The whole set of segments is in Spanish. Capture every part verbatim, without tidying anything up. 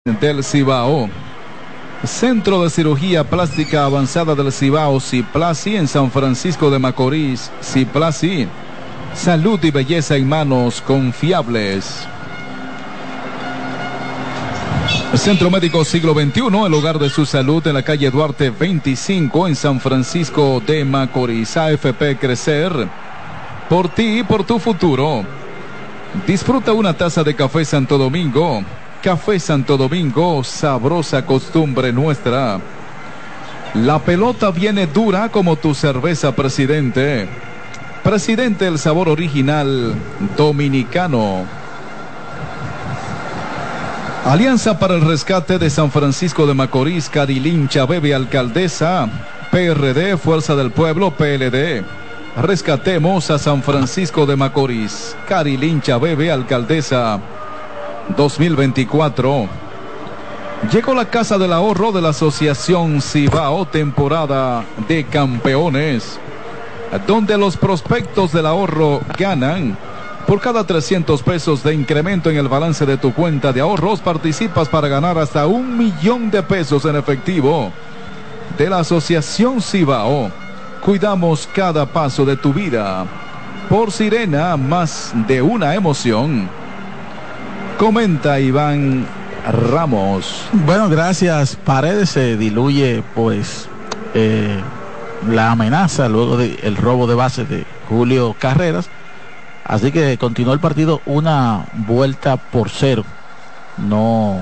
del Cibao. Centro de Cirugía Plástica Avanzada del Cibao, Ciplasi, en San Francisco de Macorís. Ciplasi, salud y belleza en manos confiables. Centro Médico Siglo veintiuno, el hogar de su salud, en la calle Duarte veinticinco, en San Francisco de Macorís. A F P Crecer, por ti y por tu futuro. Disfruta una taza de café Santo Domingo. Café Santo Domingo, sabrosa costumbre nuestra. La pelota viene dura como tu cerveza, Presidente. Presidente, el sabor original dominicano. Alianza para el Rescate de San Francisco de Macorís, Carilín Chabebe, Alcaldesa. P R D, Fuerza del Pueblo, P L D. Rescatemos a San Francisco de Macorís. Carilín Chabebe, Alcaldesa. dos mil veinticuatro. Llegó la Casa del Ahorro de la Asociación Cibao, temporada de campeones, donde los prospectos del ahorro ganan. Por cada trescientos pesos de incremento en el balance de tu cuenta de ahorros, participas para ganar hasta un millón de pesos en efectivo. De la Asociación Cibao, cuidamos cada paso de tu vida. Por Sirena, más de una emoción. Comenta Iván Ramos. Bueno, gracias. Paredes se diluye pues eh, la amenaza luego del robo de base de Julio Carreras. Así que continuó el partido una vuelta por cero. No,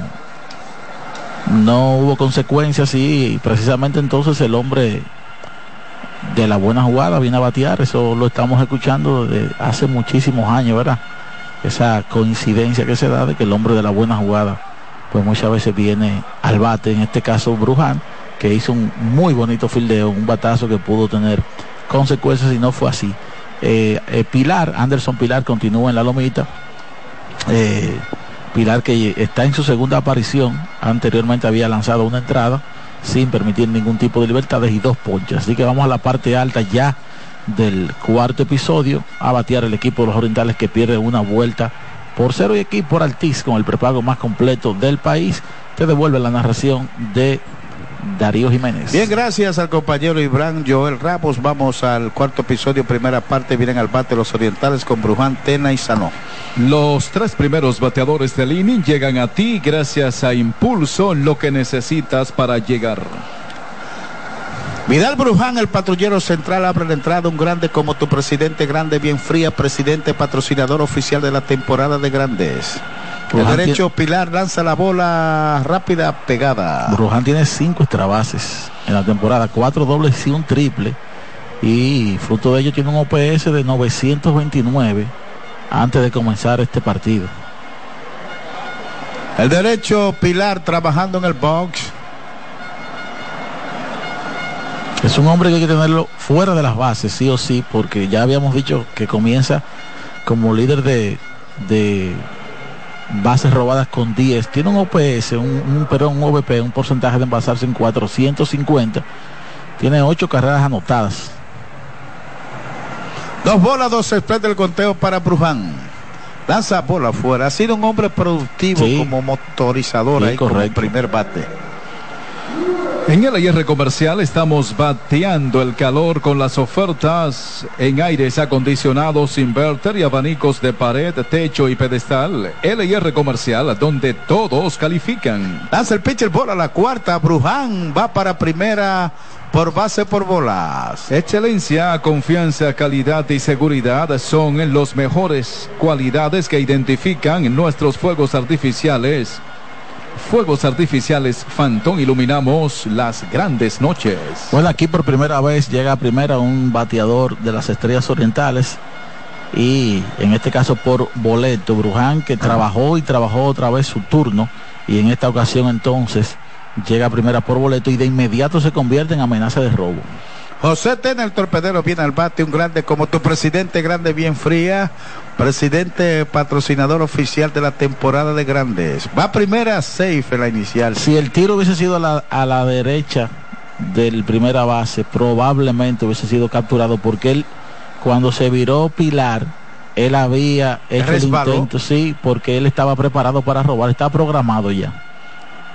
no hubo consecuencias y precisamente entonces el hombre de la buena jugada viene a batear. Eso lo estamos escuchando desde hace muchísimos años, ¿verdad? Esa coincidencia que se da de que el hombre de la buena jugada pues muchas veces viene al bate, en este caso Bruján, que hizo un muy bonito fildeo, un batazo que pudo tener consecuencias y no fue así. eh, eh, Pilar, Anderson Pilar continúa en la lomita. eh, Pilar, que está en su segunda aparición, anteriormente había lanzado una entrada sin permitir ningún tipo de libertades y dos ponches, así que vamos a la parte alta ya del cuarto episodio, a batear el equipo de los Orientales, que pierde una vuelta por cero, y aquí por Altiz, con el prepago más completo del país, te devuelve la narración de Darío Jiménez. Bien, gracias al compañero Iván Joel Ramos. Vamos al cuarto episodio, primera parte. Vienen al bate los Orientales con Bruján, Tena y Sanó. Los tres primeros bateadores del inning llegan a ti gracias a Impulso, lo que necesitas para llegar. Vidal Bruján, el patrullero central, abre la entrada. Un grande como tu presidente, grande, bien fría. Presidente, patrocinador oficial de la temporada de grandes. El derecho, Pilar lanza la bola rápida, pegada. Bruján tiene cinco extra bases en la temporada, cuatro dobles y un triple. Y fruto de ello tiene un O P S de novecientos veintinueve antes de comenzar este partido. El derecho, Pilar trabajando en el box. Es un hombre que hay que tenerlo fuera de las bases, sí o sí, porque ya habíamos dicho que comienza como líder de, de bases robadas con diez. Tiene un O P S, un, un, perdón, un O V P, un porcentaje de envasarse en cuatrocientos cincuenta. Tiene ocho carreras anotadas. Dos bolas, dos strikes del conteo para Bruján. Lanza bola afuera. Ha sido un hombre productivo, sí, como motorizador, sí, ahí como primer bate. En L R Comercial estamos bateando el calor con las ofertas en aires acondicionados, inverter y abanicos de pared, techo y pedestal. L R Comercial, donde todos califican. Lanza el pitcher, bola a la cuarta. Bruján va para primera por base por bolas. Excelencia, confianza, calidad y seguridad son los mejores cualidades que identifican nuestros fuegos artificiales. Fuegos artificiales Fantón, iluminamos las grandes noches. Bueno, aquí por primera vez llega a primera un bateador de las Estrellas Orientales, y en este caso por boleto, Bruján, que trabajó y trabajó otra vez su turno, y en esta ocasión entonces llega a primera por boleto y de inmediato se convierte en amenaza de robo. José Tena, el torpedero, viene al bate. Un grande como tu presidente, grande, bien fría. Presidente, patrocinador oficial de la temporada de grandes. Va primera, safe en la inicial. Si el tiro hubiese sido a la, a la derecha del primera base, probablemente hubiese sido capturado, porque él, cuando se viró Pilar, él había hecho el intento, sí, porque él estaba preparado para robar, estaba programado ya.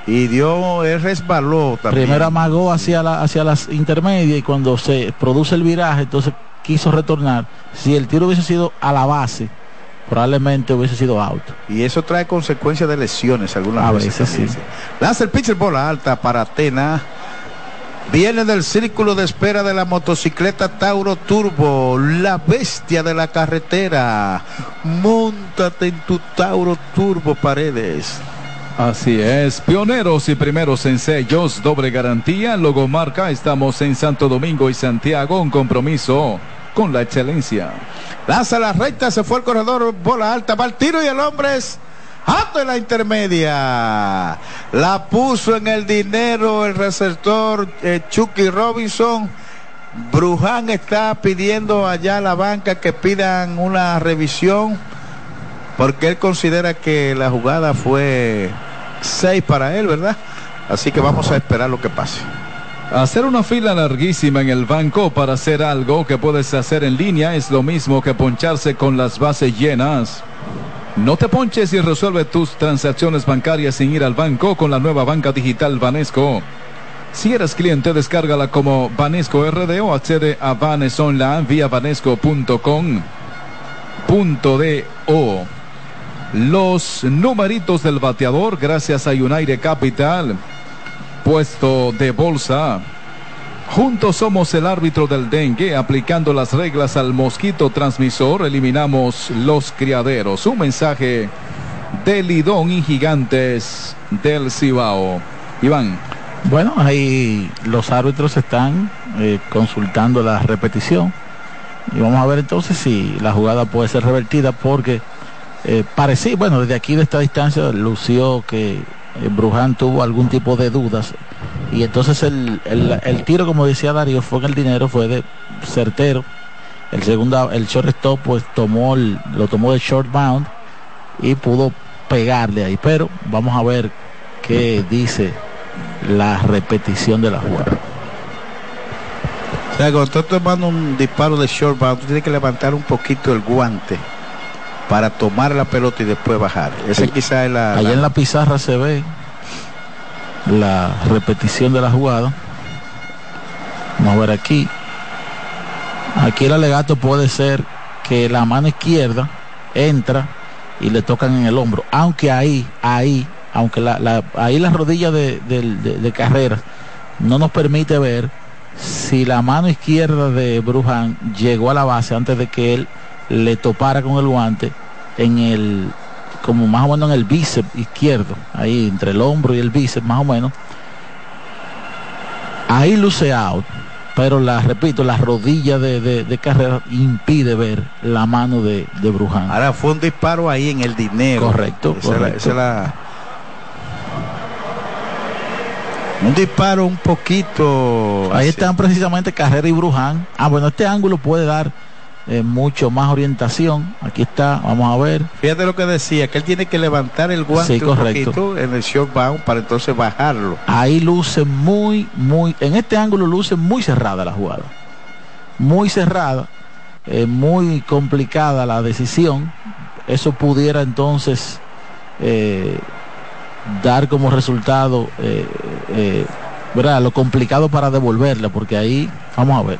Y dio, él resbaló también. Primero amagó hacia, la, hacia las intermedias y cuando se produce el viraje, entonces quiso retornar. Si el tiro hubiese sido a la base, probablemente hubiese sido out. Y eso trae consecuencias de lesiones algunas a veces. veces sí. Lanza el pitcher, bola alta para Tena. Viene del círculo de espera de la motocicleta Tauro Turbo, la bestia de la carretera. Móntate en tu Tauro Turbo, Paredes. Así es, pioneros y primeros en sellos, doble garantía, logomarca. Estamos en Santo Domingo y Santiago, un compromiso con la excelencia. Lanza la recta, se fue el corredor, bola alta, va el tiro y el hombre es alto en la intermedia. La puso en el dinero el receptor eh, Chucky Robinson. Bruján está pidiendo allá a la banca que pidan una revisión porque él considera que la jugada fue seis para él, ¿verdad? Así que vamos a esperar lo que pase. Hacer una fila larguísima en el banco para hacer algo que puedes hacer en línea es lo mismo que poncharse con las bases llenas. No te ponches y resuelve tus transacciones bancarias sin ir al banco con la nueva banca digital Banesco. Si eres cliente, descárgala como Banesco R D o accede a Banes Online vía banesco punto com punto do. Los numeritos del bateador gracias a United Capital. Puesto de bolsa. Juntos somos el árbitro del dengue, aplicando las reglas al mosquito transmisor, eliminamos los criaderos. Un mensaje de Lidón y Gigantes del Cibao. Iván. Bueno, ahí los árbitros están eh, consultando la repetición y vamos a ver entonces si la jugada puede ser revertida porque eh, parecía, bueno, desde aquí de esta distancia lució que eh, Bruján tuvo algún tipo de dudas y entonces el, el, el tiro, como decía Darío, fue en el dinero, fue de certero. El segundo, el shortstop pues tomó el, lo tomó de short bound y pudo pegarle ahí, pero vamos a ver qué dice la repetición de la jugada. O sea, cuando estás tomando un disparo de short bound, tú tienes que levantar un poquito el guante para tomar la pelota y después bajar. Esa quizá es la... Allá la... en la pizarra se ve la repetición de la jugada. Vamos a ver aquí. Aquí el alegato puede ser que la mano izquierda entra y le tocan en el hombro, aunque ahí, ahí aunque la, la, ahí la rodilla de, de, de, de Carreras no nos permite ver si la mano izquierda de Bruján llegó a la base antes de que él le topara con el guante en el, como más o menos en el bíceps izquierdo, ahí entre el hombro y el bíceps más o menos. Ahí luce out, pero la, repito, la rodilla de, de, de Carreras impide ver la mano de, de Bruján. Ahora fue un disparo ahí en el dinero. Correcto, esa correcto. Es la, esa es la... Un disparo un poquito... Ahí así. están precisamente Carrera y Bruján. Ah, bueno, este ángulo puede dar eh, mucho más orientación. Aquí está, vamos a ver. Fíjate lo que decía, que él tiene que levantar el guante sí, un correcto. poquito en el short bound para entonces bajarlo. Ahí luce muy, muy... En este ángulo luce muy cerrada la jugada. Muy cerrada. Eh, muy complicada la decisión. Eso pudiera entonces... Eh, dar como resultado eh, eh, ¿verdad? Lo complicado para devolverla, porque ahí vamos a ver,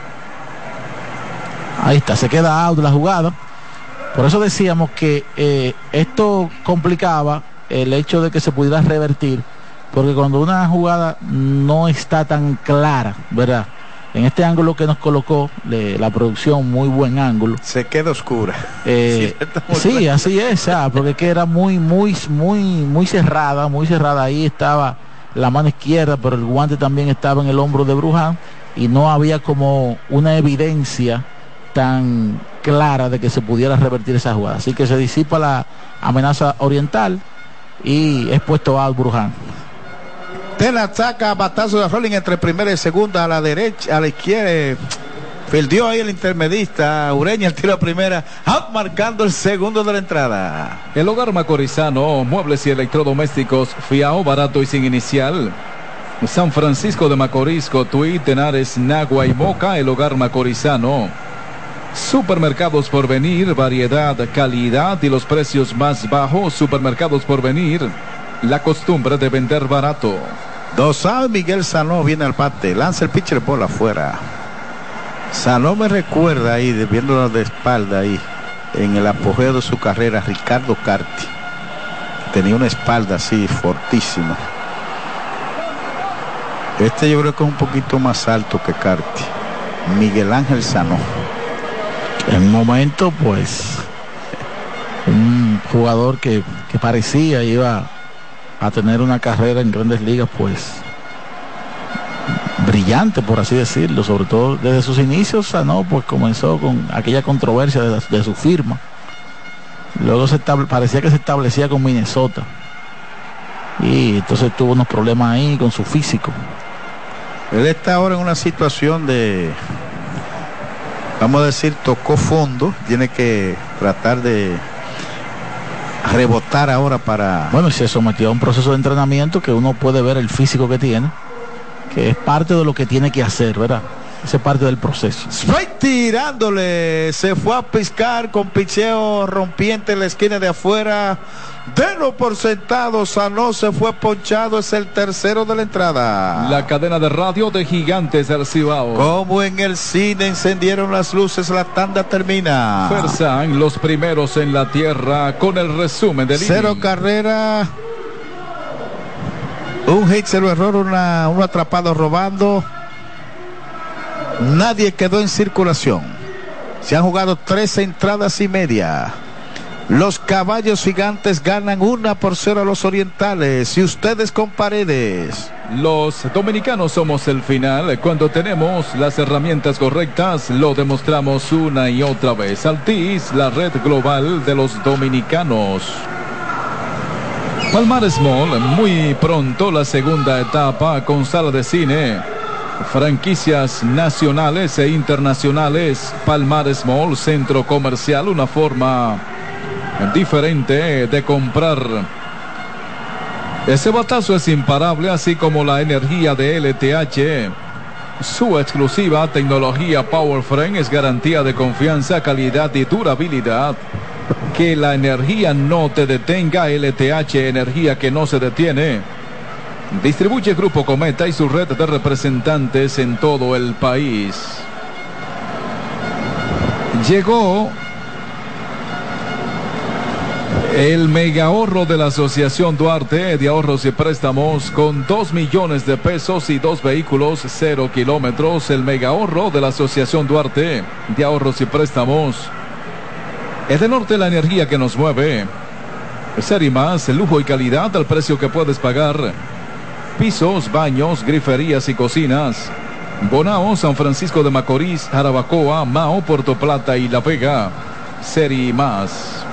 ahí está, se queda out la jugada. Por eso decíamos que eh, esto complicaba el hecho de que se pudiera revertir, porque cuando una jugada no está tan clara, ¿verdad? En este ángulo que nos colocó le, la producción, muy buen ángulo. Se queda oscura. Eh, sí, sí así es, ah, porque que era muy, muy, muy, muy cerrada, muy cerrada. Ahí estaba la mano izquierda, pero el guante también estaba en el hombro de Bruján y no había como una evidencia tan clara de que se pudiera revertir esa jugada. Así que se disipa la amenaza oriental y es puesto a Bruján. Tena saca batazo de rolling entre primera y segunda, a la derecha, a la izquierda. Fildió ahí el intermedista Ureña, el tiro a primera, out marcando el segundo de la entrada. El Hogar Macorizano, muebles y electrodomésticos, fiao, barato y sin inicial. San Francisco de Macorís, Cotuí, Tenares, Nagua y Moca. El Hogar Macorizano. Supermercados Porvenir, variedad, calidad y los precios más bajos. Supermercados Porvenir, La costumbre de vender barato. Dosado Miguel Sanó viene al bate, lanza el pitcher por afuera. Sanó me recuerda ahí, viéndolo de espalda ahí, en el apogeo de su carrera, Ricardo Carti. Tenía una espalda así, fortísima. Este yo creo que es un poquito más alto que Carti. Miguel Ángel Sanó. En un momento, pues, un jugador que, que parecía iba a tener una carrera en Grandes Ligas, pues, brillante, por así decirlo. Sobre todo desde sus inicios, Sanó pues comenzó con aquella controversia de, de su firma. Luego se parecía que se establecía con Minnesota. Y entonces tuvo unos problemas ahí con su físico. Él está ahora en una situación de, vamos a decir, tocó fondo. Tiene que tratar de rebotar ahora para... Bueno, se sometió a un proceso de entrenamiento que uno puede ver el físico que tiene, que es parte de lo que tiene que hacer, ¿verdad? Esa es parte del proceso. Strike tirándole, se fue a piscar con picheo rompiente en la esquina de afuera. Denlo por sentado, Sanó se fue ponchado, es el tercero de la entrada. La cadena de radio de Gigantes del Cibao. Como en el cine encendieron las luces, la tanda termina. Fersan, los primeros en la tierra, con el resumen del cero inning. Carrera, un hit, cero error, una, un atrapado robando. Nadie quedó en circulación. Se han jugado tres entradas y media. Los Caballos Gigantes ganan una por cero a los Orientales. Y ustedes con Paredes. Los dominicanos somos el final. Cuando tenemos las herramientas correctas, lo demostramos una y otra vez. Altis, la red global de los dominicanos. Palmar Small, muy pronto la segunda etapa con sala de cine. Franquicias nacionales e internacionales. Palmar Small, centro comercial, una forma diferente de comprar. Ese batazo es imparable, así como la energía de L T H. Su exclusiva tecnología Power Frame es garantía de confianza, calidad y durabilidad. Que la energía no te detenga. L T H, energía que no se detiene. Distribuye Grupo Cometa y su red de representantes en todo el país. Llegó el mega ahorro de la Asociación Duarte de Ahorros y Préstamos con dos millones de pesos y dos vehículos cero kilómetros. El mega ahorro de la Asociación Duarte de Ahorros y Préstamos. Es de Norte la energía que nos mueve. Ser y más, lujo y calidad al precio que puedes pagar. Pisos, baños, griferías y cocinas. Bonao, San Francisco de Macorís, Jarabacoa, Mao, Puerto Plata y La Vega. Ser y más.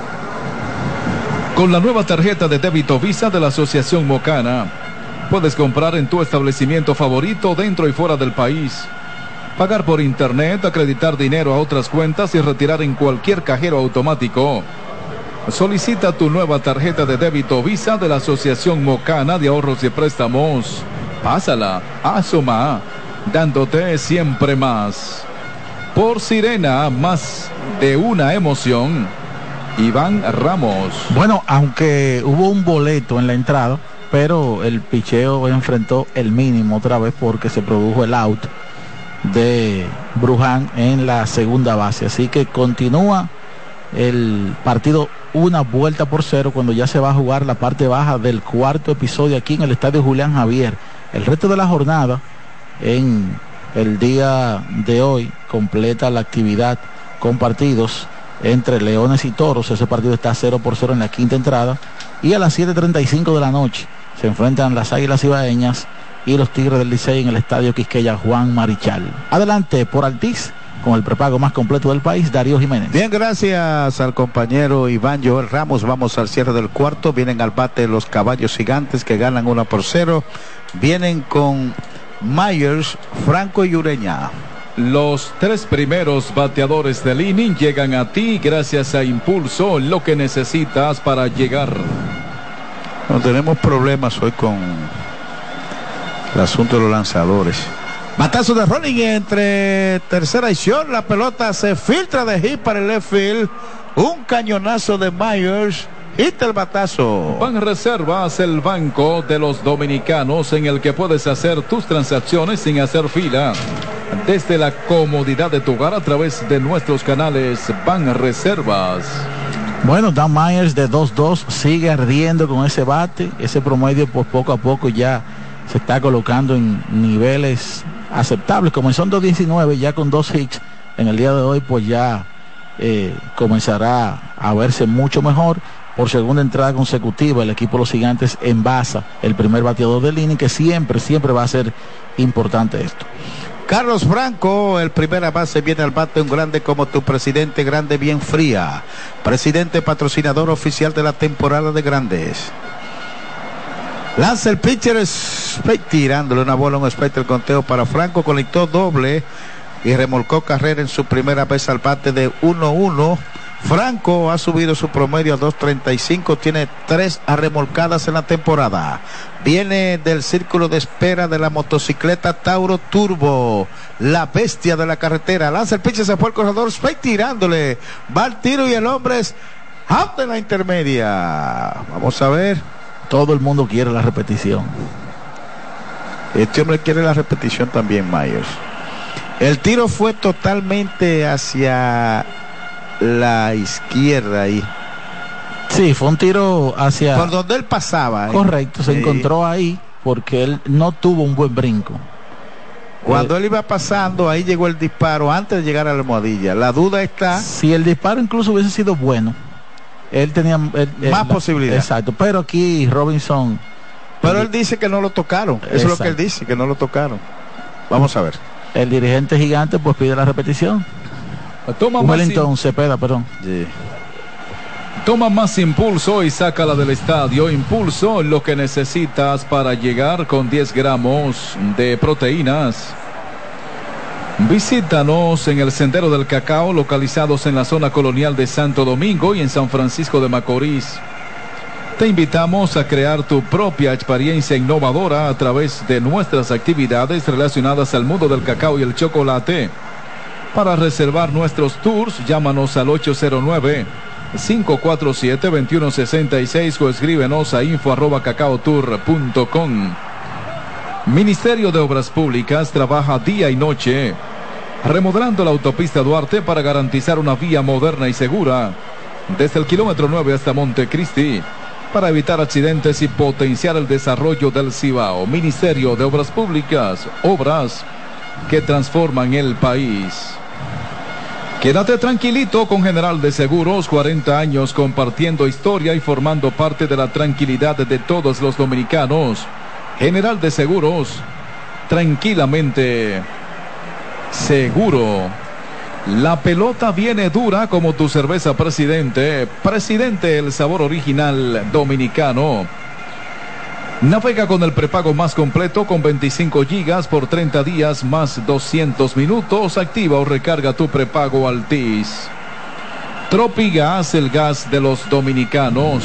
Con la nueva tarjeta de débito Visa de la Asociación Mocana, puedes comprar en tu establecimiento favorito dentro y fuera del país. Pagar por internet, acreditar dinero a otras cuentas y retirar en cualquier cajero automático. Solicita tu nueva tarjeta de débito Visa de la Asociación Mocana de Ahorros y Préstamos. Pásala, asoma, dándote siempre más. Por Sirena, más de una emoción. Iván Ramos. Bueno, aunque hubo un boleto en la entrada, pero el picheo enfrentó el mínimo otra vez porque se produjo el out de Bruján en la segunda base. Así que continúa el partido una vuelta por cero cuando ya se va a jugar la parte baja del cuarto episodio aquí en el estadio Julián Javier. El resto de la jornada en el día de hoy completa la actividad con partidos entre Leones y Toros. Ese partido está cero por cero en la quinta entrada, y a las siete treinta y cinco de la noche se enfrentan las Águilas Ibaeñas y los Tigres del Licey en el estadio Quisqueya Juan Marichal. Adelante por Altis con el prepago más completo del país, Darío Jiménez. Bien, gracias al compañero Iván Joel Ramos. Vamos al cierre del cuarto. Vienen al bate los Caballos Gigantes, que ganan una por cero. Vienen con Myers, Franco y Ureña. Los tres primeros bateadores del inning llegan a ti gracias a Impulso, lo que necesitas para llegar. No tenemos problemas hoy con el asunto de los lanzadores. Batazo de rolling entre tercera y short. La pelota se filtra de hit para el left field. Un cañonazo de Myers Hita el batazo. Banreservas, el banco de los dominicanos en el que puedes hacer tus transacciones sin hacer fila. Desde la comodidad de tu hogar a través de nuestros canales Banreservas. Bueno, Dan Myers de dos dos sigue ardiendo con ese bate. Ese promedio pues poco a poco ya se está colocando en niveles aceptables. Comenzó en dos diecinueve, ya con dos hits. En el día de hoy pues ya eh, comenzará a verse mucho mejor. Por segunda entrada consecutiva, el equipo de los Gigantes envasa el primer bateador del inning, que siempre, siempre va a ser importante esto. Carlos Franco, el primera base, viene al bate, un grande como tu presidente, grande bien fría. Presidente patrocinador oficial de la temporada de Grandes. Lanza el pitcher, tirándole una bola a un strike, el conteo para Franco, conectó doble y remolcó carrera en su primera vez al bate de uno uno. Franco ha subido su promedio a dos treinta y cinco, tiene tres remolcadas en la temporada. Viene del círculo de espera de la motocicleta Tauro Turbo, la bestia de la carretera. Lanza el pitcher, se fue el corredor, strike tirándole, va al tiro y el hombre es out de la intermedia. Vamos a ver. Todo el mundo quiere la repetición. Este hombre quiere la repetición también, Myers. El tiro fue totalmente hacia la izquierda ahí. Sí, fue un tiro hacia... por donde él pasaba. Correcto, se sí. encontró ahí porque él no tuvo un buen brinco. Cuando eh, él iba pasando, ahí llegó el disparo antes de llegar a la almohadilla. La duda está... si el disparo incluso hubiese sido bueno, él tenía... Él, más él, posibilidad. Exacto, pero aquí Robinson... Pero él dice que no lo tocaron. Eso exacto. Es lo que él dice, que no lo tocaron. Vamos a ver. El dirigente Gigante pues pide la repetición. Toma Wellington in... Cepeda, perdón. Sí. Toma más impulso y sácala del estadio. Impulso, lo que necesitas para llegar con diez gramos de proteínas. Visítanos en el Sendero del Cacao, localizados en la zona colonial de Santo Domingo y en San Francisco de Macorís. Te invitamos a crear tu propia experiencia innovadora a través de nuestras actividades relacionadas al mundo del cacao y el chocolate. Para reservar nuestros tours, llámanos al ocho cero nueve, cinco cuatro siete, dos uno seis seis o escríbenos a info arroba cacao tour punto com. Ministerio de Obras Públicas trabaja día y noche remodelando la autopista Duarte para garantizar una vía moderna y segura desde el kilómetro nueve hasta Montecristi, para evitar accidentes y potenciar el desarrollo del Cibao. Ministerio de Obras Públicas, obras que transforman el país. Quédate tranquilito con General de Seguros, cuarenta años compartiendo historia y formando parte de la tranquilidad de todos los dominicanos. General de Seguros, tranquilamente seguro. La pelota viene dura como tu cerveza Presidente. Presidente, el sabor original dominicano. Navega con el prepago más completo con veinticinco gigas por treinta días más doscientos minutos. Activa o recarga tu prepago Altis. Tropigas, el gas de los dominicanos.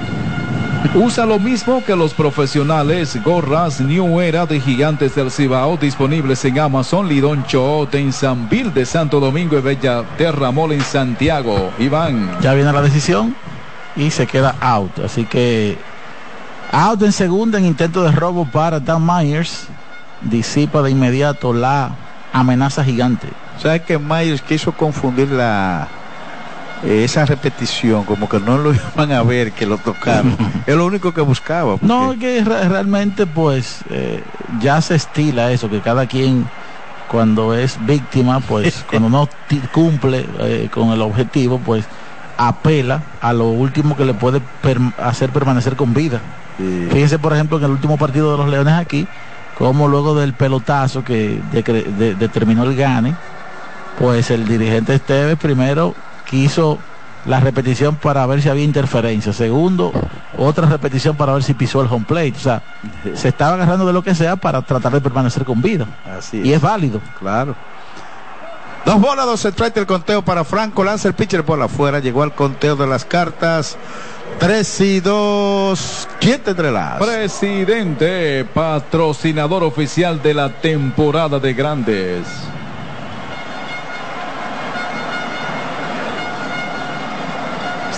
Usa lo mismo que los profesionales. Gorras New Era de Gigantes del Cibao, disponibles en Amazon, Lidón Choot en San Vil de Santo Domingo y Bella Terra Mall en Santiago. Iván. Ya viene la decisión y se queda out. Así que out en segunda en intento de robo para Dan Myers. Disipa de inmediato la amenaza Gigante. ¿Sabes que Myers quiso confundir la... esa repetición, como que no lo iban a ver que lo tocaron? Es lo único que buscaba. Porque... no, que re realmente pues eh, ya se estila eso, que cada quien cuando es víctima, pues cuando no cumple eh, con el objetivo, pues apela a lo último que le puede per hacer permanecer con vida. Sí. Fíjense por ejemplo en el último partido de los Leones aquí, como luego del pelotazo que de de determinó el gane, pues el dirigente Esteves primero quiso la repetición para ver si había interferencia. Segundo, otra repetición para ver si pisó el home plate. O sea, se estaba agarrando de lo que sea para tratar de permanecer con vida. Así es. Y es válido. Claro. Dos bolas, dos strikes, el conteo para Franco. Lanza el pitcher por afuera. Llegó al conteo de las cartas. Tres y dos. ¿Quién tendrá las? Presidente, patrocinador oficial de la temporada de Grandes.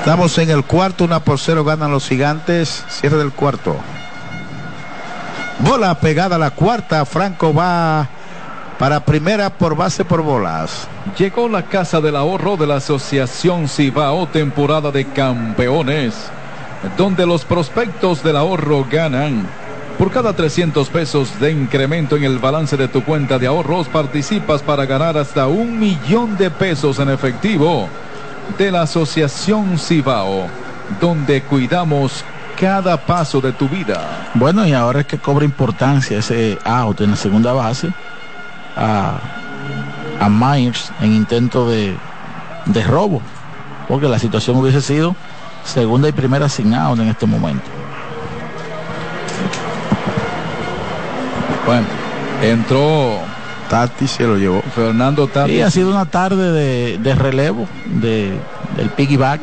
Estamos en el cuarto, una por cero ganan los Gigantes. Cierre del cuarto. Bola pegada a la cuarta. Franco va para primera por base por bolas. Llegó la Casa del Ahorro de la Asociación Cibao, temporada de campeones, donde los prospectos del ahorro ganan. Por cada trescientos pesos de incremento en el balance de tu cuenta de ahorros, participas para ganar hasta un millón de pesos en efectivo de la Asociación Cibao, donde cuidamos cada paso de tu vida. Bueno, y ahora es que cobra importancia ese out en la segunda base a, a Myers en intento de, de robo, porque la situación hubiese sido segunda y primera sin out en este momento. Bueno, entró Tati, se lo llevó Fernando Tati. Sí, ha sido una tarde de, de relevo de, del piggyback.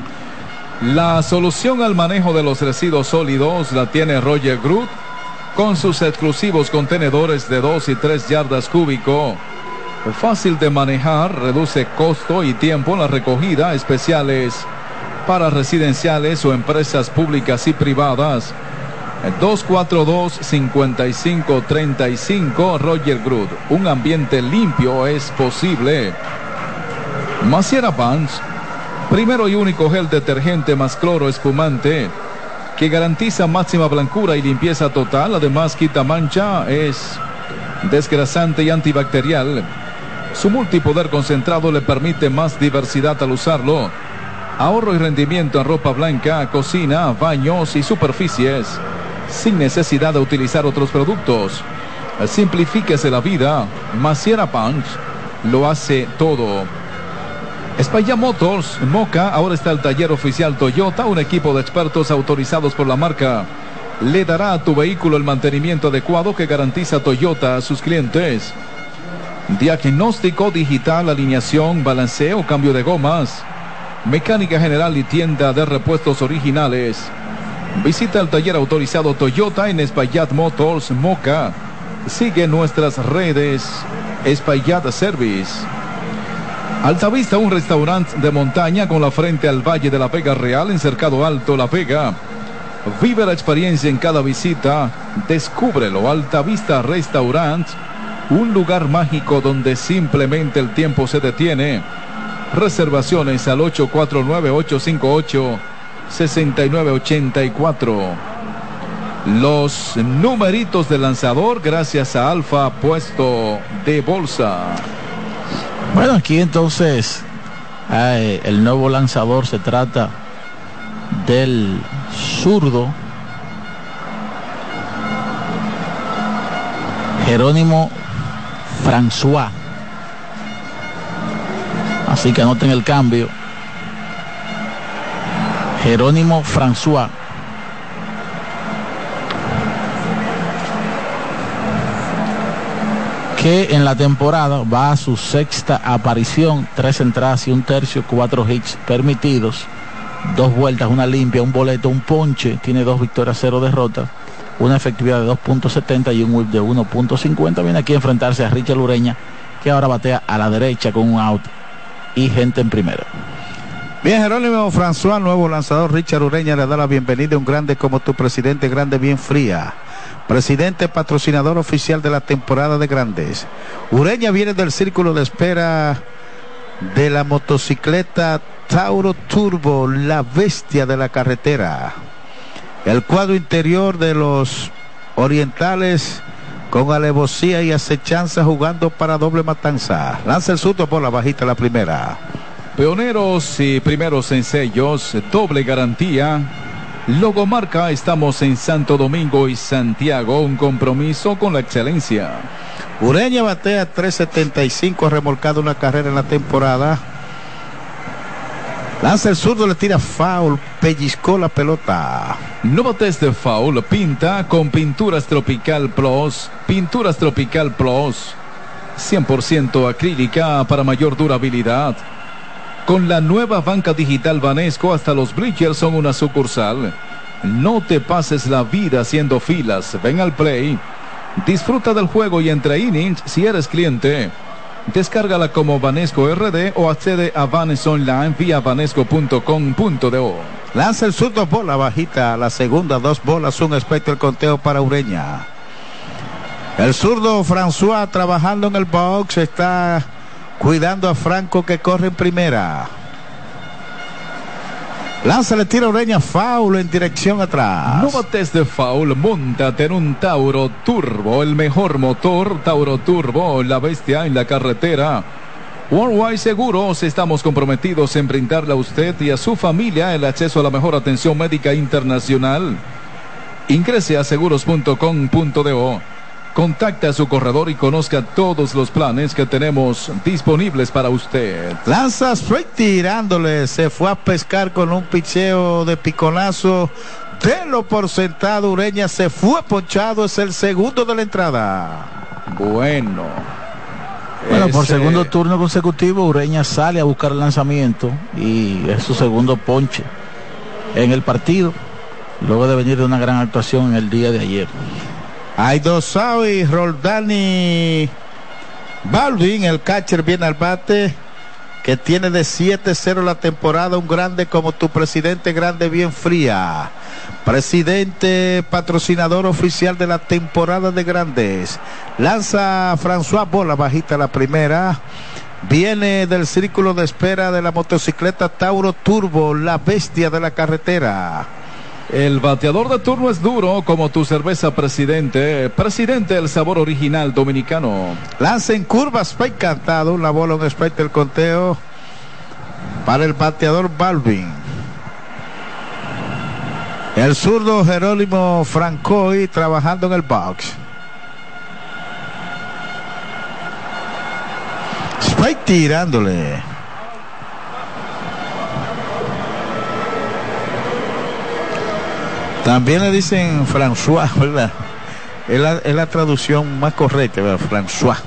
La solución al manejo de los residuos sólidos la tiene Roger Groot con sus exclusivos contenedores de dos y tres yardas cúbico. Fácil de manejar, reduce costo y tiempo en la recogida, especiales para residenciales o empresas públicas y privadas. dos cuatro dos, cinco cinco tres cinco, Roger Groot. Un ambiente limpio es posible. Maciera Punch, primero y único gel detergente más cloro espumante que garantiza máxima blancura y limpieza total. Además quita mancha, es desgrasante y antibacterial. Su multipoder concentrado le permite más diversidad al usarlo. Ahorro y rendimiento en ropa blanca, cocina, baños y superficies, sin necesidad de utilizar otros productos. Simplifíquese la vida. Maciera Punch lo hace todo. Spaya Motors Moca, ahora está el taller oficial Toyota, un equipo de expertos autorizados por la marca. Le dará a tu vehículo el mantenimiento adecuado que garantiza Toyota a sus clientes. Diagnóstico digital, alineación, balanceo, cambio de gomas, mecánica general y tienda de repuestos originales. Visita el taller autorizado Toyota en Spayat Motors Moca. Sigue nuestras redes Spayat Service. Altavista, un restaurante de montaña con la frente al Valle de la Vega Real en Cercado Alto, La Vega. Vive la experiencia en cada visita. Descúbrelo. Altavista Restaurant, un lugar mágico donde simplemente el tiempo se detiene. Reservaciones al ocho cuatro nueve, ocho cinco ocho, seis nueve ocho cuatro. Los numeritos del lanzador gracias a Alfa Puesto de Bolsa. Bueno, aquí entonces eh, el nuevo lanzador se trata del zurdo Jerónimo François. Así que anoten el cambio. Jerónimo François. Que en la temporada va a su sexta aparición, tres entradas y un tercio, cuatro hits permitidos, dos vueltas, una limpia, un boleto, un ponche, tiene dos victorias, cero derrotas, una efectividad de dos punto setenta y un whip de uno punto cincuenta. Viene aquí a enfrentarse a Richard Ureña, que ahora batea a la derecha con un out y gente en primera. Bien, Jerónimo François, nuevo lanzador. Richard Ureña le da la bienvenida a un grande como tu presidente, grande bien fría. Presidente patrocinador oficial de la temporada de grandes. Ureña viene del círculo de espera de la motocicleta Tauro Turbo, la bestia de la carretera. El cuadro interior de los orientales con alevosía y acechanza jugando para doble matanza. Lanza el zurdo por la bajita la primera. Pioneros y primeros en sellos, doble garantía. Logomarca, estamos en Santo Domingo y Santiago, un compromiso con la excelencia. Ureña batea tres setenta y cinco, ha remolcado una carrera en la temporada. Lanza el zurdo, le tira foul, pellizcó la pelota. No bates de foul, pinta con Pinturas Tropical Plus. Pinturas Tropical Plus, cien por ciento acrílica para mayor durabilidad. Con la nueva banca digital Banesco, hasta los bleachers son una sucursal. No te pases la vida haciendo filas. Ven al play. Disfruta del juego y entre innings si eres cliente. Descárgala como Vanesco R D o accede a Vanes Online vía vanesco punto com punto do. Lanza el zurdo, bola bajita, la segunda, dos bolas, un espectro el conteo para Ureña. El zurdo François trabajando en el box, está cuidando a Franco que corre en primera. Lanza, le tira Ureña, foul en dirección atrás. No bates de foul, móntate en un Tauro Turbo, el mejor motor. Tauro Turbo, la bestia en la carretera. Worldwide Seguros, estamos comprometidos en brindarle a usted y a su familia el acceso a la mejor atención médica internacional. Ingrese a seguros punto com punto do. Contacte a su corredor y conozca todos los planes que tenemos disponibles para usted. Lanza straight tirándole, se fue a pescar con un picheo de piconazo. Denlo por sentado, Ureña se fue ponchado, es el segundo de la entrada. Bueno. Bueno, ese... por segundo turno consecutivo, Ureña sale a buscar el lanzamiento y es su segundo ponche en el partido, luego de venir de una gran actuación en el día de ayer. Aidosao y Roldani Baldwin, el catcher, viene al bate, que tiene de siete cero la temporada. Un grande como tu presidente, grande bien fría. Presidente, patrocinador oficial de la temporada de grandes. Lanza François, bola bajita la primera. Viene del círculo de espera de la motocicleta Tauro Turbo, la bestia de la carretera. El bateador de turno es duro como tu cerveza, Presidente. Presidente, el sabor original dominicano. Lanza en curva, spike cantado, una bola, un spike del conteo para el bateador Balvin. El zurdo Jerónimo Francoy trabajando en el box. Spike tirándole. También le dicen François, ¿verdad? Es la, es la traducción más correcta, ¿verdad? François.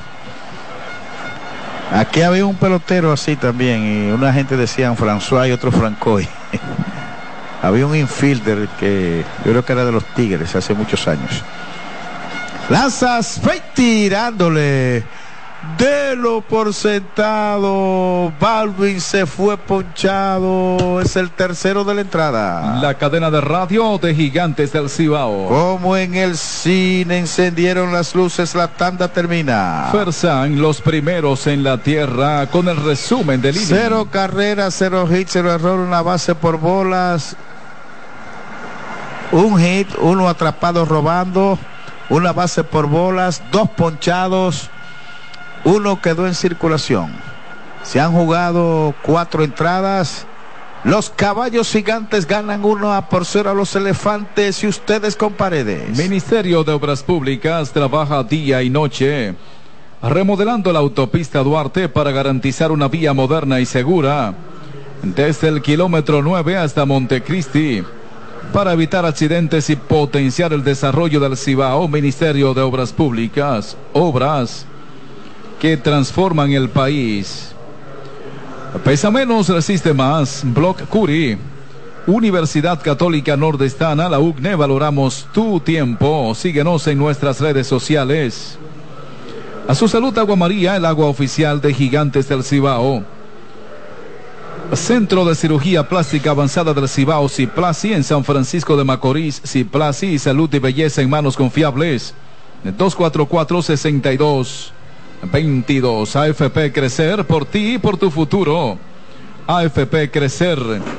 Aquí había un pelotero así también, y una gente decían François y otro Francoy. Había un infielder que yo creo que era de los Tigres hace muchos años. Lanza straight tirándole. Delo por sentado. Baldwin se fue ponchado. Es el tercero de la entrada. La cadena de radio de Gigantes del Cibao. Como en el cine, encendieron las luces. La tanda termina. Fersan, los primeros en la tierra, con el resumen del inning. Cero carreras, cero hits, cero error, una base por bolas. Un hit, uno atrapado robando. Una base por bolas, dos ponchados. Uno quedó en circulación. Se han jugado cuatro entradas. Los Caballos Gigantes ganan uno a por cero a los Elefantes, y ustedes con Paredes. Ministerio de Obras Públicas trabaja día y noche remodelando la autopista Duarte para garantizar una vía moderna y segura desde el kilómetro nueve hasta Montecristi. Para evitar accidentes y potenciar el desarrollo del Cibao, Ministerio de Obras Públicas, obras que transforman el país. Pesa menos, resiste más. Block Curi, Universidad Católica Nordestana, la U C N E. Valoramos tu tiempo. Síguenos en nuestras redes sociales. A su salud, Agua María, el agua oficial de Gigantes del Cibao. Centro de Cirugía Plástica Avanzada del Cibao, Ciplasi, en San Francisco de Macorís. Ciplasi y salud y belleza en manos confiables. dos cuatro cuatro, seis dos veintidós. A F P Crecer, por ti y por tu futuro. A F P Crecer.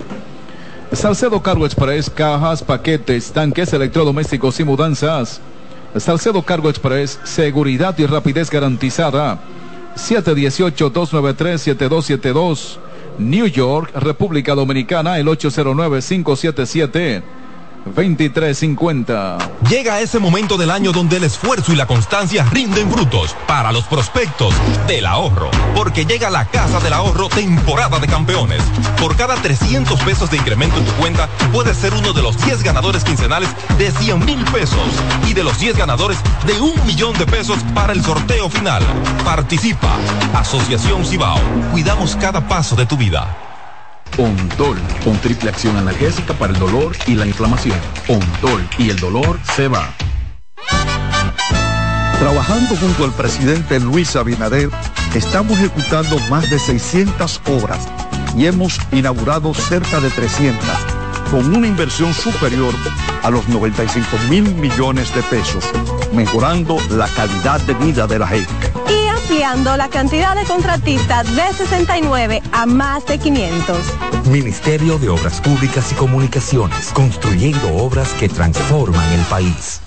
Salcedo Cargo Express, cajas, paquetes, tanques, electrodomésticos y mudanzas. Salcedo Cargo Express, seguridad y rapidez garantizada. siete uno ocho, dos nueve tres, siete dos siete dos. New York, República Dominicana, el ocho cero nueve, cinco siete siete, veintitrés cincuenta. Llega ese momento del año donde el esfuerzo y la constancia rinden frutos para los prospectos del ahorro, porque llega la Casa del Ahorro temporada de campeones. Por cada trescientos pesos de incremento en tu cuenta, puedes ser uno de los diez ganadores quincenales de cien mil pesos y de los diez ganadores de un millón de pesos para el sorteo final. Participa. Asociación Cibao. Cuidamos cada paso de tu vida. Ontol, con triple acción analgésica para el dolor y la inflamación. Ontol, y el dolor se va. Trabajando junto al presidente Luis Abinader, estamos ejecutando más de seiscientas obras y hemos inaugurado cerca de trescientas, con una inversión superior a los noventa y cinco mil millones de pesos, mejorando la calidad de vida de la gente. Y ampliando la cantidad de contratistas de sesenta y nueve a más de quinientos. Ministerio de Obras Públicas y Comunicaciones, construyendo obras que transforman el país.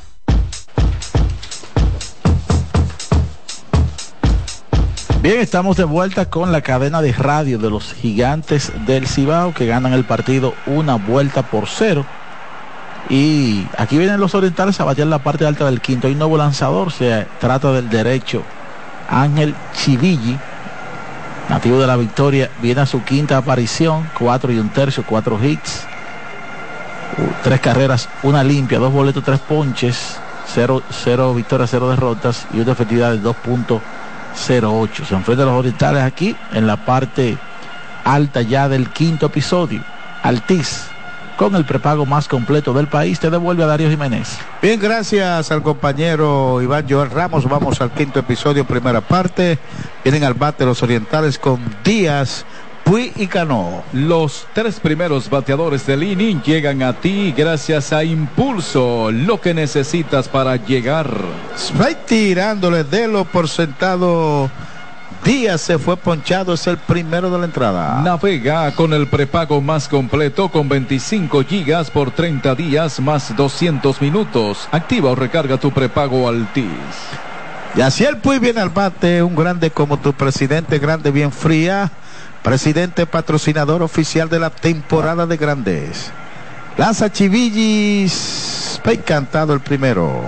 Bien, estamos de vuelta con la cadena de radio de los Gigantes del Cibao, que ganan el partido una vuelta por cero. Y aquí vienen los Orientales a batear la parte alta del quinto. Hay un nuevo lanzador, se trata del derecho Ángel Chivilli, nativo de La Victoria. Viene a su quinta aparición, cuatro y un tercio, cuatro hits, tres carreras, una limpia, dos boletos, tres ponches, cero, cero victorias, cero derrotas y una efectividad de dos punto cero ocho. Se enfrentan los Orientales aquí en la parte alta ya del quinto episodio. Altiz, con el prepago más completo del país, te devuelve a Darío Jiménez. Bien, gracias al compañero Iván Joel Ramos. Vamos al quinto episodio, primera parte. Vienen al bate los Orientales con Díaz, Puy y Cano. Los tres primeros bateadores del inning llegan a ti gracias a Impulso, lo que necesitas para llegar. Strike tirándole de lo por sentado. Díaz se fue ponchado, es el primero de la entrada. Navega con el prepago más completo con veinticinco gigas por treinta días más doscientos minutos. Activa o recarga tu prepago Altiz. Y así el Puy viene al bate, un grande como tu presidente, grande bien fría. Presidente patrocinador oficial de la temporada de Grandes. Lanza Chivillis, encantado el primero.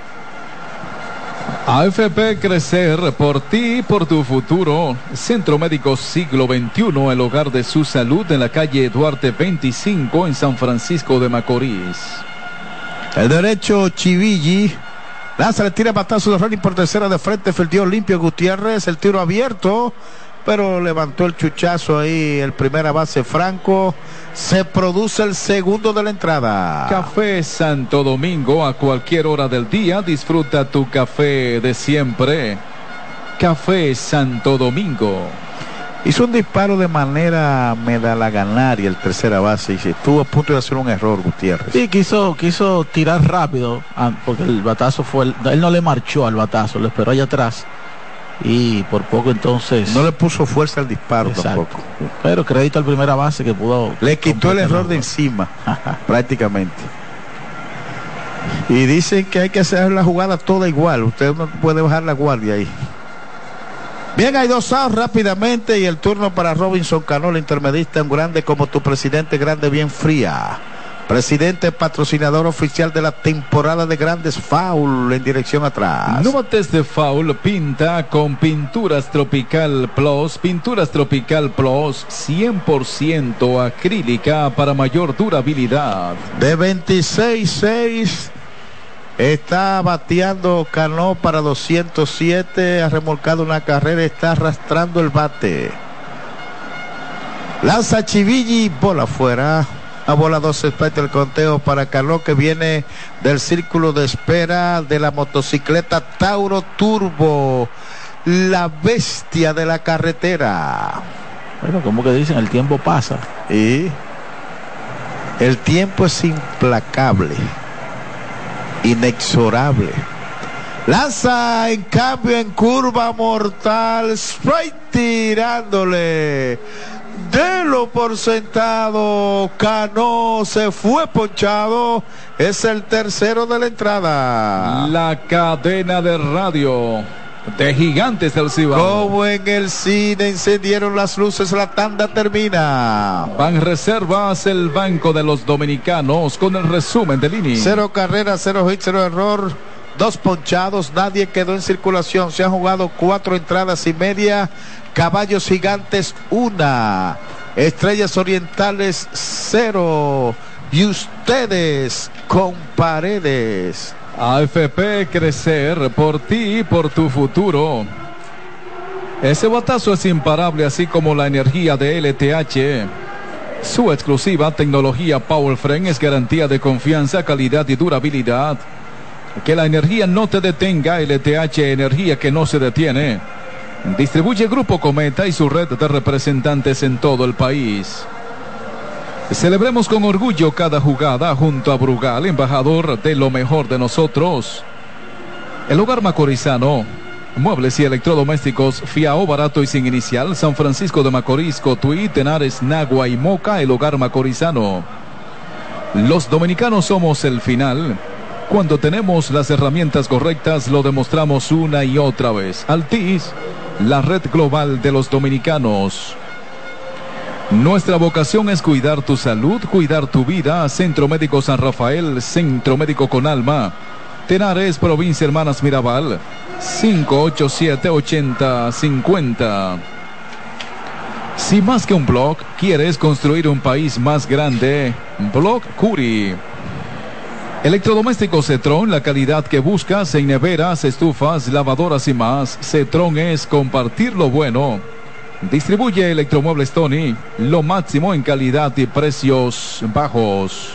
A F P Crecer, por ti y por tu futuro. Centro Médico Siglo veintiuno, el hogar de su salud en la calle Duarte veinticinco en San Francisco de Macorís. El derecho Chivilli. Lanza, le tira batazo de running por tercera de frente, fildeó limpio Gutiérrez, el tiro abierto, pero levantó el chuchazo ahí el primera base Franco. Se produce el segundo de la entrada. Café Santo Domingo, a cualquier hora del día disfruta tu café de siempre. Café Santo Domingo. Hizo un disparo de manera medalaganaria el tercera base y se estuvo a punto de hacer un error Gutiérrez. Sí, quiso, quiso tirar rápido, porque el batazo fue, él no le marchó al batazo, lo esperó allá atrás. Y por poco entonces no le puso fuerza al disparo. Exacto. Tampoco, pero crédito al primera base que pudo, le quitó el error de encima prácticamente. Y dicen que hay que hacer la jugada toda igual, usted no puede bajar la guardia ahí. Bien, hay dos outs rápidamente y el turno para Robinson Cano, el intermedista, un grande como tu presidente, grande bien fría. Presidente patrocinador oficial de la temporada de Grandes, foul en dirección atrás. No bates de foul, pinta con Pinturas Tropical Plus. Pinturas Tropical Plus, cien por ciento acrílica para mayor durabilidad. De veintiséis seis está bateando Cano para doscientos siete, ha remolcado una carrera, está arrastrando el bate. Lanza Chivilli, bola afuera. A bola dos, espera el conteo para Cano, que viene del círculo de espera de la motocicleta Tauro Turbo, la bestia de la carretera. Bueno, como que dicen, el tiempo pasa. Y el tiempo es implacable, inexorable. Lanza en cambio en curva mortal, strike tirándole. Delo por sentado, Cano se fue ponchado, es el tercero de la entrada. La cadena de radio de Gigantes del Cibao. Como en el cine encendieron las luces, la tanda termina. Banreservas, el banco de los dominicanos, con el resumen del inning. Cero carreras, cero hits, cero error, dos ponchados, nadie quedó en circulación. Se han jugado cuatro entradas y media. Caballos Gigantes una, Estrellas Orientales cero, y ustedes con Paredes. A F P Crecer, por ti y por tu futuro. Ese batazo es imparable, así como la energía de L T H. Su exclusiva tecnología Power Frame es garantía de confianza, calidad y durabilidad. Que la energía no te detenga. L T H, energía que no se detiene. Distribuye Grupo Cometa y su red de representantes en todo el país. Celebremos con orgullo cada jugada junto a Brugal, embajador de lo mejor de nosotros. El Hogar Macorizano, muebles y electrodomésticos, Fiao, barato y sin inicial. San Francisco de Macorís, Cotuí, Tenares, Nagua y Moca. El Hogar Macorizano. Los dominicanos somos el final. Cuando tenemos las herramientas correctas, lo demostramos una y otra vez. Altis, la red global de los dominicanos. Nuestra vocación es cuidar tu salud, cuidar tu vida. Centro Médico San Rafael, Centro Médico con Alma. Tenares, Provincia Hermanas Mirabal, cinco ocho siete, ochenta cincuenta. Si más que un blog, quieres construir un país más grande, Blog Curi. Electrodomésticos Cetron, la calidad que buscas en neveras, estufas, lavadoras y más. Cetron es compartir lo bueno. Distribuye Electromuebles Tony, lo máximo en calidad y precios bajos.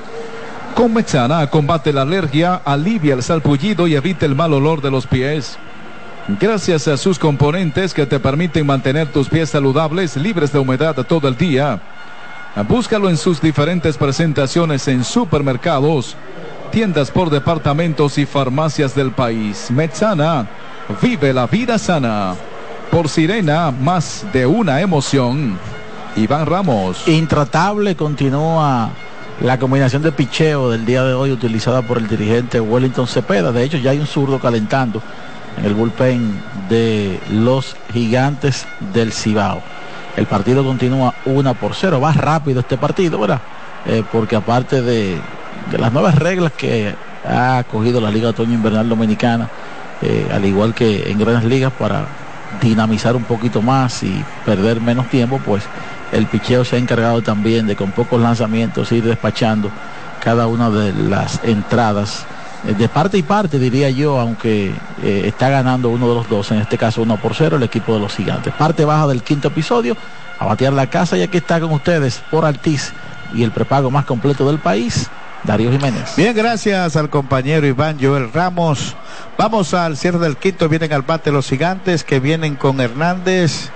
Con Mexana combate la alergia, alivia el salpullido y evita el mal olor de los pies. Gracias a sus componentes que te permiten mantener tus pies saludables, libres de humedad todo el día. Búscalo en sus diferentes presentaciones en supermercados, tiendas por departamentos y farmacias del país. Mexana, vive la vida sana. Por Sirena, más de una emoción. Iván Ramos. Intratable continúa la combinación de picheo del día de hoy utilizada por el dirigente Wellington Cepeda. De hecho, ya hay un zurdo calentando en el bullpen de los Gigantes del Cibao. El partido continúa uno por cero. Va rápido este partido, ¿verdad? Eh, porque aparte de, de las nuevas reglas que ha cogido la Liga Otoño Invernal Dominicana, eh, al igual que en Grandes Ligas, para dinamizar un poquito más y perder menos tiempo, pues el picheo se ha encargado también de, con pocos lanzamientos, ir despachando cada una de las entradas eh, de parte y parte, diría yo, aunque eh, está ganando uno de los dos, en este caso uno por cero, el equipo de los Gigantes. Parte baja del quinto episodio, a batear la casa, y aquí está con ustedes por Altis y el prepago más completo del país, Darío Jiménez. Bien, gracias al compañero Iván Joel Ramos. Vamos al cierre del quinto. Vienen al bate los Gigantes, que vienen con Hernández.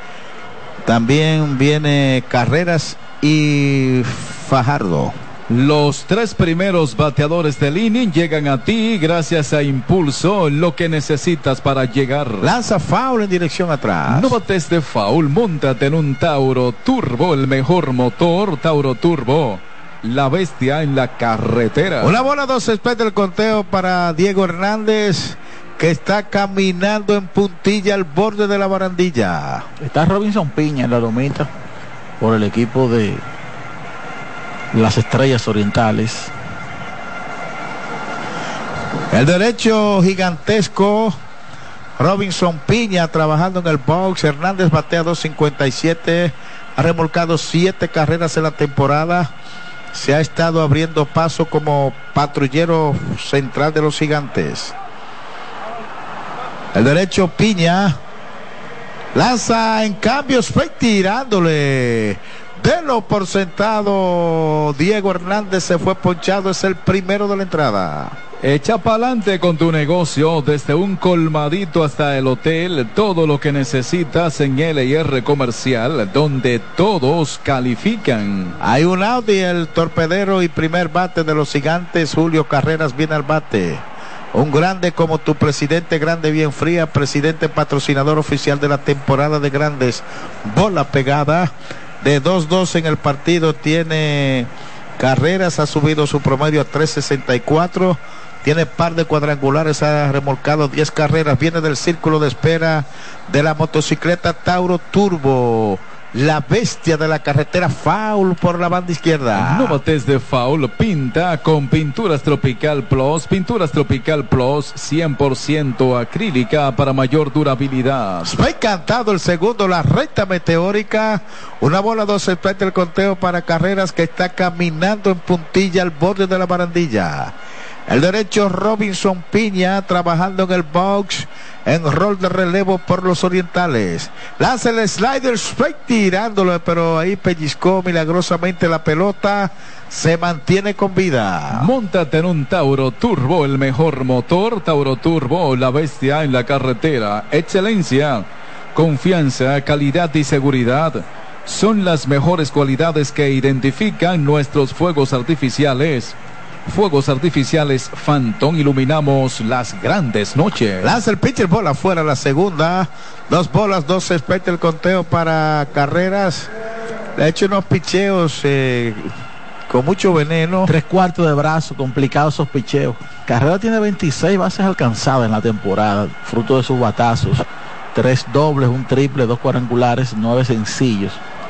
También viene Carreras y Fajardo. Los tres primeros bateadores del inning llegan a ti gracias a Impulso, lo que necesitas para llegar. Lanza foul en dirección atrás. No bates de foul, móntate en un Tauro Turbo, el mejor motor. Tauro Turbo, la bestia en la carretera. Una bola, dos después del conteo para Diego Hernández, que está caminando en puntilla al borde de la barandilla. Está Robinson Piña en la lomita por el equipo de las Estrellas Orientales. El derecho gigantesco Robinson Piña trabajando en el box. Hernández batea dos cincuenta y siete, ha remolcado siete carreras en la temporada. Se ha estado abriendo paso como patrullero central de los Gigantes. El derecho Piña lanza en cambio, strike tirándole. De lo por sentado, Diego Hernández se fue ponchado, es el primero de la entrada. Echa pa'lante con tu negocio, desde un colmadito hasta el hotel, todo lo que necesitas en L y R Comercial, donde todos califican. Hay un out y el torpedero y primer bate de los Gigantes, Julio Carreras, viene al bate. Un grande como tu presidente, grande bien fría, presidente patrocinador oficial de la temporada de grandes. Bola pegada de dos dos en el partido, tiene Carreras, ha subido su promedio a tres sesenta y cuatro. Tiene par de cuadrangulares, ha remolcado diez carreras. Viene del círculo de espera de la motocicleta Tauro Turbo, la bestia de la carretera. Foul por la banda izquierda. No bates de foul, pinta con Pinturas Tropical Plus. Pinturas Tropical Plus, cien por ciento acrílica para mayor durabilidad. Spike cantado el segundo, la recta meteórica. Una bola, dos strikes del conteo para Carreras, que está caminando en puntilla al borde de la barandilla. El derecho Robinson Piña trabajando en el box. en rol de relevo por los orientales. Lanza el slider straight tirándolo, pero ahí pellizcó milagrosamente la pelota. Se mantiene con vida. Móntate en un Tauro Turbo, el mejor motor. Tauro Turbo, la bestia en la carretera. Excelencia, confianza, calidad y seguridad son las mejores cualidades que identifican nuestros fuegos artificiales. Fuegos artificiales Phantom, iluminamos las grandes noches. Lanza el pitcher, bola afuera, la segunda. Dos bolas, dos se espera el conteo para Carreras. Le ha hecho unos picheos eh, con mucho veneno. Tres cuartos de brazo, complicados esos picheos. Carrera tiene veintiséis bases alcanzadas en la temporada, fruto de sus batazos. Tres dobles, un triple, dos cuadrangulares, nueve sencillos.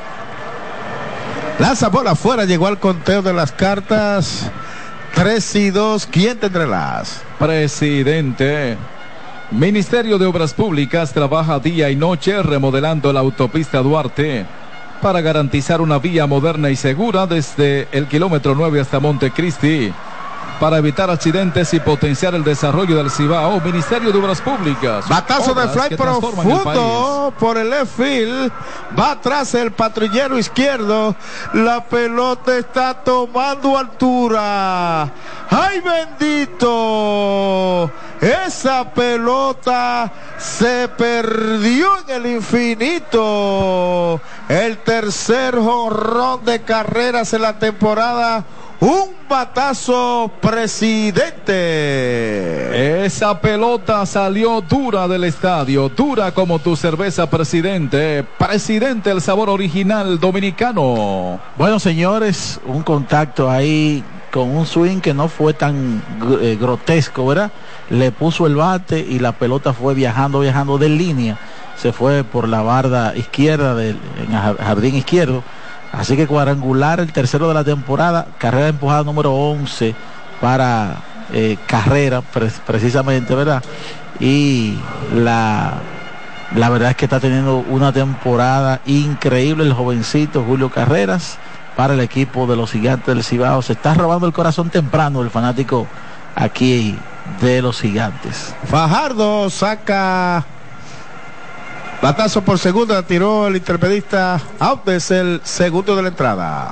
Lanza bola afuera, llegó al conteo de las cartas. Tres y dos, ¿quién tendrá las? Presidente. Ministerio de Obras Públicas trabaja día y noche remodelando la autopista Duarte para garantizar una vía moderna y segura desde el kilómetro nueve hasta Montecristi. Para evitar accidentes y potenciar el desarrollo del Cibao, Ministerio de Obras Públicas. Batazo de fly profundo el por el left field. Va atrás el patrullero izquierdo. La pelota está tomando altura. ¡Ay, bendito! Esa pelota se perdió en el infinito. El tercer jonrón de Carreras en la temporada. Un batazo, presidente. Esa pelota salió dura del estadio, dura como tu cerveza, presidente. Presidente, el sabor original dominicano. Bueno, señores, un contacto ahí con un swing que no fue tan eh, grotesco, ¿verdad? Le puso el bate y la pelota fue viajando, viajando de línea. Se fue por la barda izquierda del en jardín izquierdo. Así que cuadrangular, el tercero de la temporada, carrera empujada número once para eh, Carrera, pre precisamente, ¿verdad? Y la, la verdad es que está teniendo una temporada increíble el jovencito Julio Carreras para el equipo de los Gigantes del Cibao. Se está robando el corazón temprano el fanático aquí de los Gigantes. Fajardo saca... Batazo por segunda, tiró el interpedista out, es el segundo de la entrada.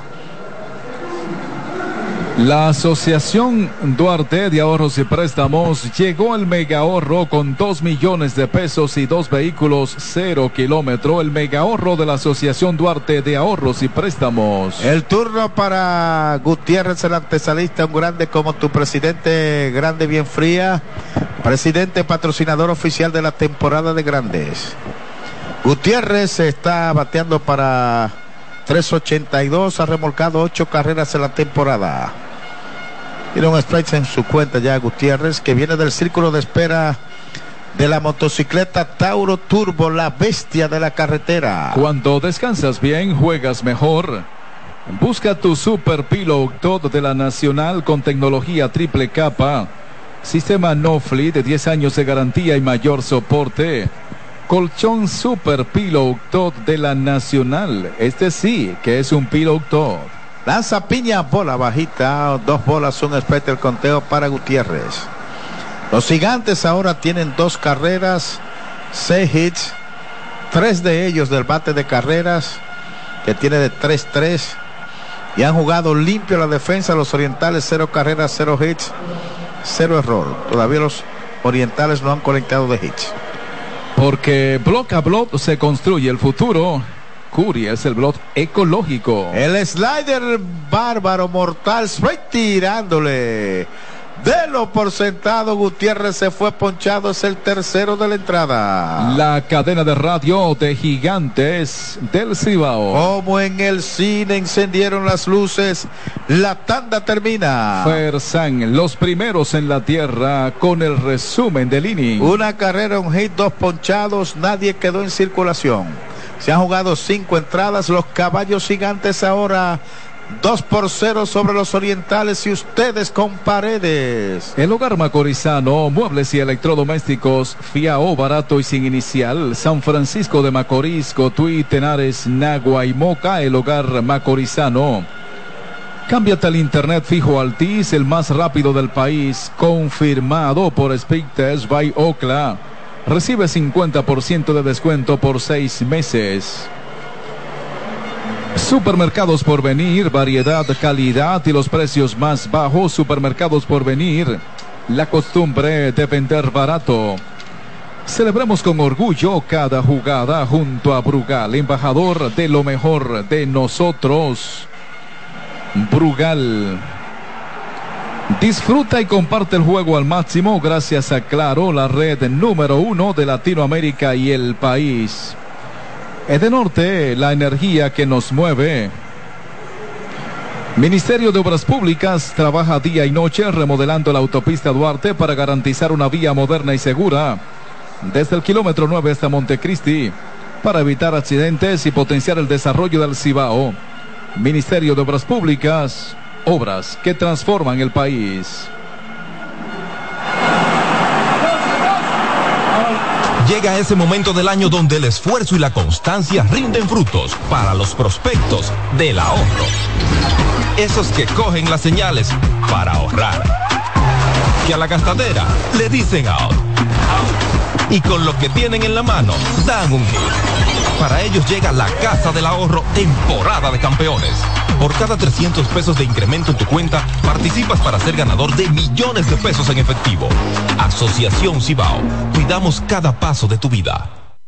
La Asociación Duarte de Ahorros y Préstamos llegó al mega ahorro con dos millones de pesos y dos vehículos cero kilómetro. El mega ahorro de la Asociación Duarte de Ahorros y Préstamos. El turno para Gutiérrez, el antesalista, un grande como tu presidente, grande bien fría. Presidente patrocinador oficial de la temporada de grandes. Gutiérrez está bateando para tres ochenta y dos, ha remolcado ocho carreras en la temporada. Tiene un strike en su cuenta ya Gutiérrez, que viene del círculo de espera de la motocicleta Tauro Turbo, la bestia de la carretera. Cuando descansas bien, juegas mejor. Busca tu Super Pillow Top de la Nacional con tecnología triple capa. Sistema No Fly de diez años de garantía y mayor soporte. Colchón Super Pillow Top de la Nacional. Este sí que es un Pillow Top. Lanza piña, bola bajita. Dos bolas, un especie el conteo para Gutiérrez. Los Gigantes ahora tienen dos carreras, seis hits, tres de ellos del bate de Carreras, que tiene de tres tres. Y han jugado limpio la defensa. Los Orientales, cero carreras, cero hits, cero error. Todavía los Orientales no han conectado de hits. Porque block a block se construye el futuro. Curi es el block ecológico. El slider bárbaro, mortal, straight tirándole. De lo por sentado, Gutiérrez se fue ponchado, es el tercero de la entrada. La cadena de radio de Gigantes del Cibao. Como en el cine encendieron las luces, la tanda termina. Fersan, los primeros en la tierra con el resumen del inning. Una carrera, un hit, dos ponchados, nadie quedó en circulación. Se han jugado cinco entradas, los Caballos Gigantes ahora dos por cero sobre los Orientales y ustedes con Paredes. El Hogar Macorizano, muebles y electrodomésticos, Fiao, barato y sin inicial. San Francisco de Macorís, Cotuí, Tenares, Nagua y Moca. El Hogar Macorizano. Cámbiate al internet fijo Altis, el más rápido del país, confirmado por Speed Test by Ocla. Recibe cincuenta por ciento de descuento por seis meses. Supermercados Porvenir, variedad, calidad y los precios más bajos. Supermercados Porvenir, la costumbre de vender barato. Celebremos con orgullo cada jugada junto a Brugal, embajador de lo mejor de nosotros. Brugal. Disfruta y comparte el juego al máximo gracias a Claro, la red número uno de Latinoamérica y el país. Edenorte, la energía que nos mueve. Ministerio de Obras Públicas trabaja día y noche remodelando la autopista Duarte para garantizar una vía moderna y segura desde el kilómetro nueve hasta Montecristi para evitar accidentes y potenciar el desarrollo del Cibao. Ministerio de Obras Públicas, obras que transforman el país. Llega ese momento del año donde el esfuerzo y la constancia rinden frutos para los prospectos del ahorro. Esos que cogen las señales para ahorrar. Que a la gastadera le dicen out. Y con lo que tienen en la mano dan un hit. Para ellos llega la Casa del Ahorro Temporada de Campeones. Por cada trescientos pesos de incremento en tu cuenta, participas para ser ganador de millones de pesos en efectivo. Asociación Cibao. Cuidamos cada paso de tu vida.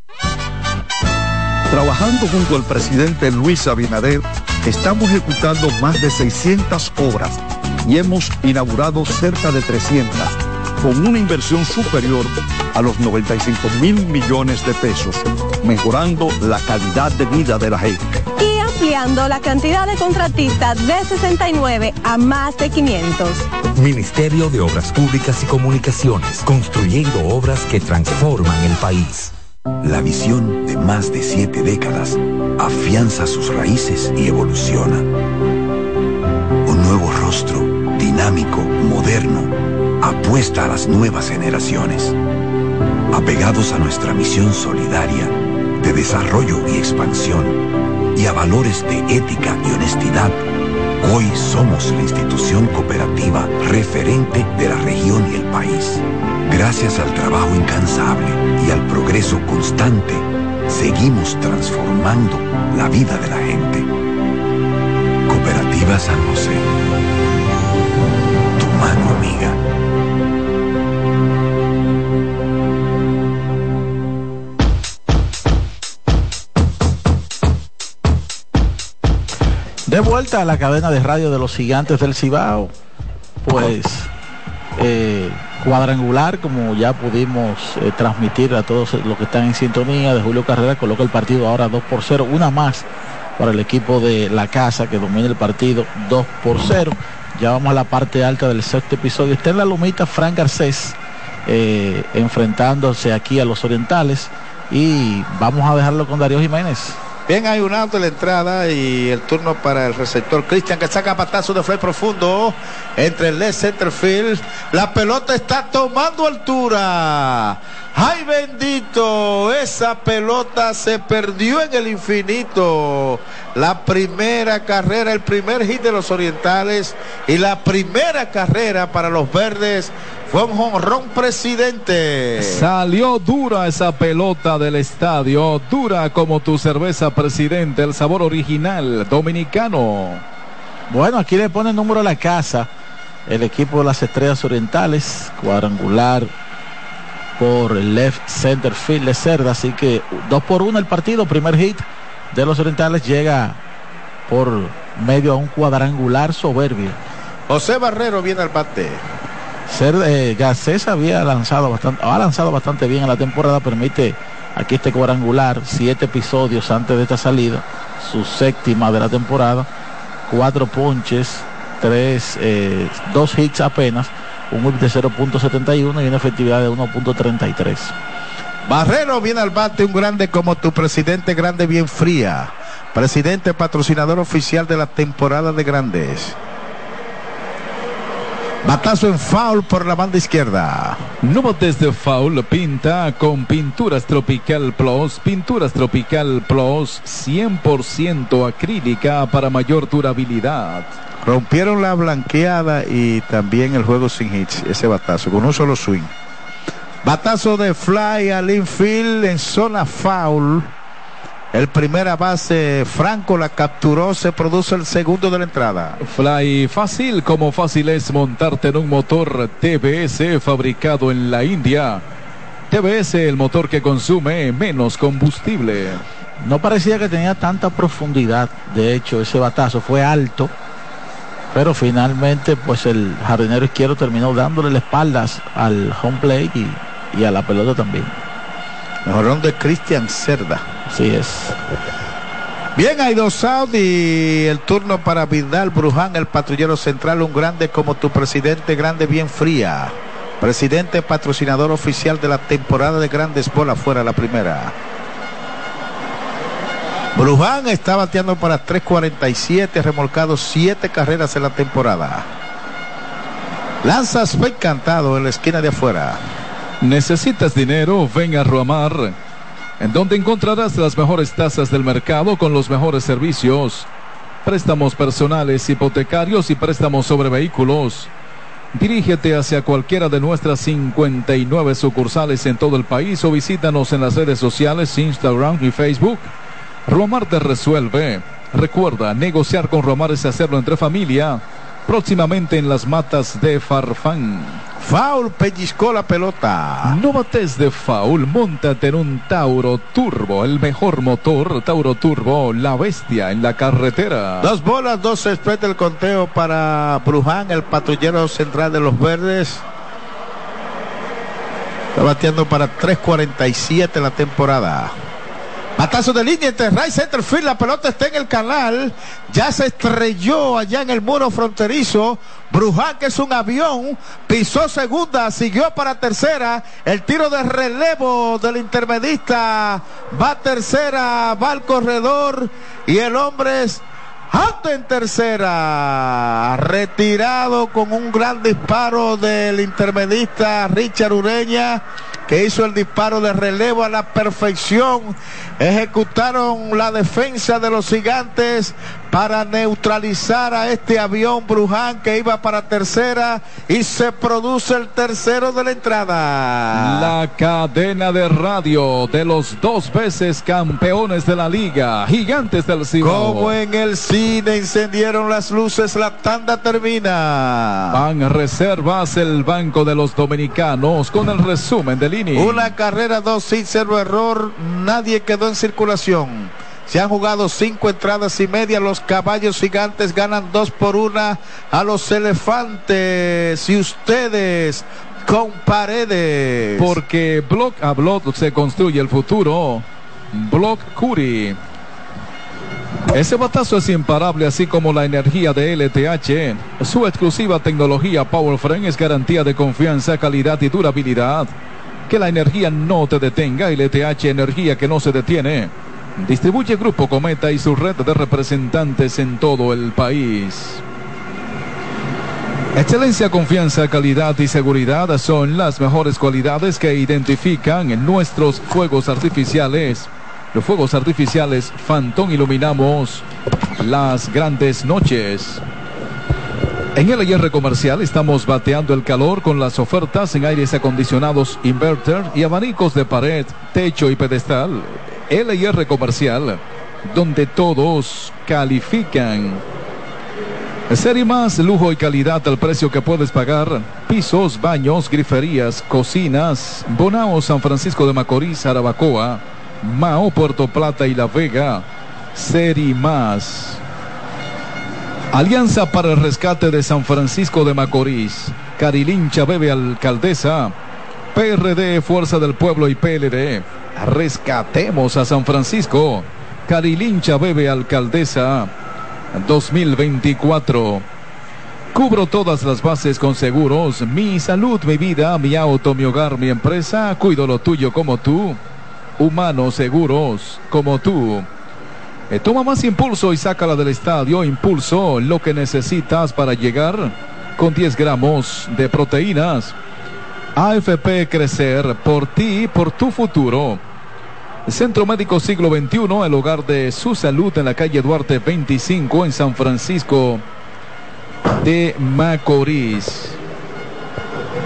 Trabajando junto al presidente Luis Abinader, estamos ejecutando más de seiscientas obras y hemos inaugurado cerca de trescientas, con una inversión superior a los noventa y cinco mil millones de pesos, mejorando la calidad de vida de la gente. Y ampliando la cantidad de contratistas de sesenta y nueve a más de quinientos. Ministerio de Obras Públicas y Comunicaciones, construyendo obras que transforman el país. La visión de más de siete décadas afianza sus raíces y evoluciona. Un nuevo rostro, dinámico, moderno, apuesta a las nuevas generaciones. Apegados a nuestra misión solidaria de desarrollo y expansión y a valores de ética y honestidad, hoy somos la institución cooperativa referente de la región y el país. Gracias al trabajo incansable y al progreso constante, seguimos transformando la vida de la gente. Cooperativa San José. Tu mano amiga. De vuelta a la cadena de radio de los Gigantes del Cibao, pues eh, cuadrangular, como ya pudimos eh, transmitir a todos los que están en sintonía, de Julio Carrera, coloca el partido ahora dos por cero, una más para el equipo de la casa que domina el partido dos por cero. Ya vamos a la parte alta del sexto episodio. Está en la lomita Frank Garcés eh, enfrentándose aquí a los orientales, y vamos a dejarlo con Darío Jiménez. Bien, hay un auto en la entrada y el turno para el receptor Cristian, que saca patazo de fly profundo entre el left center field. La pelota está tomando altura. ¡Ay, bendito! Esa pelota se perdió en el infinito. La primera carrera, el primer hit de los orientales y la primera carrera para los verdes fue un jonrón, presidente. Salió dura esa pelota del estadio, dura como tu cerveza, presidente, el sabor original dominicano. Bueno, aquí le pone el número a la casa el equipo de las Estrellas Orientales, cuadrangular por el left center field de Cerda, así que dos por uno el partido. Primer hit de los Orientales llega por medio a un cuadrangular soberbio. José Barrero viene al bate. Cerda, eh, Garcés había lanzado bastante, ha lanzado bastante bien en la temporada, permite aquí este cuadrangular, siete episodios antes de esta salida, su séptima de la temporada, cuatro ponches, tres, eh, dos hits apenas, un whip de cero punto setenta y uno y una efectividad de uno punto treinta y tres. Barrero viene al bate, un grande como tu presidente, grande bien fría. Presidente, patrocinador oficial de la temporada de Grandes. Batazo en foul por la banda izquierda. No botes de foul, pinta con Pinturas Tropical Plus. Pinturas Tropical Plus, cien por ciento acrílica para mayor durabilidad. Rompieron la blanqueada y también el juego sin hits, ese batazo, con un solo swing. Batazo de fly al infield en zona foul. El primera base Franco la capturó, se produce el segundo de la entrada. Fly fácil, como fácil es montarte en un motor T V S fabricado en la India. T V S, el motor que consume menos combustible. No parecía que tenía tanta profundidad, de hecho ese batazo fue alto, pero finalmente pues el jardinero izquierdo terminó dándole las espaldas al home plate y, y a la pelota también. Mejorón de Cristian Cerda. Así es. Bien, hay dos out y el turno para Vidal Bruján, el patrullero central, un grande como tu presidente, grande bien fría. Presidente patrocinador oficial de la temporada de Grandes, bola fuera la primera. Bruján está bateando para tres cuarenta y siete, remolcado siete carreras en la temporada. Lanza Spike cantado en la esquina de afuera. ¿Necesitas dinero? Ven a Ruamar, en donde encontrarás las mejores tasas del mercado con los mejores servicios. Préstamos personales, hipotecarios y préstamos sobre vehículos. Dirígete hacia cualquiera de nuestras cincuenta y nueve sucursales en todo el país o visítanos en las redes sociales, Instagram y Facebook. Ruamar te resuelve. Recuerda, negociar con Ruamar es hacerlo entre familia. Próximamente en las matas de Farfán. Foul, pellizcó la pelota. No bates de foul, móntate en un Tauro Turbo, el mejor motor. Tauro Turbo, la bestia en la carretera. Dos bolas, dos se expresa el conteo para Bruján, el patrullero central de los Verdes. Está bateando para tres cuarenta y siete en la temporada. Batazo de línea entre right center field, la pelota está en el canal, ya se estrelló allá en el muro fronterizo. Bruján, que es un avión, pisó segunda, siguió para tercera, el tiro de relevo del intermedista, va a tercera, va al corredor y el hombre es alto en tercera, retirado con un gran disparo del intermedista Richard Ureña, que hizo el disparo de relevo a la perfección. Ejecutaron la defensa de los Gigantes para neutralizar a este avión Bruján, que iba para tercera, y se produce el tercero de la entrada. La cadena de radio de los dos veces campeones de la liga, Gigantes del Cibao. Como en el cine encendieron las luces, la tanda termina. Van reservas el Banco de los Dominicanos con el resumen del inning. Una carrera, dos hits, cero error, nadie quedó en circulación. Se han jugado cinco entradas y media. Los Caballos Gigantes ganan dos por una a los Elefantes. Y ustedes con Paredes. Porque block a block se construye el futuro. Block Curry. Ese batazo es imparable, así como la energía de L T H. Su exclusiva tecnología Power Frame es garantía de confianza, calidad y durabilidad. Que la energía no te detenga. L T H, energía que no se detiene. Distribuye Grupo Cometa y su red de representantes en todo el país. Excelencia, confianza, calidad y seguridad son las mejores cualidades que identifican en nuestros fuegos artificiales. Los fuegos artificiales Phantom, iluminamos las grandes noches. En L R Comercial estamos bateando el calor con las ofertas en aires acondicionados, inverter y abanicos de pared, techo y pedestal. L R Comercial, donde todos califican. Ser y más, lujo y calidad al precio que puedes pagar. Pisos, baños, griferías, cocinas. Bonao, San Francisco de Macorís, Arabacoa, Mao, Puerto Plata y La Vega. Ser y más. Alianza para el rescate de San Francisco de Macorís. Carilincha Bebe Alcaldesa. P R D, Fuerza del Pueblo y P L D. Rescatemos a San Francisco. Carilincha Bebe Alcaldesa dos mil veinticuatro. Cubro todas las bases con seguros. Mi salud, mi vida, mi auto, mi hogar, mi empresa. Cuido lo tuyo como tú. Humanos seguros como tú. Eh, toma más impulso y sácala del estadio. Impulso, lo que necesitas para llegar, con diez gramos de proteínas. A F P Crecer, por ti, por tu futuro. Centro Médico Siglo veintiuno, el hogar de su salud, en la calle Duarte veinticinco, en San Francisco de Macorís.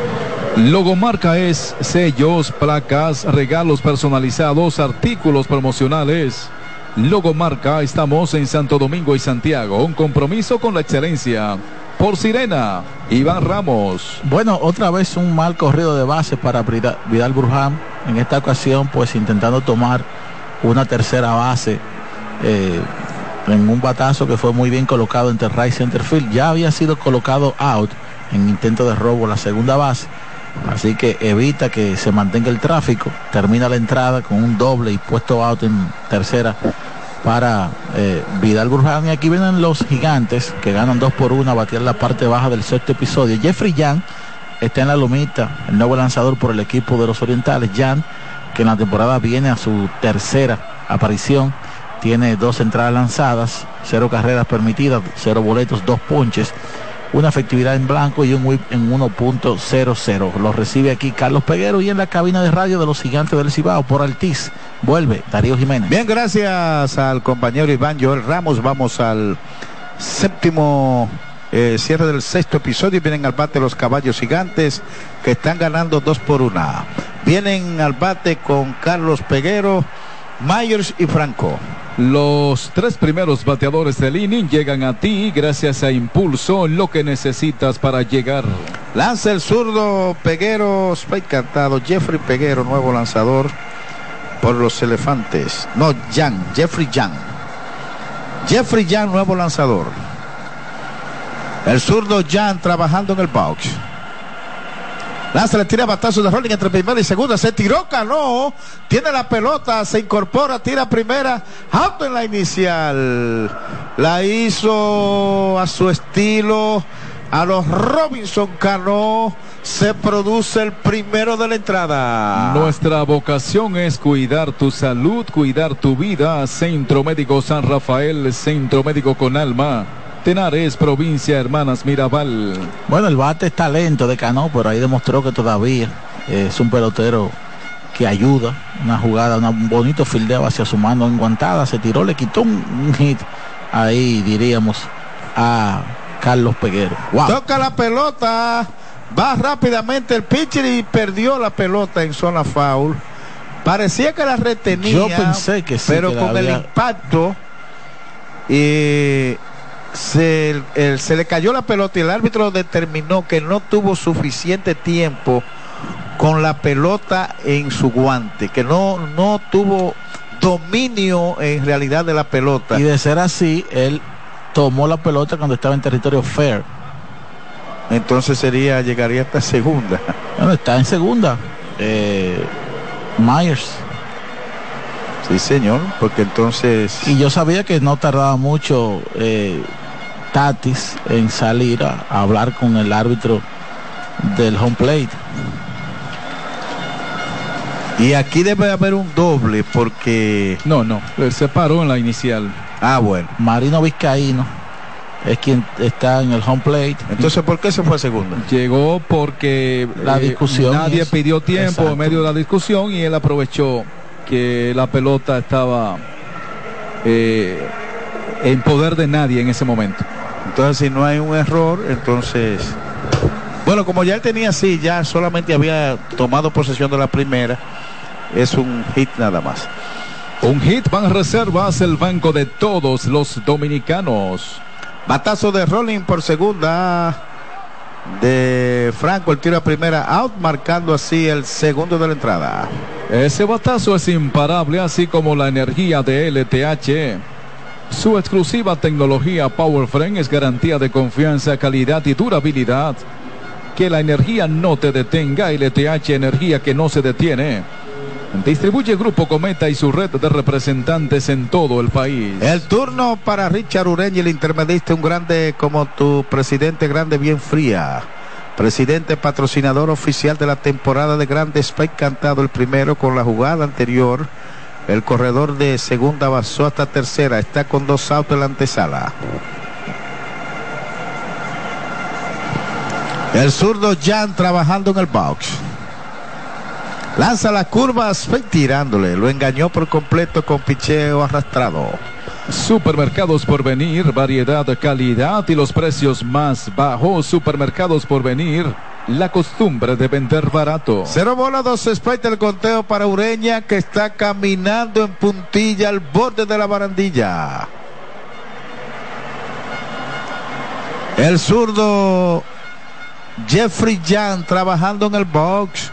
Logomarca es sellos, placas, regalos personalizados, artículos promocionales. Logomarca, estamos en Santo Domingo y Santiago, un compromiso con la excelencia. Por Sirena, Iván Ramos. Bueno, otra vez un mal corrido de base para Vidal Bruján. En esta ocasión, pues intentando tomar una tercera base eh, en un batazo que fue muy bien colocado entre right center field. Ya había sido colocado out en intento de robo la segunda base, así que evita que se mantenga el tráfico. Termina la entrada con un doble y puesto out en tercera para eh, Vidal Bruján. Y aquí vienen los Gigantes, que ganan dos por uno a batir la parte baja del sexto episodio. Jeffrey Young está en la lomita, el nuevo lanzador por el equipo de los Orientales. Young, que en la temporada viene a su tercera aparición, tiene dos entradas lanzadas, cero carreras permitidas, cero boletos, dos ponches, una efectividad en blanco y un whip en uno punto cero cero. Lo recibe aquí Carlos Peguero, y en la cabina de radio de los Gigantes del Cibao por Altiz vuelve Darío Jiménez. Bien, gracias al compañero Iván Joel Ramos. Vamos al séptimo eh, cierre del sexto episodio, y vienen al bate los Caballos Gigantes, que están ganando dos por una. Vienen al bate con Carlos Peguero, Myers y Franco. Los tres primeros bateadores del inning llegan a ti gracias a Impulso, lo que necesitas para llegar. Lanza el zurdo Peguero, strike cantado. Jeffrey Peguero, nuevo lanzador por los Elefantes. No, Young, Jeffrey Young. Jeffrey Young, nuevo lanzador. El zurdo Young trabajando en el box. Lanza, le tira batazo de rolling entre primera y segunda. Se tiró Cano. Tiene la pelota. Se incorpora. Tira primera. Out en la inicial. La hizo a su estilo. A los Robinson Cano. Se produce el primero de la entrada. Nuestra vocación es cuidar tu salud, cuidar tu vida. Centro Médico San Rafael. Centro Médico con alma. Tenares, provincia Hermanas Mirabal. Bueno, el bate está lento de Cano, pero ahí demostró que todavía eh, es un pelotero que ayuda. Una jugada, una, un bonito fildeo hacia su mano enguantada. Se tiró, le quitó un, un hit. Ahí diríamos a Carlos Peguero. Wow. Toca la pelota. Va rápidamente el pitcher y perdió la pelota en zona foul. Parecía que la retenía. Yo pensé que sí, pero que con había... el impacto y Se, el, se le cayó la pelota, y el árbitro determinó que no tuvo suficiente tiempo con la pelota en su guante, que no, no tuvo dominio en realidad de la pelota. Y de ser así, él tomó la pelota cuando estaba en territorio fair. Entonces sería, llegaría hasta segunda. Bueno, está en segunda. Eh, Myers. Sí, señor, porque entonces... Y yo sabía que no tardaba mucho eh, Tatis en salir a, a hablar con el árbitro del home plate. Y aquí debe haber un doble, porque... No, no, se paró en la inicial. Ah, bueno. Marino Vizcaíno es quien está en el home plate. Entonces, ¿por qué se fue a segunda? Llegó porque la eh, discusión nadie pidió tiempo. Exacto. En medio de la discusión, y él aprovechó que la pelota estaba eh, en poder de nadie en ese momento. Entonces, si no hay un error, entonces... Bueno, como ya él tenía así, ya solamente había tomado posesión de la primera, es un hit nada más. Un hit, van reservas, el banco de todos los dominicanos. Batazo de rolling por segunda de Franco, el tiro a primera out, marcando así el segundo de la entrada. Ese batazo es imparable, así como la energía de L T H. Su exclusiva tecnología Power Frame es garantía de confianza, calidad y durabilidad. Que la energía no te detenga. L T H, energía que no se detiene. Distribuye Grupo Cometa y su red de representantes en todo el país. El turno para Richard Ureña, el intermedista, un grande como tu presidente, grande bien fría. Presidente patrocinador oficial de la temporada de Grande Spike cantado, el primero con la jugada anterior. El corredor de segunda avanzó hasta tercera, está con dos outs en la antesala. El zurdo Jan trabajando en el box. Lanza la curva, tirándole, lo engañó por completo con picheo arrastrado. Supermercados Porvenir, variedad, calidad y los precios más bajos. Supermercados Porvenir, la costumbre de vender barato. Cero bola, dos strikes el conteo para Ureña, que está caminando en puntilla al borde de la barandilla. El zurdo Jeffrey Young trabajando en el box.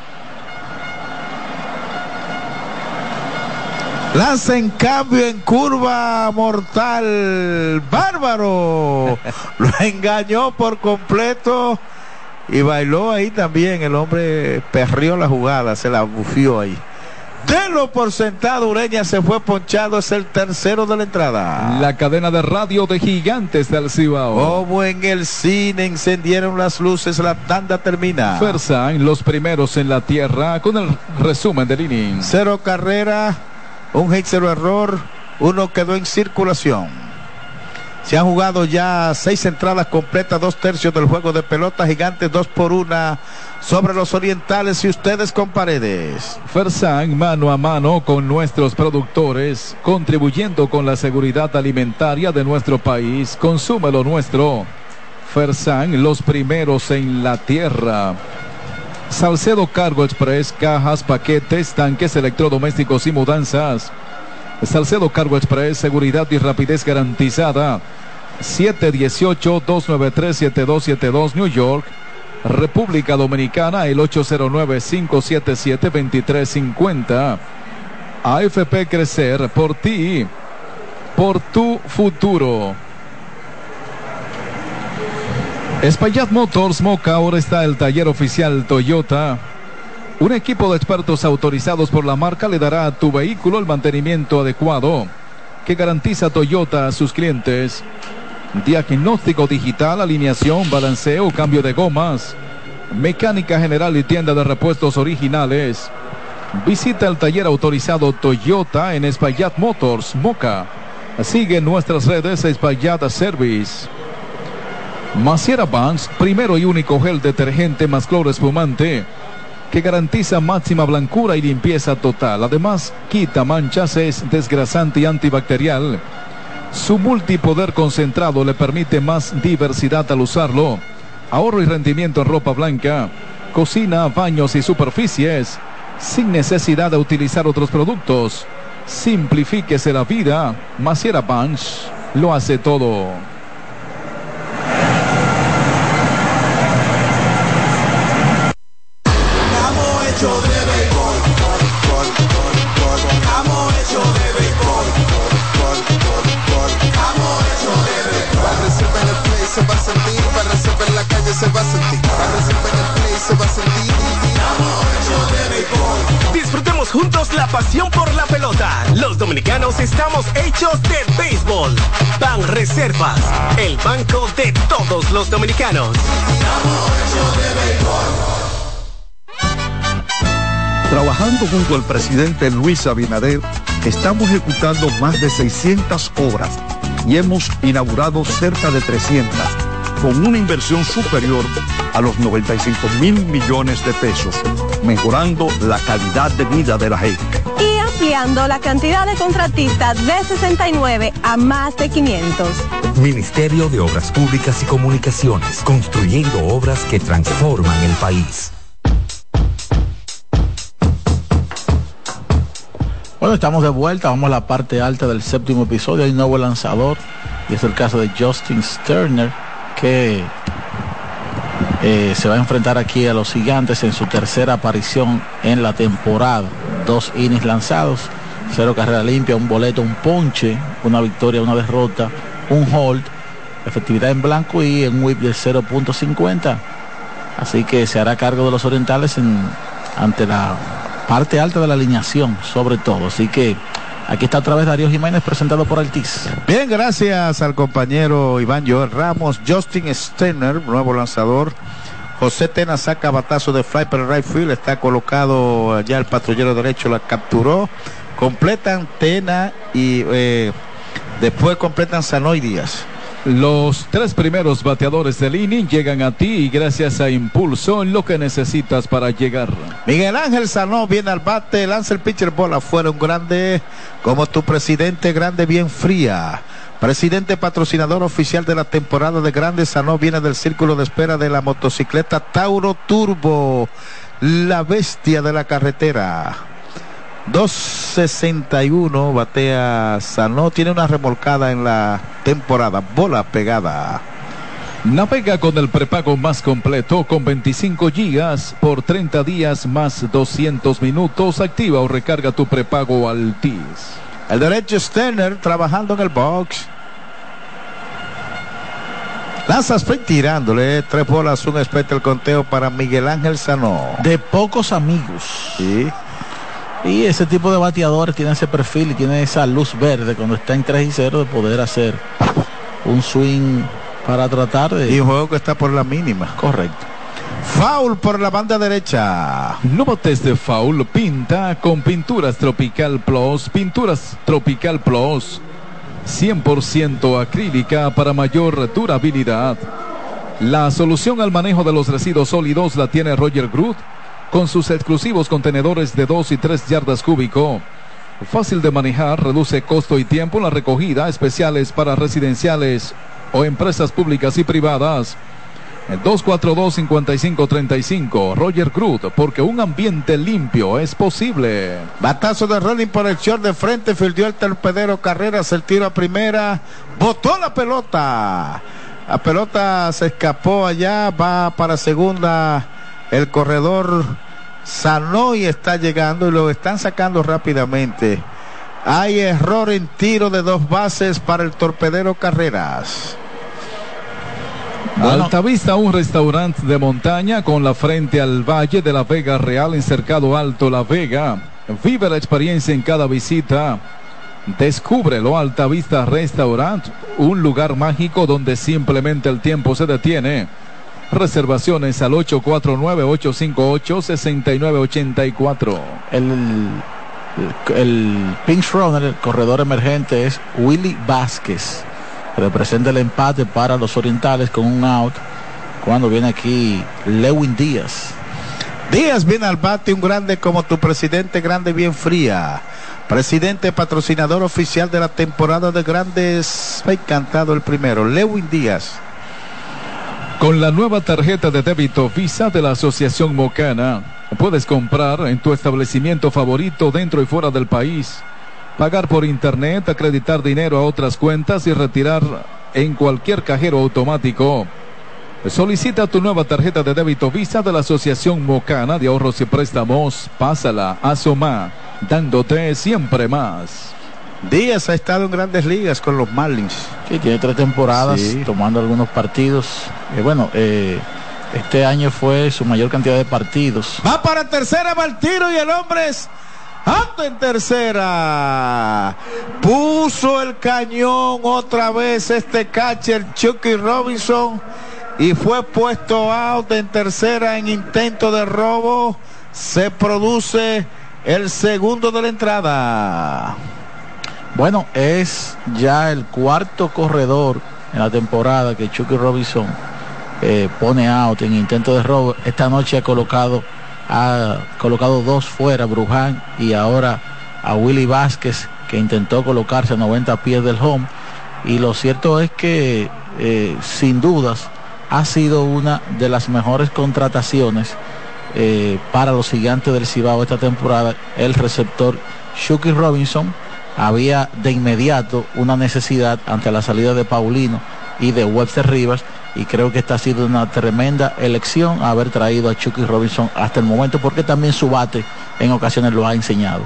Lanza en cambio en curva mortal. Bárbaro. Lo engañó por completo. Y bailó ahí también. El hombre perrió la jugada. Se la bufió ahí. Denlo por sentado. Ureña se fue ponchado. Es el tercero de la entrada. La cadena de radio de Gigantes del Cibao. Como en el cine encendieron las luces. La tanda termina. Fersan, los primeros en la tierra. Con el resumen del inning. Cero carrera. Un hit, cero error, uno quedó en circulación. Se han jugado ya seis entradas completas, dos tercios del juego de pelota. Gigantes dos por una sobre los Orientales y ustedes con Paredes. Fersan, mano a mano con nuestros productores, contribuyendo con la seguridad alimentaria de nuestro país. Consume lo nuestro. Fersan, los primeros en la tierra. Salcedo Cargo Express, cajas, paquetes, tanques, electrodomésticos y mudanzas. Salcedo Cargo Express, seguridad y rapidez garantizada. siete uno ocho, dos nueve tres, siete dos siete dos, New York. República Dominicana, el ocho cero nueve, cinco siete siete, dos tres cinco cero. A F P Crecer, por ti, por tu futuro. Espaillat Motors Moca, ahora está el taller oficial Toyota. Un equipo de expertos autorizados por la marca le dará a tu vehículo el mantenimiento adecuado que garantiza Toyota a sus clientes. Diagnóstico digital, alineación, balanceo, cambio de gomas, mecánica general y tienda de repuestos originales. Visita el taller autorizado Toyota en Espaillat Motors Moca. Sigue en nuestras redes Espaillat Service. Maciera Vans, primero y único gel detergente más cloro espumante que garantiza máxima blancura y limpieza total. Además, quita manchas, es desgrasante y antibacterial. Su multipoder concentrado le permite más diversidad al usarlo. Ahorro y rendimiento en ropa blanca, cocina, baños y superficies, sin necesidad de utilizar otros productos. Simplifíquese la vida. Maciera Vans lo hace todo. Se va a sentir, para resolver en la calle se va a sentir, para resolver en el play se va a sentir. Disfrutemos juntos la pasión por la pelota. Los dominicanos estamos hechos de béisbol. Ban Reservas, el banco de todos los dominicanos. Trabajando junto al presidente Luis Abinader, estamos ejecutando más de seiscientas obras y hemos inaugurado cerca de trescientas, con una inversión superior a los noventa y cinco mil millones de pesos, mejorando la calidad de vida de la gente. Y ampliando la cantidad de contratistas de sesenta y nueve a más de quinientos. Ministerio de Obras Públicas y Comunicaciones, construyendo obras que transforman el país. Bueno, estamos de vuelta, vamos a la parte alta del séptimo episodio. Hay un nuevo lanzador y es el caso de Justin Sterner, que eh, se va a enfrentar aquí a los Gigantes en su tercera aparición en la temporada. Dos innings lanzados, cero carrera limpia, un boleto, un ponche, una victoria, una derrota, un hold, efectividad en blanco y un whip de cero punto cincuenta. Así que se hará cargo de los Orientales en, ante la parte alta de la alineación, sobre todo. Así que aquí está otra vez Darío Jiménez, presentado por Altiz. Bien, gracias al compañero Iván Joel Ramos. Justin Sterner, nuevo lanzador. José Tena saca batazo de fly para el right field, está colocado ya el patrullero derecho, la capturó. Completan Tena y eh, después completan Sanoy Díaz. Los tres primeros bateadores del inning llegan a ti y gracias a Impulso lo que necesitas para llegar. Miguel Ángel Sanó viene al bate, lanza el pitcher, bola fuera, un grande como tu presidente, grande bien fría. Presidente patrocinador oficial de la temporada de Grandes, Sanó viene del círculo de espera de la motocicleta Tauro Turbo, la bestia de la carretera. dos sesenta y uno batea Sanó, tiene una remolcada en la temporada, bola pegada. Navega con el prepago más completo con veinticinco gigas por treinta días más doscientos minutos. Activa o recarga tu prepago Altis. El derecho Sterner trabajando en el box. Lanza sprint tirándole, tres bolas, un especie el conteo para Miguel Ángel Sanó. De pocos amigos. Sí. Y ese tipo de bateadores tiene ese perfil y tiene esa luz verde cuando está en tres y cero de poder hacer un swing para tratar de... Y un juego que está por la mínima. Correcto. Foul por la banda derecha. No bates de foul, pinta con Pinturas Tropical Plus. Pinturas Tropical Plus, cien por ciento acrílica para mayor durabilidad. La solución al manejo de los residuos sólidos la tiene Roger Groot, con sus exclusivos contenedores de dos y tres yardas cúbico. Fácil de manejar, reduce costo y tiempo en la recogida, especiales para residenciales o empresas públicas y privadas. dos cuatro dos, cinco cinco tres cinco, Roger Groot, porque un ambiente limpio es posible. Batazo de running por el short de frente, fildeó el torpedero Carreras, el tiro a primera, botó la pelota. La pelota se escapó allá, va para segunda. El corredor Sanó y está llegando y lo están sacando rápidamente. Hay error en tiro de dos bases para el torpedero Carreras. Bueno. Altavista, un restaurante de montaña con la frente al Valle de la Vega Real en Cercado Alto La Vega. Vive la experiencia en cada visita. Descúbrelo, Altavista Restaurant, un lugar mágico donde simplemente el tiempo se detiene. Reservaciones al ocho cuatro nueve, ocho cinco ocho, seis nueve ocho cuatro. El, el, el pinch runner, el corredor emergente, es Willy Vázquez. Representa el empate para los orientales con un out. Cuando viene aquí Lewin Díaz. Díaz viene al bate, un grande como tu presidente, grande bien fría. Presidente patrocinador oficial de la temporada de Grandes. Me ha encantado el primero, Lewin Díaz. Con la nueva tarjeta de débito Visa de la Asociación Mocana, puedes comprar en tu establecimiento favorito dentro y fuera del país, pagar por internet, acreditar dinero a otras cuentas y retirar en cualquier cajero automático. Solicita tu nueva tarjeta de débito Visa de la Asociación Mocana de Ahorros y Préstamos. Pásala a Soma, dándote siempre más. Díaz ha estado en Grandes Ligas con los Marlins. Sí, tiene tres temporadas, sí, tomando algunos partidos. Eh, bueno, eh, este año fue su mayor cantidad de partidos. Va para tercera, va el tiro y el hombre es out en tercera. Puso el cañón otra vez este catcher Chucky Robinson y fue puesto out en tercera en intento de robo. Se produce el segundo de la entrada. Bueno, es ya el cuarto corredor en la temporada que Chucky Robinson eh, pone out en intento de robo. Esta noche ha colocado ha colocado dos fuera, Bruján, y ahora a Willy Vázquez, que intentó colocarse a noventa pies del home. Y lo cierto es que eh, sin dudas ha sido una de las mejores contrataciones eh, para los Gigantes del Cibao esta temporada, el receptor Chucky Robinson. Había de inmediato una necesidad ante la salida de Paulino y de Webster Rivas, y creo que esta ha sido una tremenda elección haber traído a Chucky Robinson hasta el momento, porque también su bate en ocasiones lo ha enseñado.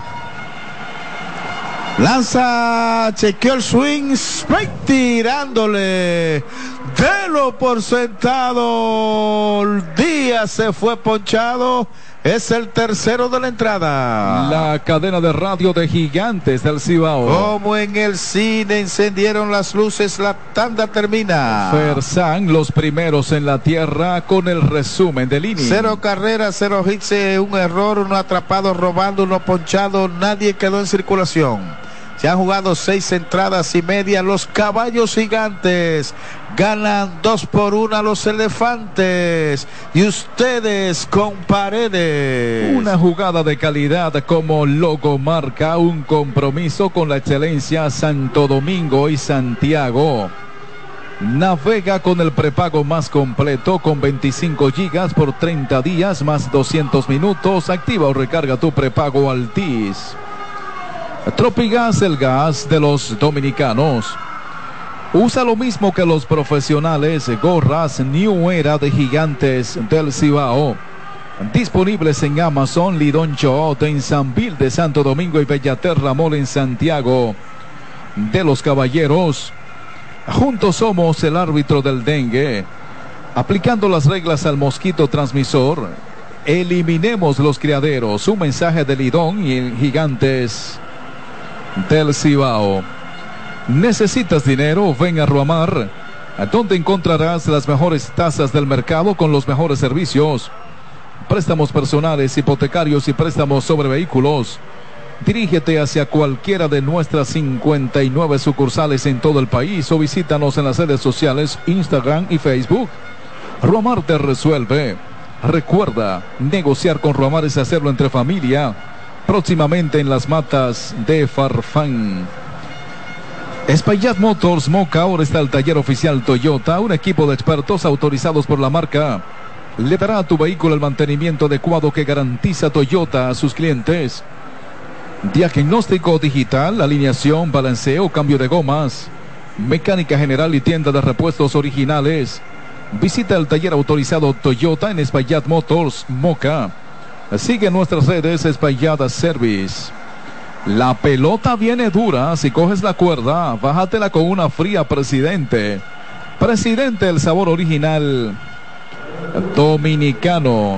Lanza, chequeó el swing, strike tirándole, délo por sentado. Díaz se fue ponchado. Es el tercero de la entrada. La cadena de radio de Gigantes del Cibao. Como en el cine encendieron las luces, la tanda termina. Fersan, los primeros en la tierra con el resumen del inning. Cero carreras, cero hits, un error, uno atrapado robando, uno ponchado, nadie quedó en circulación. Se han jugado seis entradas y media. Los Caballos Gigantes ganan dos por una a los Elefantes. Y ustedes con Paredes. Una jugada de calidad como logo marca un compromiso con la excelencia. Santo Domingo y Santiago. Navega con el prepago más completo con veinticinco gigas por treinta días más doscientos minutos. Activa o recarga tu prepago Altis. Tropigas, el gas de los dominicanos. Usa lo mismo que los profesionales. Gorras New Era de Gigantes del Cibao. Disponibles en Amazon, Lidón Choot en San Vil de Santo Domingo y Bellaterra Mall en Santiago de los Caballeros. Juntos somos el árbitro del dengue. Aplicando las reglas al mosquito transmisor. Eliminemos los criaderos. Un mensaje de Lidón y el Gigantes del Cibao. ¿Necesitas dinero? Ven a Ruamar, donde encontrarás las mejores tasas del mercado con los mejores servicios. Préstamos personales, hipotecarios y préstamos sobre vehículos. Dirígete hacia cualquiera de nuestras cincuenta y nueve sucursales en todo el país o visítanos en las redes sociales, Instagram y Facebook. Ruamar te resuelve. Recuerda, negociar con Ruamar es hacerlo entre familia. Próximamente en las matas de Farfán. Espaillat Motors Moca ahora está el taller oficial Toyota, un equipo de expertos autorizados por la marca. Le dará a tu vehículo el mantenimiento adecuado que garantiza Toyota a sus clientes. Diagnóstico digital, alineación, balanceo, cambio de gomas, mecánica general y tienda de repuestos originales. Visita el taller autorizado Toyota en Espaillat Motors Moca. Sigue nuestras redes Espaillat Service. La pelota viene dura. Si coges la cuerda, bájatela con una fría Presidente. Presidente, el sabor original dominicano.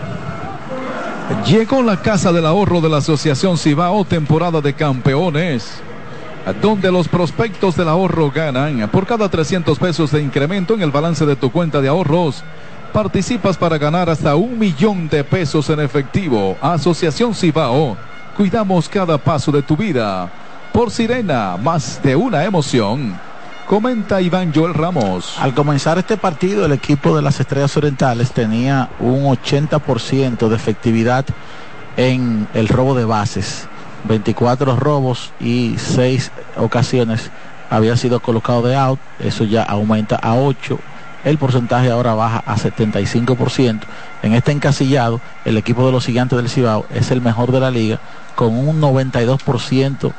Llegó la Casa del Ahorro de la Asociación Cibao, temporada de campeones, donde los prospectos del ahorro ganan. Por cada trescientos pesos de incremento en el balance de tu cuenta de ahorros, participas para ganar hasta un millón de pesos en efectivo. Asociación Cibao, cuidamos cada paso de tu vida. Por Sirena, más de una emoción. Comenta Iván Joel Ramos. Al comenzar este partido, el equipo de las Estrellas Orientales tenía un ochenta por ciento de efectividad en el robo de bases. veinticuatro robos y seis ocasiones había sido colocado de out. Eso ya aumenta a ocho. El porcentaje ahora baja a setenta y cinco por ciento. En este encasillado, el equipo de los Gigantes del Cibao es el mejor de la liga, con un noventa y dos por ciento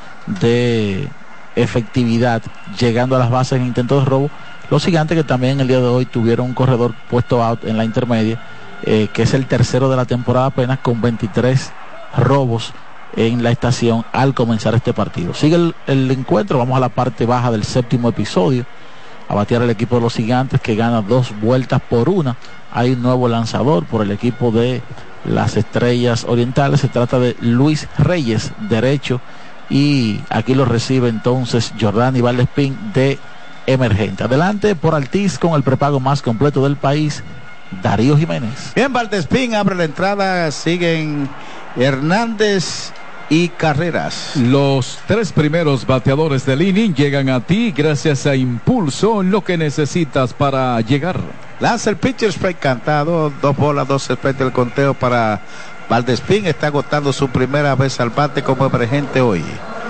de efectividad llegando a las bases en intentos de robo. Los Gigantes, que también el día de hoy tuvieron un corredor puesto out en la intermedia, eh, que es el tercero de la temporada apenas, con veintitrés robos en la estación al comenzar este partido. Sigue el, el encuentro. Vamos a la parte baja del séptimo episodio. A batear el equipo de los Gigantes, que gana dos vueltas por una. Hay un nuevo lanzador por el equipo de las Estrellas Orientales. Se trata de Luis Reyes, derecho, y aquí lo recibe entonces Jordani Valdespín de emergente. Adelante por Altis con el prepago más completo del país, Darío Jiménez. Bien, Valdespín abre la entrada. Siguen Hernández y Carreras. Los tres primeros bateadores del inning llegan a ti gracias a Impulso, lo que necesitas para llegar. Lanza el pitcher, strike cantado, dos bolas, dos strikes del conteo para Valdespín. Está agotando su primera vez al bate como emergente hoy.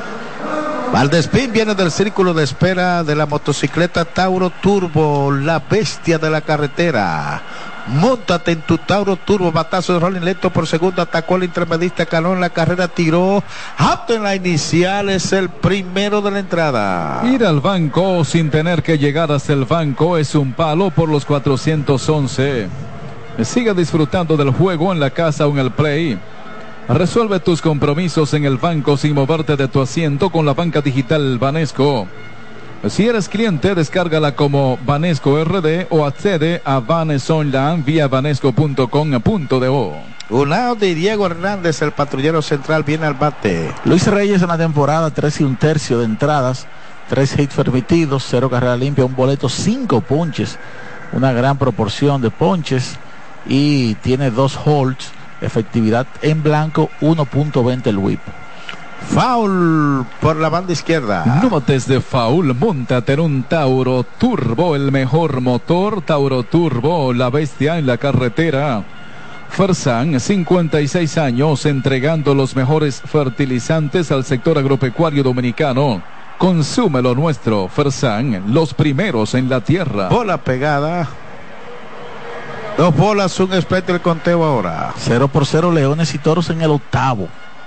Valdespín viene del círculo de espera de la motocicleta Tauro Turbo, la bestia de la carretera. Móntate en tu Tauro Turbo. Batazo de rolling lento por segundo. Atacó el intermedista Calón en la carrera. Tiró apto en la inicial. Es el primero de la entrada. Ir al banco sin tener que llegar hasta el banco es un palo por los cuatrocientos once. Siga disfrutando del juego en la casa o en el play. Resuelve tus compromisos en el banco sin moverte de tu asiento con la banca digital Banesco. Si eres cliente, descárgala como Banesco R D o accede a Banes Online vía banesco punto com punto do. Un out de Diego Hernández, el patrullero central, viene al bate. Luis Reyes en la temporada, tres y un tercio de entradas, tres hits permitidos, cero carrera limpia, un boleto, cinco ponches, una gran proporción de ponches, y tiene dos holds, efectividad en blanco, uno punto veinte el whip. Foul por la banda izquierda. No mates de foul, móntate en un Tauro Turbo, el mejor motor. Tauro Turbo, la bestia en la carretera. Fersan, cincuenta y seis años, entregando los mejores fertilizantes al sector agropecuario dominicano. Consume lo nuestro. Fersan, los primeros en la tierra. Bola pegada. Dos bolas, un espectro el conteo ahora. Cero por cero, Leones y Toros en el octavo.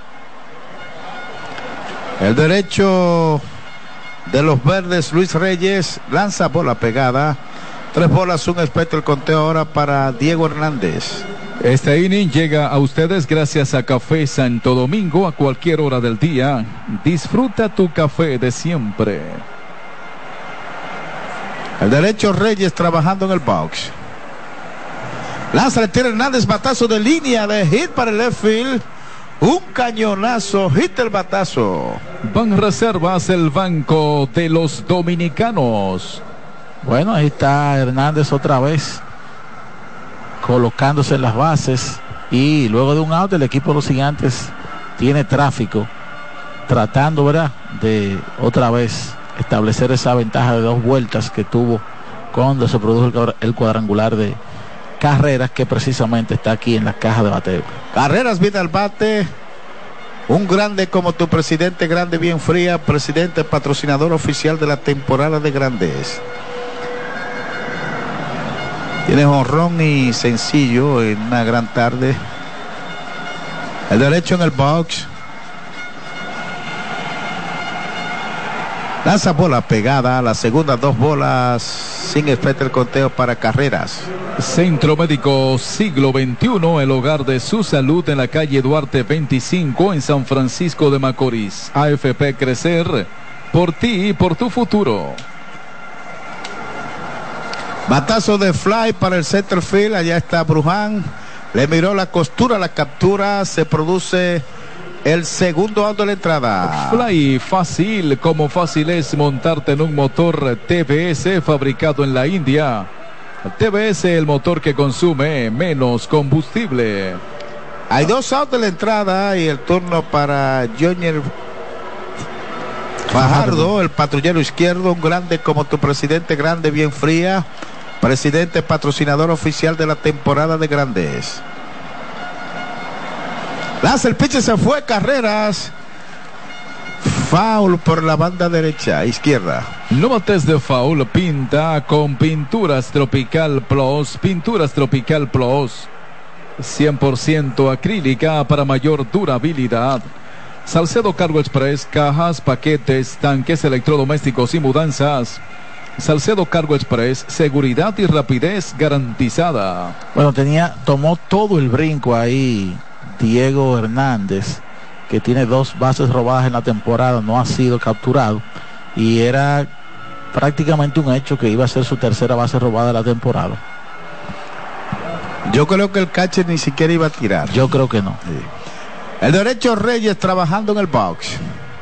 El derecho de los verdes, Luis Reyes, lanza bola pegada. Tres bolas, un espectro el conteo ahora para Diego Hernández. Este inning llega a ustedes gracias a Café Santo Domingo. A cualquier hora del día, disfruta tu café de siempre. El derecho Reyes trabajando en el box. Lanza, le tira Hernández, batazo de línea de hit para el left field. Un cañonazo, hit el batazo. Ban Reservas, el banco de los dominicanos. Bueno, ahí está Hernández otra vez, colocándose en las bases. Y luego de un out, el equipo de los Gigantes tiene tráfico, tratando, ¿verdad?, de otra vez establecer esa ventaja de dos vueltas que tuvo cuando se produjo el cuadrangular de Carreras, que precisamente está aquí en la caja de bateo. Carreras viene al bate. Un grande como tu presidente, grande bien fría, presidente patrocinador oficial de la temporada de Grandes. Tiene jonrón y sencillo en una gran tarde. El derecho en el box. Lanza bola pegada, la segunda, dos bolas, sin efecto el conteo para Carreras. Centro Médico Siglo veintiuno, el hogar de su salud en la calle Duarte veinticinco en San Francisco de Macorís. A F P Crecer, por ti y por tu futuro. Batazo de fly para el center field, allá está Bruján. Le miró la costura, la captura, se produce el segundo out de la entrada. Fly fácil, como fácil es montarte en un motor T V S fabricado en la India. T V S, el motor que consume menos combustible. Hay dos outs de la entrada y el turno para Junior Fajardo, el patrullero izquierdo, un grande como tu presidente, grande bien fría, presidente patrocinador oficial de la temporada de Grandes. Lanza el pitch, se fue, Carreras. Foul por la banda derecha, izquierda. No mates de foul, pinta con Pinturas Tropical Plus. Pinturas Tropical Plus, cien por ciento acrílica para mayor durabilidad. Salcedo Cargo Express, cajas, paquetes, tanques, electrodomésticos y mudanzas. Salcedo Cargo Express, seguridad y rapidez garantizada. Bueno, tenía, tomó todo el brinco ahí Diego Hernández, que tiene dos bases robadas en la temporada, no ha sido capturado, y era prácticamente un hecho que iba a ser su tercera base robada de la temporada. Yo creo que el catcher ni siquiera iba a tirar. Yo creo que no. Sí. El derecho Reyes trabajando en el box.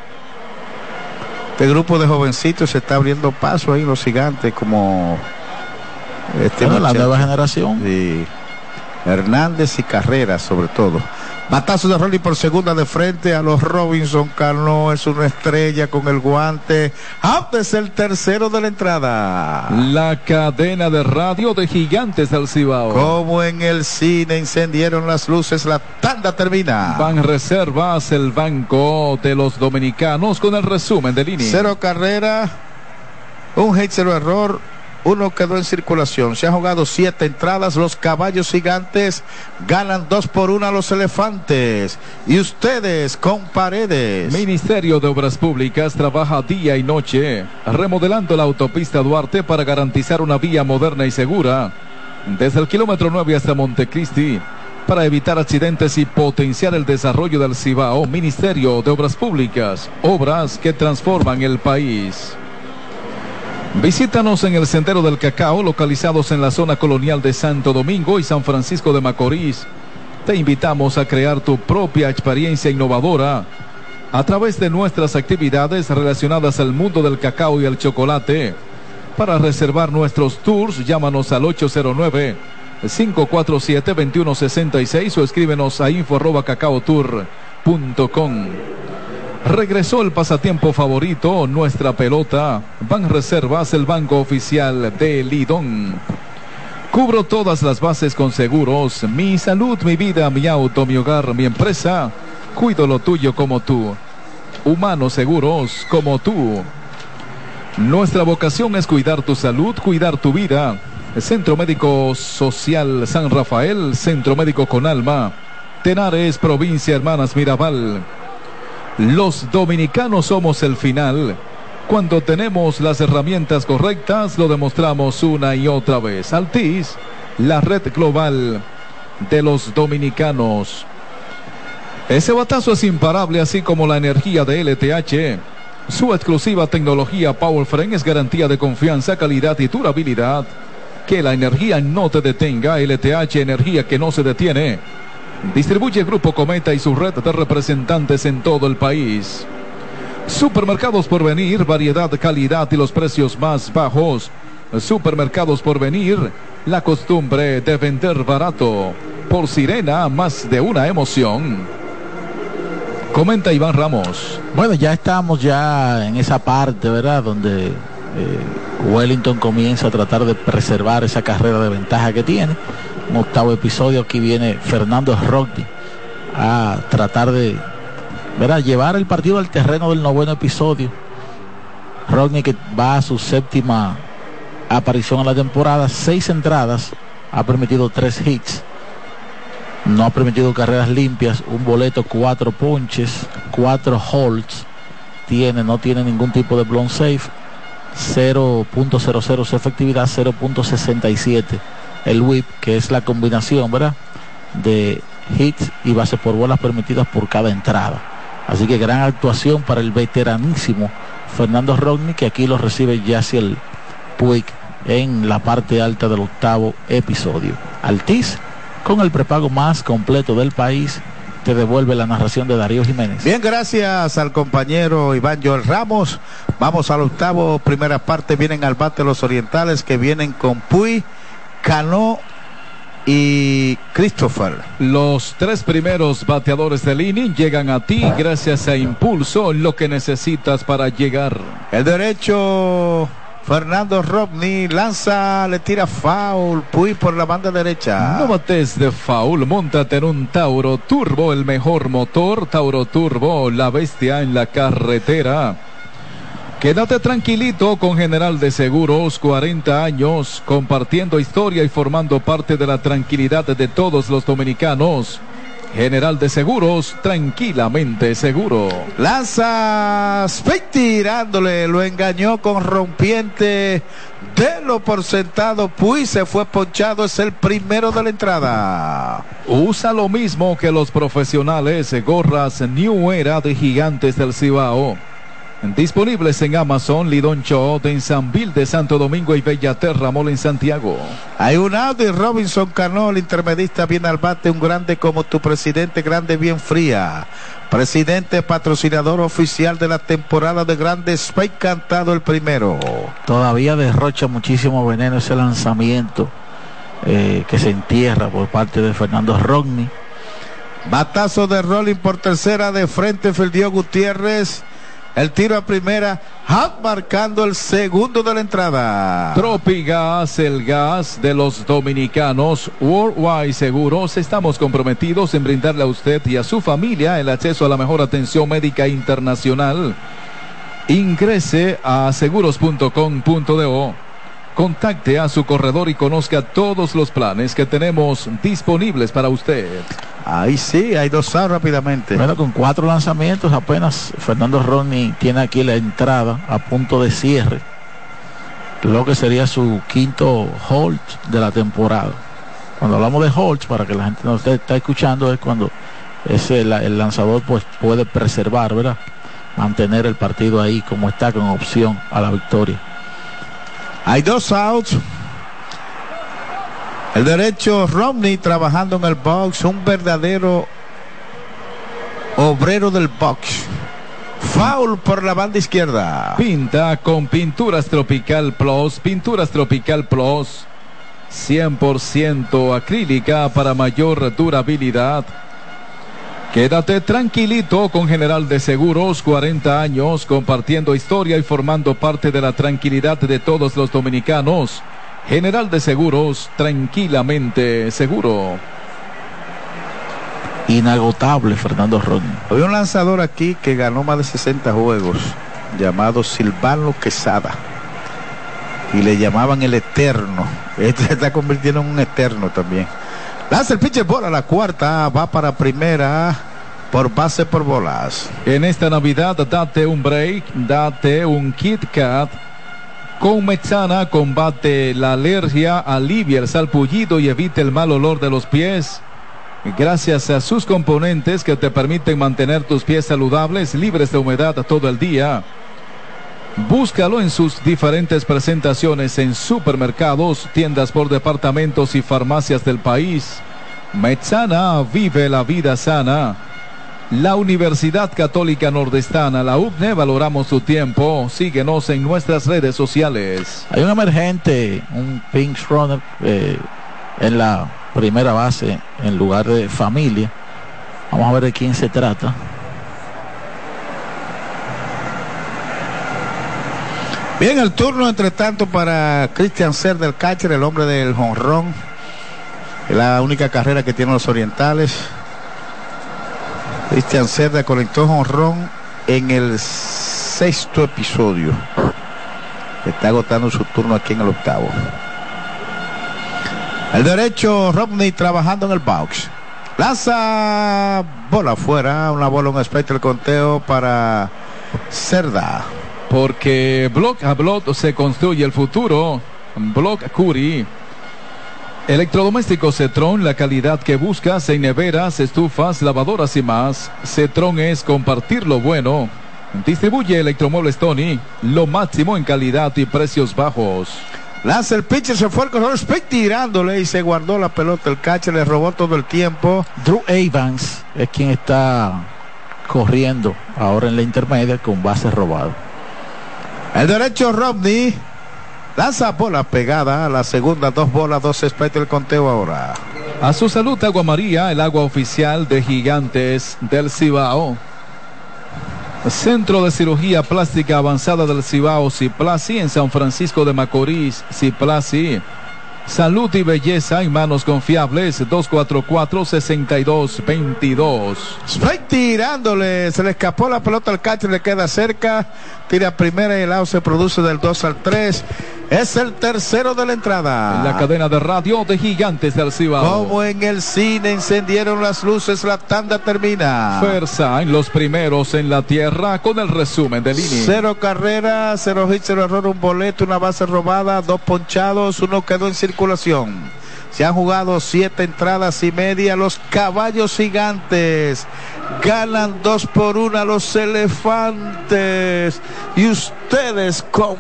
Este grupo de jovencitos se está abriendo paso ahí, los Gigantes, como este bueno, la nueva generación. Sí. Hernández y Carreras sobre todo. Batazo de Rolly por segunda de frente a los Robinson Cano, es una estrella con el guante. Out es el tercero de la entrada. La cadena de radio de Gigantes del Cibao. Como en el cine encendieron las luces, la tanda termina. Ban Reservas, el banco de los dominicanos, con el resumen del inning. Cero carrera, un hit, cero error. Uno quedó en circulación. Se han jugado siete entradas. Los Caballos Gigantes ganan dos por una a los Elefantes. Y ustedes con Paredes. Ministerio de Obras Públicas trabaja día y noche remodelando la autopista Duarte para garantizar una vía moderna y segura desde el kilómetro nueve hasta Montecristi, para evitar accidentes y potenciar el desarrollo del Cibao. Ministerio de Obras Públicas, obras que transforman el país. Visítanos en el Sendero del Cacao, localizados en la zona colonial de Santo Domingo y San Francisco de Macorís. Te invitamos a crear tu propia experiencia innovadora a través de nuestras actividades relacionadas al mundo del cacao y el chocolate. Para reservar nuestros tours, llámanos al ocho cero nueve, cinco cuatro siete, dos uno seis seis o escríbenos a info arroba cacao tour punto com. Regresó el pasatiempo favorito, nuestra pelota. Banreservas, el banco oficial de Lidón. Cubro todas las bases con seguros. Mi salud, mi vida, mi auto, mi hogar, mi empresa. Cuido lo tuyo como tú. Humanos seguros como tú. Nuestra vocación es cuidar tu salud, cuidar tu vida. Centro Médico Social San Rafael, Centro Médico con Alma. Tenares, Provincia Hermanas Mirabal. Los dominicanos somos el final. Cuando tenemos las herramientas correctas, lo demostramos una y otra vez. Altis, la red global de los dominicanos. Ese batazo es imparable, así como la energía de L T H. Su exclusiva tecnología PowerFrame es garantía de confianza, calidad y durabilidad. Que la energía no te detenga. L T H, energía que no se detiene. Distribuye Grupo Cometa y su red de representantes en todo el país. Supermercados Porvenir, variedad, calidad y los precios más bajos. Supermercados Porvenir, la costumbre de vender barato. Por Sirena, más de una emoción. Comenta Iván Ramos. Bueno, ya estamos ya en esa parte, ¿verdad? Donde eh, Wellington comienza a tratar de preservar esa carrera de ventaja que tiene. Un octavo episodio, aquí viene Fernando Rodney a tratar de, ¿verdad?, llevar el partido al terreno del noveno episodio. Rodney, que va a su séptima aparición en la temporada, seis entradas, ha permitido tres hits, no ha permitido carreras limpias, un boleto, cuatro ponches, cuatro holds tiene, no tiene ningún tipo de blown safe, cero punto cero cero su efectividad, cero punto sesenta y siete el whip, que es la combinación, ¿verdad?, de hits y bases por bolas permitidas por cada entrada. Así que gran actuación para el veteranísimo Fernando Rodney, que aquí lo recibe Yasiel Puig en la parte alta del octavo episodio. Altis, con el prepago más completo del país, te devuelve la narración de Darío Jiménez. Bien, gracias al compañero Iván Joel Ramos. Vamos al octavo, primera parte. Vienen al bate los orientales, que vienen con Puig, Cano y Christopher. Los tres primeros bateadores del inning llegan a ti gracias a Impulso, lo que necesitas para llegar. El derecho, Fernando Rodney lanza, le tira foul. Puig por la banda derecha. No bates de foul, móntate en un Tauro Turbo, el mejor motor. Tauro Turbo, la bestia en la carretera. Quédate tranquilito con General de Seguros, cuarenta años, compartiendo historia y formando parte de la tranquilidad de todos los dominicanos. General de Seguros, tranquilamente seguro. Lanza Spade tirándole, lo engañó con rompiente. De lo por sentado, Puig se fue ponchado, es el primero de la entrada. Usa lo mismo que los profesionales, gorras New Era de Gigantes del Cibao. Disponibles en Amazon, Lidón Shot en San Vil de Santo Domingo y Bellaterra Mall en Santiago. Hay un out y Robinson Cano, el intermedista, viene al bate, un grande como tu presidente, grande bien fría. Presidente, patrocinador oficial de la temporada de Grandes, Spike cantado el primero. Todavía derrocha muchísimo veneno ese lanzamiento eh, que se entierra por parte de Fernando Rodney. Batazo de Rolling por tercera, de frente Fildio Gutiérrez. El tiro a primera, out marcando el segundo de la entrada. Tropigas, el gas de los dominicanos. Worldwide Seguros, estamos comprometidos en brindarle a usted y a su familia el acceso a la mejor atención médica internacional. Ingrese a seguros punto com punto do. Contacte a su corredor y conozca todos los planes que tenemos disponibles para usted. Ahí sí, hay dos outs rápidamente. Bueno, con cuatro lanzamientos apenas, Fernando Rodney tiene aquí la entrada a punto de cierre, lo que sería su quinto hold de la temporada. Cuando hablamos de holds, para que la gente nos esté escuchando, es cuando ese, el, el lanzador pues puede preservar, ¿verdad?, mantener el partido ahí como está, con opción a la victoria. Hay dos outs. El derecho, Rodney trabajando en el box, un verdadero obrero del box. Foul por la banda izquierda. Pinta con Pinturas Tropical Plus. Pinturas Tropical Plus, cien por ciento acrílica para mayor durabilidad. Quédate tranquilito con General de Seguros, cuarenta años compartiendo historia y formando parte de la tranquilidad de todos los dominicanos. General de Seguros, tranquilamente seguro. Inagotable Fernando Rodney. Había un lanzador aquí que ganó más de sesenta juegos, llamado Silvano Quesada, y le llamaban el Eterno. Este se está convirtiendo en un Eterno también. Lanza el pitcher, bola la cuarta, va para primera por base por bolas. En esta Navidad date un break, date un Kit Kat. Con Mexana combate la alergia, alivia el salpullido y evita el mal olor de los pies. Gracias a sus componentes que te permiten mantener tus pies saludables, libres de humedad todo el día. Búscalo en sus diferentes presentaciones en supermercados, tiendas por departamentos y farmacias del país. Mexana, vive la vida sana. La Universidad Católica Nordestana, la U C N E, valoramos tu tiempo. Síguenos en nuestras redes sociales. Hay un emergente, un pinch runner eh, en la primera base en lugar de Familia. Vamos a ver de quién se trata. Bien, el turno entre tanto para Cristian Cerda, el catcher, el hombre del jonrón. Es la única carrera que tienen los orientales. Cristian Cerda conectó jonrón en el sexto episodio. Está agotando su turno aquí en el octavo. El derecho, Rodney trabajando en el box. Lanza bola afuera, una bola, un espectro el conteo para Cerda. Porque Block a Block se construye el futuro. Block Curry. Electrodomésticos Cetron, la calidad que buscas en neveras, estufas, lavadoras y más. Cetron es compartir lo bueno. Distribuye Electromuebles Tony, lo máximo en calidad y precios bajos. Lanza el pitcher, se fue el corredor, Speck tirándole y se guardó la pelota. El catcher le robó todo el tiempo. Drew Evans es quien está corriendo ahora en la intermedia con base robado. El derecho, Rodney lanza bola pegada a la segunda, dos bolas, dos espectros el conteo ahora. A su salud, Agua María, el agua oficial de Gigantes del Cibao. Centro de Cirugía Plástica Avanzada del Cibao, Ciplasi, en San Francisco de Macorís, Ciplasi. Salud y belleza en manos confiables, dos cuatro cuatro, seis dos dos dos. Strike tirándole, se le escapó la pelota al catcher, le queda cerca, tira primera y el out se produce del dos al tres. Es el tercero de la entrada. En la cadena de radio de Gigantes del Cibao. Como en el cine encendieron las luces, la tanda termina. Fuerza en los primeros en la tierra con el resumen del inning. Cero carreras, cero hits, cero error, un boleto, una base robada, dos ponchados, uno quedó en circulación. Se han jugado siete entradas y media. Los Caballos Gigantes ganan dos por una los Elefantes. Y ustedes con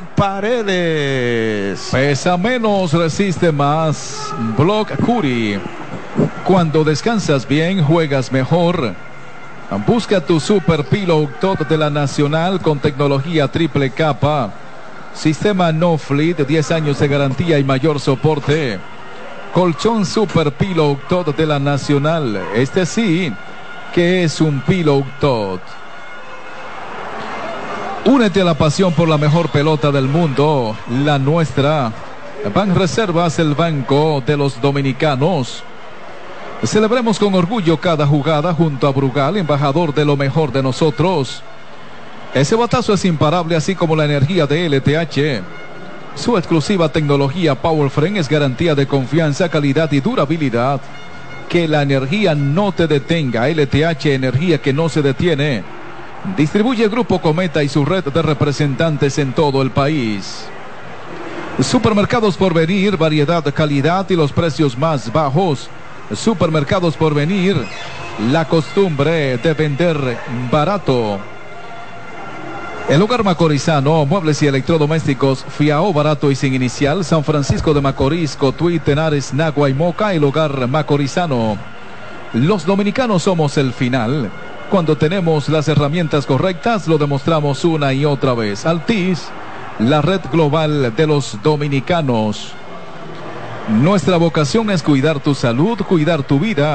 Paredes. Pesa menos, resiste más. Block Curry. Cuando descansas bien, juegas mejor. Busca tu Super Pillow Tot de la Nacional con tecnología triple capa. Sistema No Fleet, diez años de garantía y mayor soporte. Colchón Super Pillow Tot de la Nacional. Este sí que es un Pillow Tot. Únete a la pasión por la mejor pelota del mundo, la nuestra. Banreservas, el banco de los dominicanos. Celebremos con orgullo cada jugada junto a Brugal, embajador de lo mejor de nosotros. Ese batazo es imparable, así como la energía de L T H. Su exclusiva tecnología Power Frame es garantía de confianza, calidad y durabilidad. Que la energía no te detenga. L T H, energía que no se detiene. Distribuye Grupo Cometa y su red de representantes en todo el país. Supermercados Porvenir, variedad, calidad y los precios más bajos. Supermercados Porvenir, la costumbre de vender barato. El Hogar Macorizano, muebles y electrodomésticos, Fiao, barato y sin inicial, San Francisco de Macorís, Cotuí, Tenares, Nagua y Moca. El Hogar Macorizano. Los dominicanos somos el final. Cuando tenemos las herramientas correctas, lo demostramos una y otra vez. Altis, la red global de los dominicanos. Nuestra vocación es cuidar tu salud, cuidar tu vida.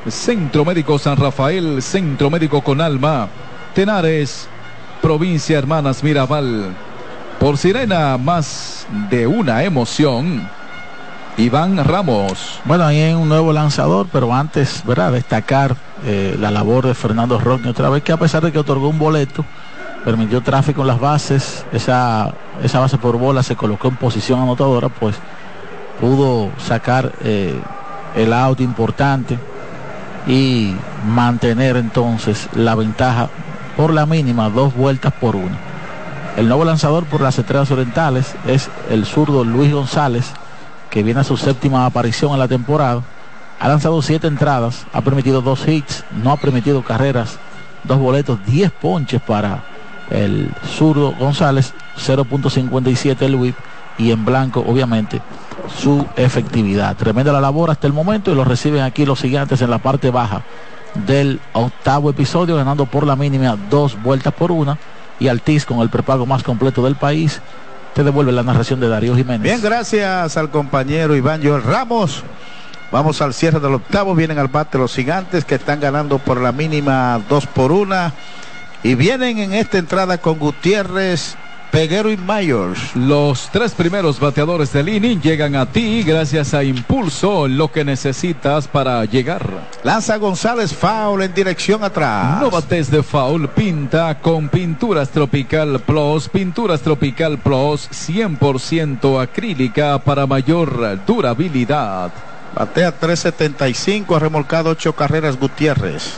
Centro Médico San Rafael, Centro Médico con alma. Tenares, Provincia Hermanas Mirabal. Por Sirena, más de una emoción. Iván Ramos. Bueno, ahí hay un nuevo lanzador, pero antes, ¿verdad?, destacar eh, la labor de Fernando Rodney otra vez, que a pesar de que otorgó un boleto, permitió tráfico en las bases, esa, esa base por bola se colocó en posición anotadora, pues pudo sacar eh, el out importante y mantener entonces la ventaja por la mínima, dos vueltas por una. El nuevo lanzador por las Estrellas Orientales es el zurdo Luis González, que viene a su séptima aparición en la temporada. Ha lanzado siete entradas, ha permitido dos hits, no ha permitido carreras, dos boletos, diez ponches para el zurdo González, cero punto cincuenta y siete el whip, y en blanco obviamente su efectividad. Tremenda la labor hasta el momento, y lo reciben aquí los Gigantes en la parte baja del octavo episodio, ganando por la mínima dos vueltas por una. Y Altiz, con el prepago más completo del país, te devuelve la narración de Darío Jiménez. Bien, gracias al compañero Iván Joel Ramos. Vamos al cierre del octavo. Vienen al bate los Gigantes, que están ganando por la mínima dos por una. Y vienen en esta entrada con Gutiérrez, Peguero y Myers. Los tres primeros bateadores del inning llegan a ti gracias a Impulso, lo que necesitas para llegar. Lanza González, foul en dirección atrás. No bates de foul, pinta con Pinturas Tropical Plus. Pinturas Tropical Plus, cien por ciento acrílica para mayor durabilidad. Batea tres setenta y cinco, ha remolcado ocho carreras Gutiérrez.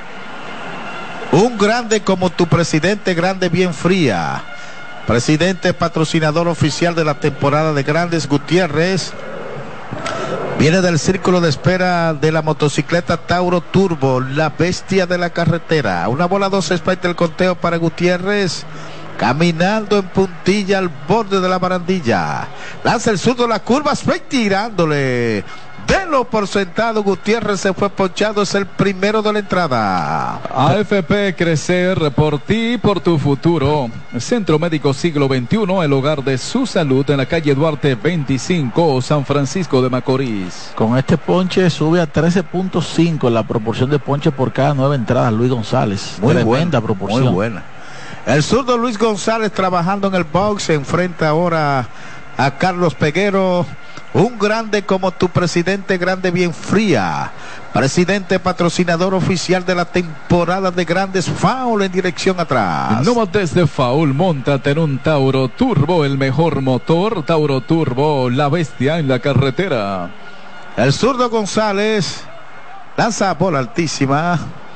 Un grande como tu presidente, grande bien fría. Presidente patrocinador oficial de la temporada de Grandes, Gutiérrez. Viene del círculo de espera de la motocicleta Tauro Turbo, la bestia de la carretera. Una bola, dos strikes del conteo para Gutiérrez. Caminando en puntilla al borde de la barandilla. Lanza el zurdo, la curva, strike tirándole. Denlo por sentado, Gutiérrez se fue ponchado, es el primero de la entrada. A F P Crecer, por ti, por tu futuro. Centro Médico Siglo veintiuno, el hogar de su salud, en la calle Duarte veinticinco, San Francisco de Macorís. Con este ponche sube a trece punto cinco la proporción de ponche por cada nueve entradas, Luis González. Muy Tremenda buena, proporción. Muy buena. El zurdo Luis González trabajando en el box, se enfrenta ahora a Carlos Peguero. Un grande como tu presidente, grande bien fría. Presidente patrocinador oficial de la temporada de Grandes, foul en dirección atrás. No bates de foul, móntate en un Tauro Turbo, el mejor motor. Tauro Turbo, la bestia en la carretera. El zurdo González lanza bola altísima.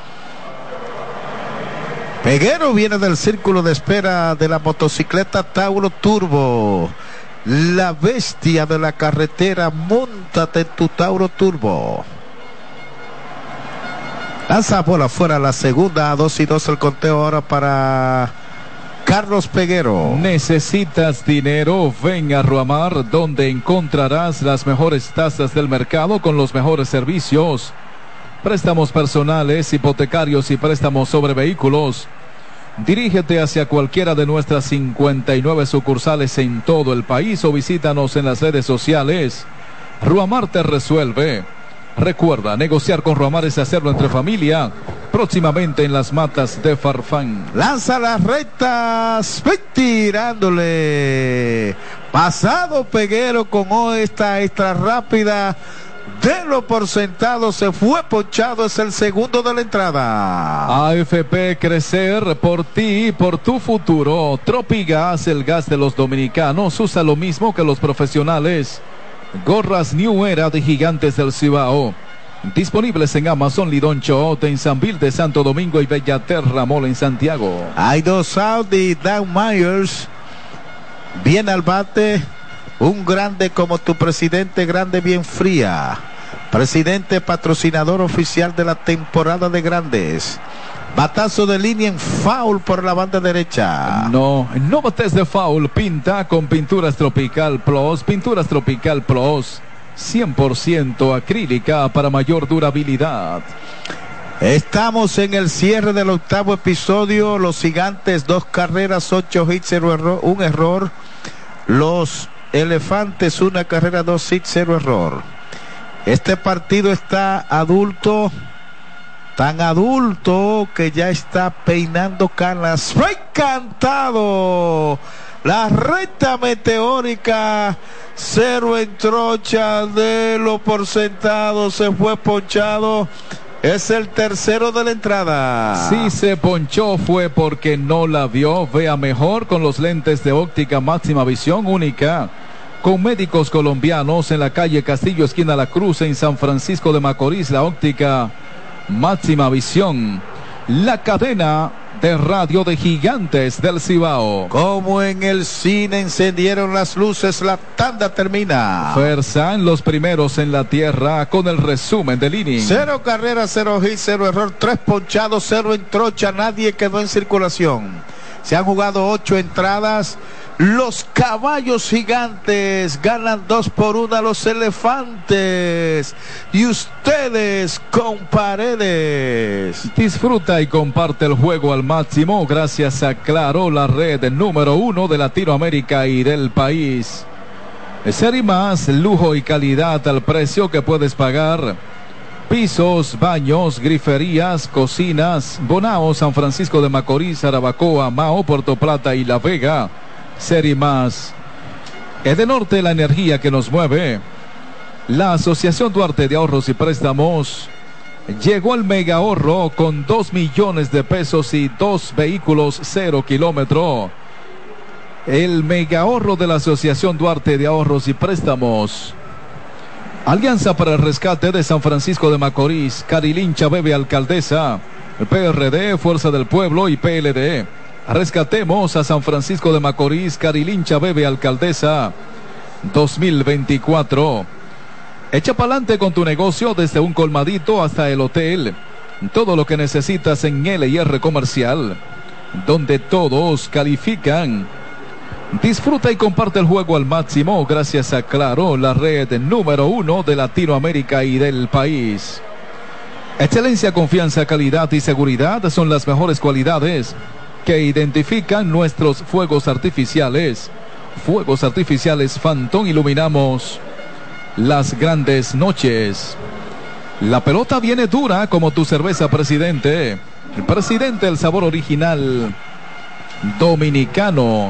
Peguero viene del círculo de espera de la motocicleta Tauro Turbo, la bestia de la carretera. Móntate en tu Tauro Turbo. Lanza bola fuera, la segunda, a dos y dos el conteo ahora para Carlos Peguero. ¿Necesitas dinero? Ven a Ruamar, donde encontrarás las mejores tasas del mercado con los mejores servicios. Préstamos personales, hipotecarios y préstamos sobre vehículos. Dirígete hacia cualquiera de nuestras cincuenta y nueve sucursales en todo el país o visítanos en las redes sociales. Ruamar te resuelve. Recuerda, negociar con Ruamar es hacerlo entre familia. Próximamente en las matas de Farfán. Lanza las rectas, tirándole. Pasado Peguero con esta extra rápida. Denlo por sentado, se fue ponchado, es el segundo de la entrada. A F P Crecer, por ti, por tu futuro. Tropigas, el gas de los dominicanos, usa lo mismo que los profesionales. Gorras New Era de Gigantes del Cibao, disponibles en Amazon, Lidoncho, en San Vil de Santo Domingo y Bellaterra Mall en Santiago. Hay dos out y Dan Myers viene al bate. Un grande como tu presidente, grande bien fría. Presidente patrocinador oficial de la temporada de Grandes. Batazo de línea en foul por la banda derecha. No, no bates de foul. Pinta con Pinturas Tropical Plus. Pinturas Tropical Plus, cien por ciento acrílica para mayor durabilidad. Estamos en el cierre del octavo episodio. Los Gigantes, dos carreras, ocho hits, cero error, un error. Los Elefantes, una carrera, dos hits, cero error. Este partido está adulto tan adulto que ya está peinando canas. Fue cantado la recta meteórica, cero en trocha, de lo por sentado, se fue ponchado. Es el tercero de la entrada. Si se ponchó fue porque no la vio. Vea mejor con los lentes de óptica máxima visión única, con médicos colombianos, en la calle Castillo, esquina La Cruz, en San Francisco de Macorís. La óptica máxima visión, la cadena de radio de Gigantes del Cibao. Como en el cine encendieron las luces, la tanda termina. Fersan, los primeros en la tierra, con el resumen del inning. Cero carreras, cero hits, cero error, tres ponchados, cero en trocha, nadie quedó en circulación. Se han jugado ocho entradas. Los Caballos Gigantes ganan dos por una a los Elefantes. Y ustedes con Paredes. Disfruta y comparte el juego al máximo gracias a Claro, la red número uno de Latinoamérica y del país. Ser y más, lujo y calidad al precio que puedes pagar. Pisos, baños, griferías, cocinas, Bonao, San Francisco de Macorís, Arabacoa, Mao, Puerto Plata y La Vega. Ser y más. Edenorte, la energía que nos mueve. La Asociación Duarte de Ahorros y Préstamos llegó al mega ahorro con dos millones de pesos y dos vehículos cero kilómetro. El mega ahorro de la Asociación Duarte de Ahorros y Préstamos. Alianza para el Rescate de San Francisco de Macorís, Carilín Chabebe Alcaldesa, P R D, Fuerza del Pueblo y P L D. Rescatemos a San Francisco de Macorís, Carilín Chabebe Alcaldesa dos mil veinticuatro. Echa pa'lante con tu negocio, desde un colmadito hasta el hotel. Todo lo que necesitas en L y R Comercial, donde todos califican. Disfruta y comparte el juego al máximo gracias a Claro, la red número uno de Latinoamérica y del país. Excelencia, confianza, calidad y seguridad son las mejores cualidades que identifican nuestros fuegos artificiales. Fuegos artificiales Phantom, iluminamos las grandes noches. La pelota viene dura como tu cerveza, Presidente. El Presidente, el sabor original dominicano.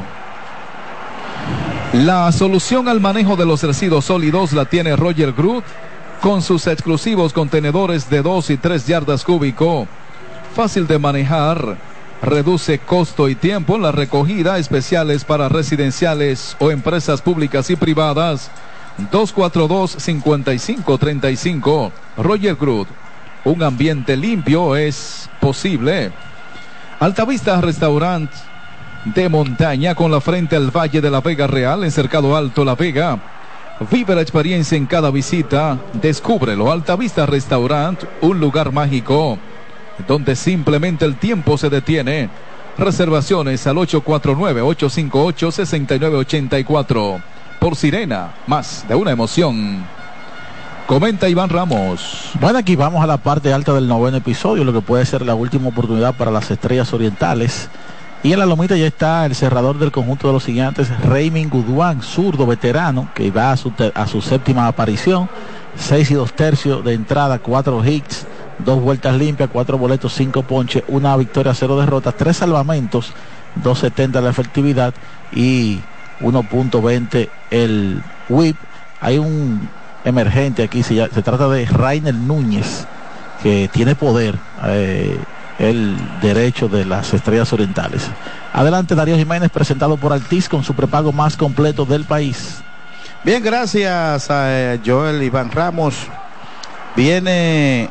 La solución al manejo de los residuos sólidos la tiene Roger Groot, con sus exclusivos contenedores de dos y tres yardas cúbico. Fácil de manejar, reduce costo y tiempo en la recogida, especiales para residenciales o empresas públicas y privadas. Dos cuatro dos, cinco cinco tres cinco. Roger Groot, un ambiente limpio es posible. Altavista Restaurant de montaña, con la frente al Valle de la Vega Real, en Cercado Alto La Vega. Vive la experiencia en cada visita, descúbrelo. Altavista Restaurant, un lugar mágico donde simplemente el tiempo se detiene. Reservaciones al ocho cuatro nueve, ocho cinco ocho, seis nueve ocho cuatro. Por Sirena, más de una emoción. Comenta Iván Ramos. Bueno, aquí vamos a la parte alta del noveno episodio, lo que puede ser la última oportunidad para las Estrellas Orientales. Y en la lomita ya está el cerrador del conjunto de los Gigantes, Raymond Guduán, zurdo veterano, que va a su, a su séptima aparición. Seis y dos tercios de entrada, cuatro hits, dos vueltas limpias, cuatro boletos, cinco ponches, una victoria, cero derrotas, tres salvamentos, dos setenta la efectividad y uno punto veinte el whip. Hay un emergente aquí, se, se trata de Rainer Núñez, que tiene poder, eh, el derecho de las Estrellas Orientales. Adelante, Darío Jiménez, presentado por Altiz, con su prepago más completo del país. Bien, gracias a eh, Joel Iván Ramos. Viene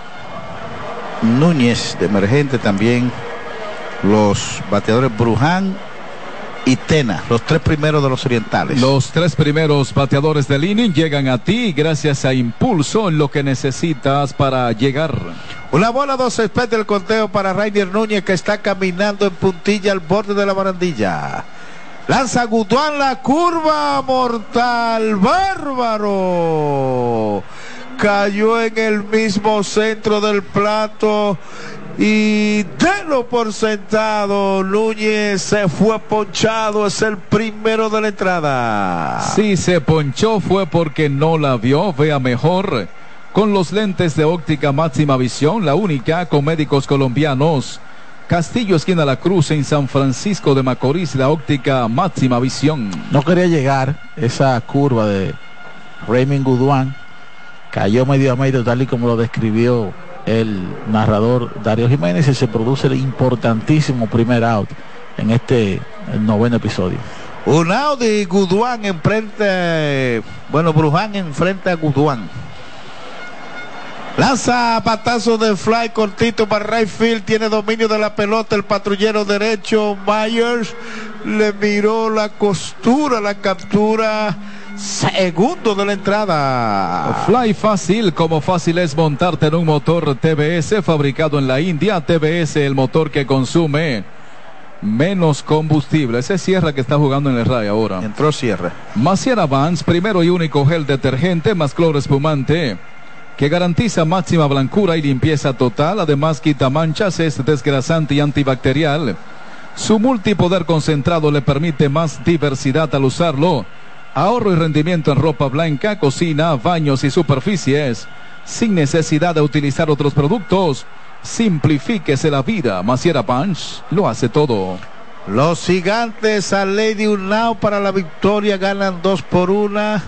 Núñez de emergente también. Los bateadores Bruján y Tena, los tres primeros de los Orientales. Los tres primeros bateadores del inning llegan a ti gracias a Impulso, lo que necesitas para llegar. Una bola, dos césped del conteo para Rainer Núñez, que está caminando en puntilla al borde de la barandilla. Lanza Guduán, la curva mortal, bárbaro. Cayó en el mismo centro del plato y délo por sentado. Núñez se fue ponchado, es el primero de la entrada. Si se ponchó fue porque no la vio. Vea mejor con los lentes de óptica máxima visión, la única con médicos colombianos. Castillo, esquina La Cruz, en San Francisco de Macorís, la óptica máxima visión. No quería llegar esa curva de Raymond Guduán, cayó medio a medio tal y como lo describió el narrador Darío Jiménez, y se produce el importantísimo primer out en este noveno episodio. Un out y Guduán enfrente, bueno, Bruján enfrente a Guduán. Lanza batazo de fly cortito para right field, tiene dominio de la pelota el patrullero derecho. Myers le miró la costura, la captura. Segundo de la entrada. Fly fácil, como fácil es montarte en un motor T V S fabricado en la India. T V S, el motor que consume menos combustible. Ese Sierra que está jugando en el Ray ahora. Entró Sierra. Maciera Vans, primero y único gel detergente más cloro espumante, que garantiza máxima blancura y limpieza total. Además quita manchas, es desgrasante y antibacterial. Su multipoder concentrado le permite más diversidad al usarlo. Ahorro y rendimiento en ropa blanca, cocina, baños y superficies, sin necesidad de utilizar otros productos. Simplifíquese la vida. Maciera Punch lo hace todo. Los Gigantes a Lady Unao para la victoria, ganan dos por una.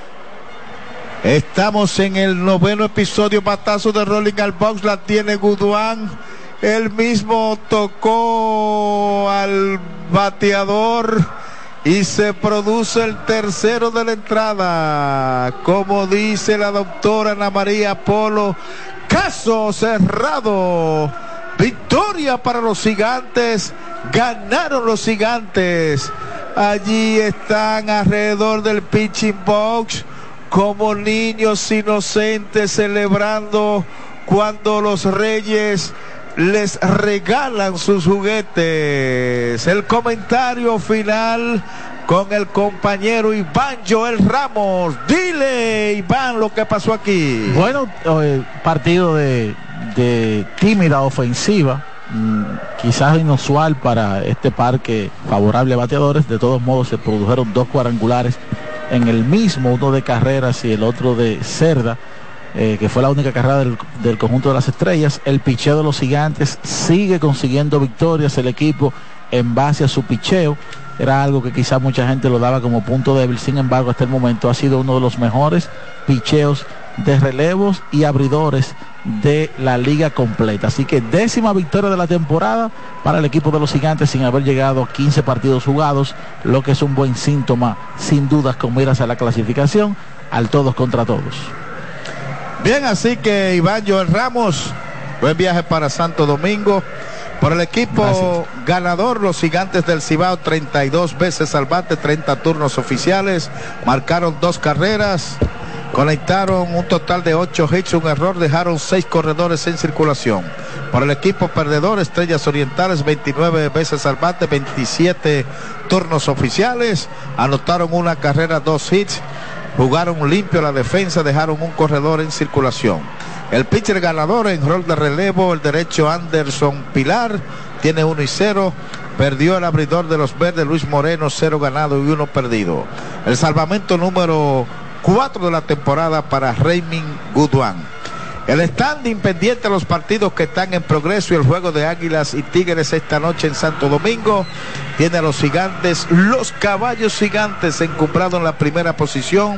Estamos en el noveno episodio. Batazo de rolling al box, la tiene Guduán. Él mismo tocó al bateador y se produce el tercero de la entrada. Como dice la doctora Ana María Polo, caso cerrado. Victoria para los Gigantes. Ganaron los Gigantes. Allí están alrededor del pitching box como niños inocentes celebrando cuando los Reyes les regalan sus juguetes. El comentario final con el compañero Iván Joel Ramos. Dile, Iván, lo que pasó aquí. Bueno, eh, partido de, de tímida ofensiva, mm, quizás inusual para este parque favorable a bateadores. De todos modos se produjeron dos cuadrangulares en el mismo, uno de Carreras y el otro de Cerda. Eh, que fue la única carrera del, del conjunto de las Estrellas. El picheo de los Gigantes sigue consiguiendo victorias. El equipo, en base a su picheo, era algo que quizás mucha gente lo daba como punto débil. Sin embargo, hasta el momento ha sido uno de los mejores picheos de relevos y abridores de la liga completa. Así que décima victoria de la temporada para el equipo de los Gigantes, sin haber llegado a quince partidos jugados, lo que es un buen síntoma, sin dudas, con miras a la clasificación al todos contra todos. Bien, así que Iván Joel Ramos, buen viaje para Santo Domingo. Por el equipo Gracias. Ganador, los Gigantes del Cibao, treinta y dos veces al bate, treinta turnos oficiales, marcaron dos carreras, conectaron un total de ocho hits, un error, dejaron seis corredores en circulación. Por el equipo perdedor, Estrellas Orientales, veintinueve veces al bate, veintisiete turnos oficiales, anotaron una carrera, dos hits, jugaron limpio la defensa, dejaron un corredor en circulación. El pitcher ganador en rol de relevo, el derecho Anderson Pilar, tiene uno y cero. Perdió el abridor de los Verdes, Luis Moreno, cero ganado y uno perdido. El salvamento número cuatro de la temporada para Raymond Guduán. El standing pendiente de los partidos que están en progreso y el juego de Águilas y Tigres esta noche en Santo Domingo tiene a los Gigantes, los Caballos Gigantes encumbrados en la primera posición,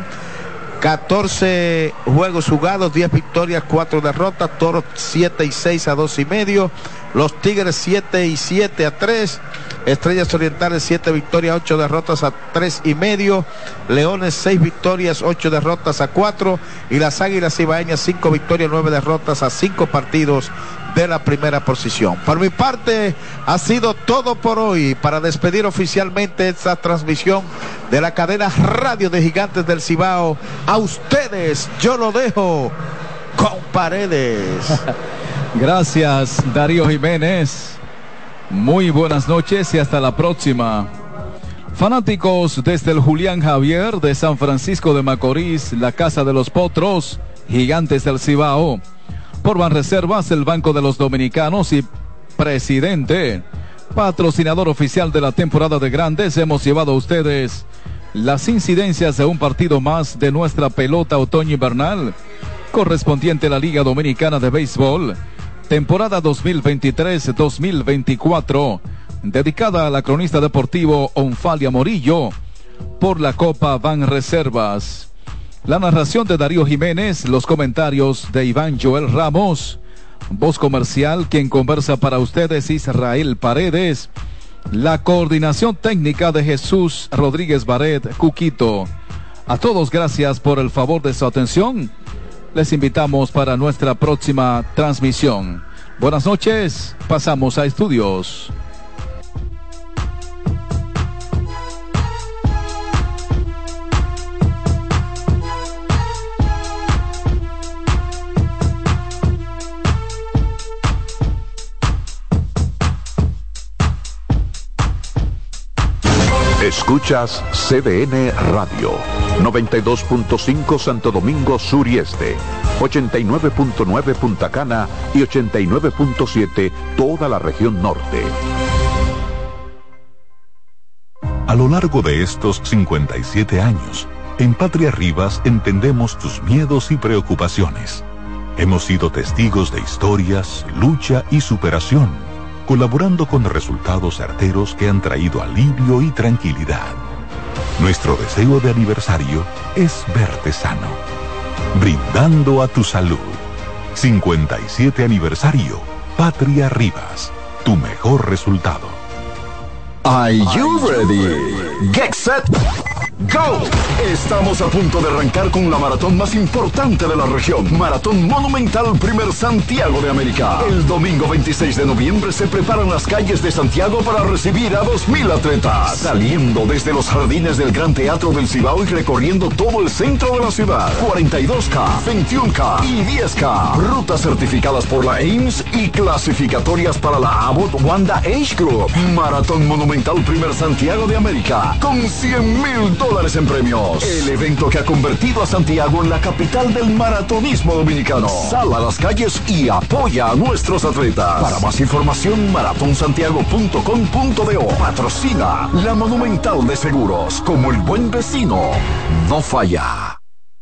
catorce juegos jugados, diez victorias, cuatro derrotas. Toros siete y seis a dos y medio, los Tigres siete y siete a tres, Estrellas Orientales siete victorias, ocho derrotas a tres y medio, Leones seis victorias, ocho derrotas a cuatro, y las Águilas Ibaeñas cinco victorias, nueve derrotas a cinco partidos de la primera posición. Por mi parte ha sido todo por hoy. Para despedir oficialmente esta transmisión de la cadena radio de Gigantes del Cibao, a ustedes yo lo dejo con Paredes. Gracias, Darío Jiménez. Muy buenas noches y hasta la próxima. Fanáticos, desde el Julián Javier de San Francisco de Macorís, la Casa de los Potros, Gigantes del Cibao, por Banreservas, el Banco de los Dominicanos y Presidente, patrocinador oficial de la temporada de Grandes, hemos llevado a ustedes las incidencias de un partido más de nuestra pelota otoño invernal. correspondiente a la Liga Dominicana de Béisbol, temporada dos mil veintitrés dos mil veinticuatro, dedicada a la cronista deportivo Onfalia Morillo, por la Copa Banreservas. La narración de Darío Jiménez, los comentarios de Iván Joel Ramos, voz comercial, quien conversa para ustedes Israel Paredes, la coordinación técnica de Jesús Rodríguez Baret, Cuquito. A todos gracias por el favor de su atención. Les invitamos para nuestra próxima transmisión. Buenas noches, pasamos a estudios. Escuchas C D N Radio, noventa y dos punto cinco Santo Domingo Sur y Este, ochenta y nueve punto nueve Punta Cana y ochenta y nueve punto siete toda la región norte. A lo largo de estos cincuenta y siete años, en Patria Rivas entendemos tus miedos y preocupaciones. Hemos sido testigos de historias, lucha y superación, colaborando con resultados certeros que han traído alivio y tranquilidad. Nuestro deseo de aniversario es verte sano, brindando a tu salud. cincuenta y siete aniversario, Patria Rivas, tu mejor resultado. Are you ready? Get set, go. Estamos a punto de arrancar con la maratón más importante de la región. Maratón Monumental Primer Santiago de América. El domingo veintiséis de noviembre se preparan las calles de Santiago para recibir a dos mil atletas. Saliendo desde los jardines del Gran Teatro del Cibao y recorriendo todo el centro de la ciudad. cuarenta y dos K, veintiuno K y diez K. Rutas certificadas por la A I M S y clasificatorias para la Abbott Wanda Age Group. Maratón Monumental Primer Santiago de América, con cien mil dólares en premios. El evento que ha convertido a Santiago en la capital del maratonismo dominicano. Sal a las calles y apoya a nuestros atletas. Para más información, maratón santiago punto com punto do. Patrocina la Monumental de Seguros. Como el buen vecino, no falla.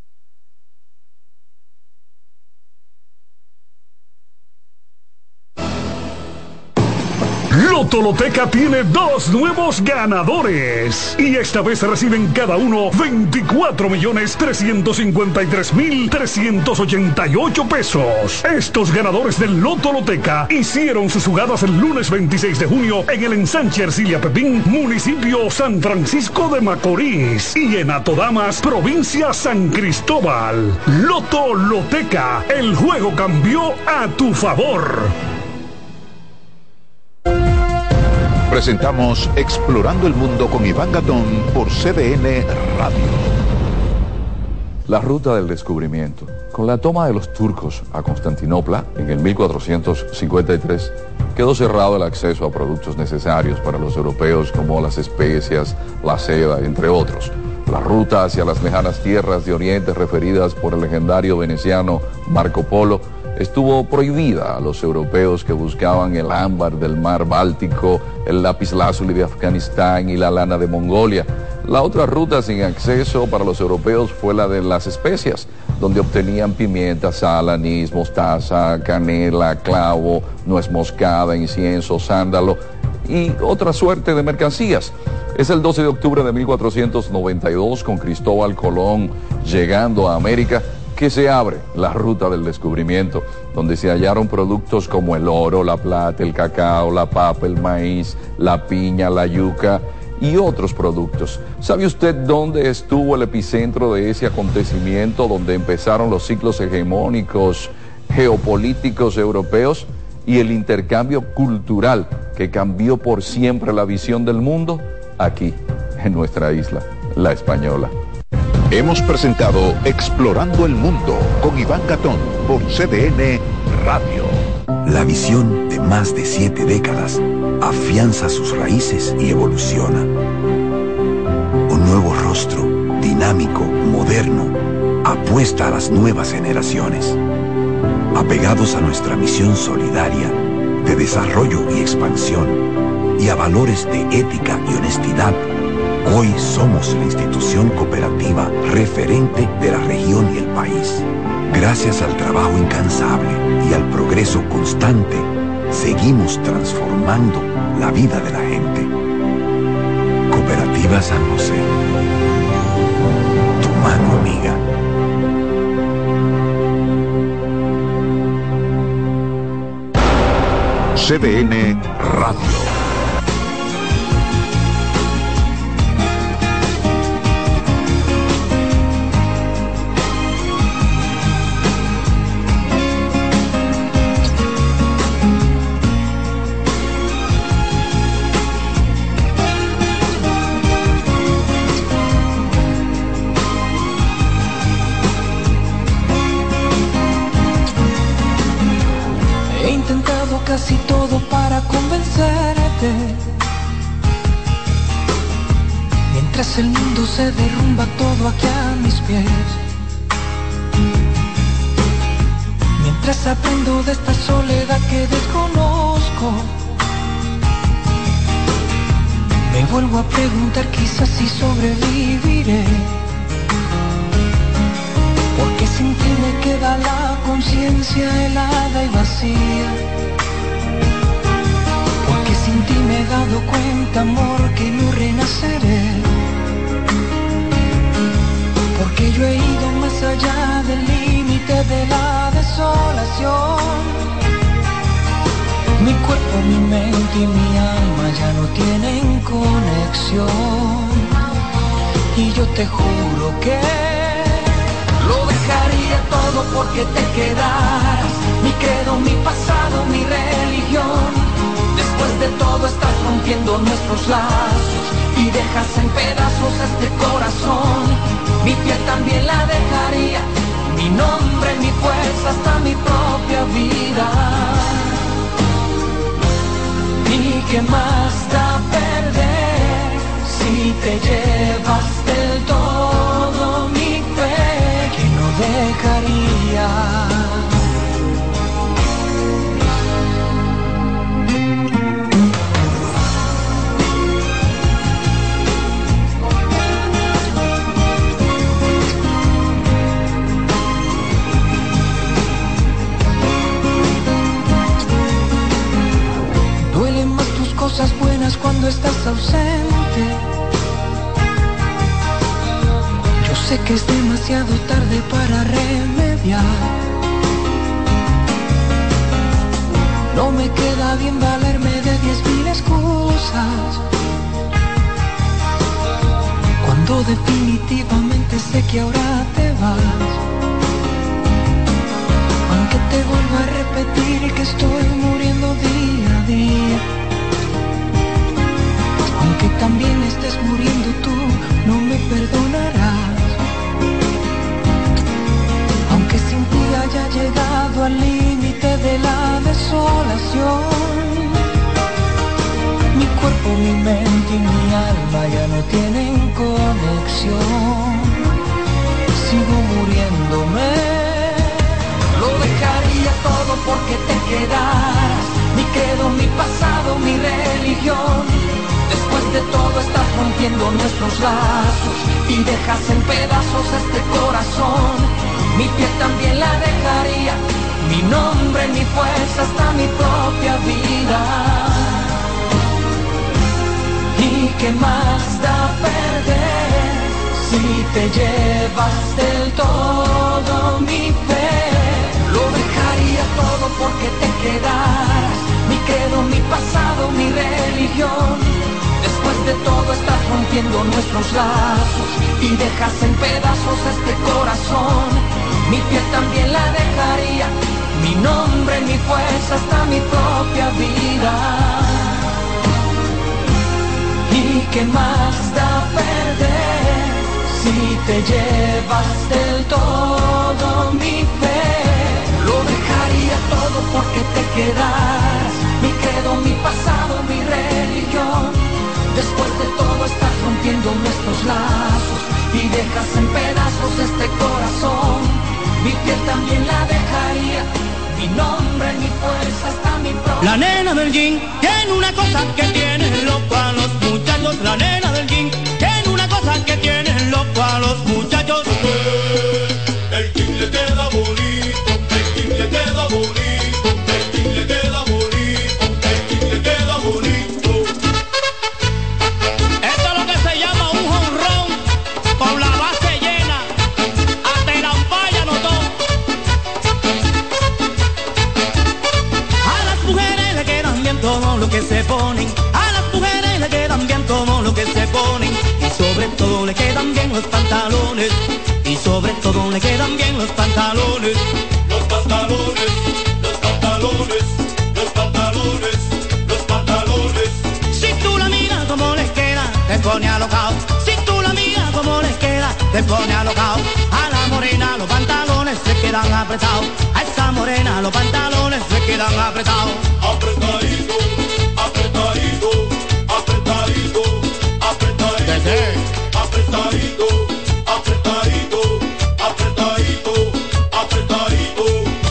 Lotoloteca tiene dos nuevos ganadores y esta vez reciben cada uno veinticuatro millones trescientos cincuenta y tres mil trescientos ochenta y ocho pesos. Estos ganadores del Lotoloteca hicieron sus jugadas el lunes veintiséis de junio en el ensanche Ercilia Pepín, municipio San Francisco de Macorís, y en Atodamas, provincia San Cristóbal. Lotoloteca, el juego cambió a tu favor. Presentamos Explorando el Mundo con Iván Gatón por C D N Radio. La ruta del descubrimiento. Con la toma de los turcos a Constantinopla en el mil cuatrocientos cincuenta y tres, quedó cerrado el acceso a productos necesarios para los europeos como las especias, la seda, entre otros. La ruta hacia las lejanas tierras de Oriente referidas por el legendario veneciano Marco Polo estuvo prohibida a los europeos que buscaban el ámbar del mar Báltico, el lapislázuli de Afganistán y la lana de Mongolia. La otra ruta sin acceso para los europeos fue la de las especias, donde obtenían pimienta, sal, anís, mostaza, canela, clavo, nuez moscada, incienso, sándalo y otra suerte de mercancías. Es el doce de octubre de mil cuatrocientos noventa y dos, con Cristóbal Colón llegando a América, que se abre la ruta del descubrimiento, donde se hallaron productos como el oro, la plata, el cacao, la papa, el maíz, la piña, la yuca y otros productos. ¿Sabe usted dónde estuvo el epicentro de ese acontecimiento, donde empezaron los ciclos hegemónicos geopolíticos europeos y el intercambio cultural que cambió por siempre la visión del mundo? Aquí, en nuestra isla, La Española. Hemos presentado Explorando el Mundo con Iván Gatón por C D N Radio. La visión de más de siete décadas afianza sus raíces y evoluciona. Un nuevo rostro, dinámico, moderno, apuesta a las nuevas generaciones. Apegados a nuestra misión solidaria de desarrollo y expansión y a valores de ética y honestidad, Hoy somos la institución cooperativa referente de la región y el país. Gracias al trabajo incansable y al progreso constante, seguimos transformando la vida de la gente. Cooperativa San José. Tu mano amiga. C D N Radio. Casi todo para convencerte, mientras el mundo se derrumba todo aquí a mis pies, mientras aprendo de esta soledad que desconozco, me vuelvo a preguntar quizás si sobreviviré, porque sin ti me queda la conciencia helada y vacía. Sin ti me he dado cuenta, amor, que no renaceré, porque yo he ido más allá del límite de la desolación. Mi cuerpo, mi mente y mi alma ya no tienen conexión, y yo te juro que lo dejaría todo porque te quedaras, mi credo, mi pasado, mi religión. Después de todo estás rompiendo nuestros lazos y dejas en pedazos este corazón. Mi piel también la dejaría, mi nombre, mi fuerza, hasta mi propia vida. ¿Y qué más da perder si te llevas del todo mi fe que no dejaría? Cosas buenas cuando estás ausente. Yo sé que es demasiado tarde para remediar. No me queda bien valerme de diez mil excusas, cuando definitivamente sé que ahora te vas. Aunque te vuelva a repetir que estoy muriendo día a día, aunque también estés muriendo tú, no me perdonarás. Aunque sin ti haya llegado al límite de la desolación, mi cuerpo, mi mente y mi alma ya no tienen conexión. Sigo muriéndome, lo dejaría todo porque te quedaras, mi credo, mi pasado, mi religión. Después de todo estás rompiendo nuestros lazos y dejas en pedazos este corazón. Mi piel también la dejaría, mi nombre, mi fuerza, hasta mi propia vida. ¿Y qué más da perder si te llevas del todo mi fe? Lo dejaría todo porque te quedaras, mi credo, mi pasado, mi religión. Después de todo estás rompiendo nuestros lazos y dejas en pedazos este corazón. Mi piel también la dejaría, mi nombre, mi fuerza, hasta mi propia vida. ¿Y qué más da perder si te llevas del todo mi fe? Lo dejaría todo porque te quedaras, mi credo, mi pasado, mi religión. Después de todo estás rompiendo nuestros lazos y dejas en pedazos este corazón. Mi piel también la dejaría, mi nombre, mi fuerza, hasta mi propia. La nena del jean tiene una cosa que tiene loco a los muchachos. La nena del jean tiene lo que se ponen y sobre todo le quedan bien los pantalones y sobre todo le quedan bien los pantalones. Los pantalones, los pantalones, los pantalones, los pantalones. Si tú la miras como les queda, te pone alocao. Si tú la miras como les queda, te pone alocao. A la morena los pantalones se quedan apretados. A esa morena los pantalones se quedan apretados. Apretadito, apretadito, apretadito, apretadito, apretadito, apretadito, apretadito, apretadito.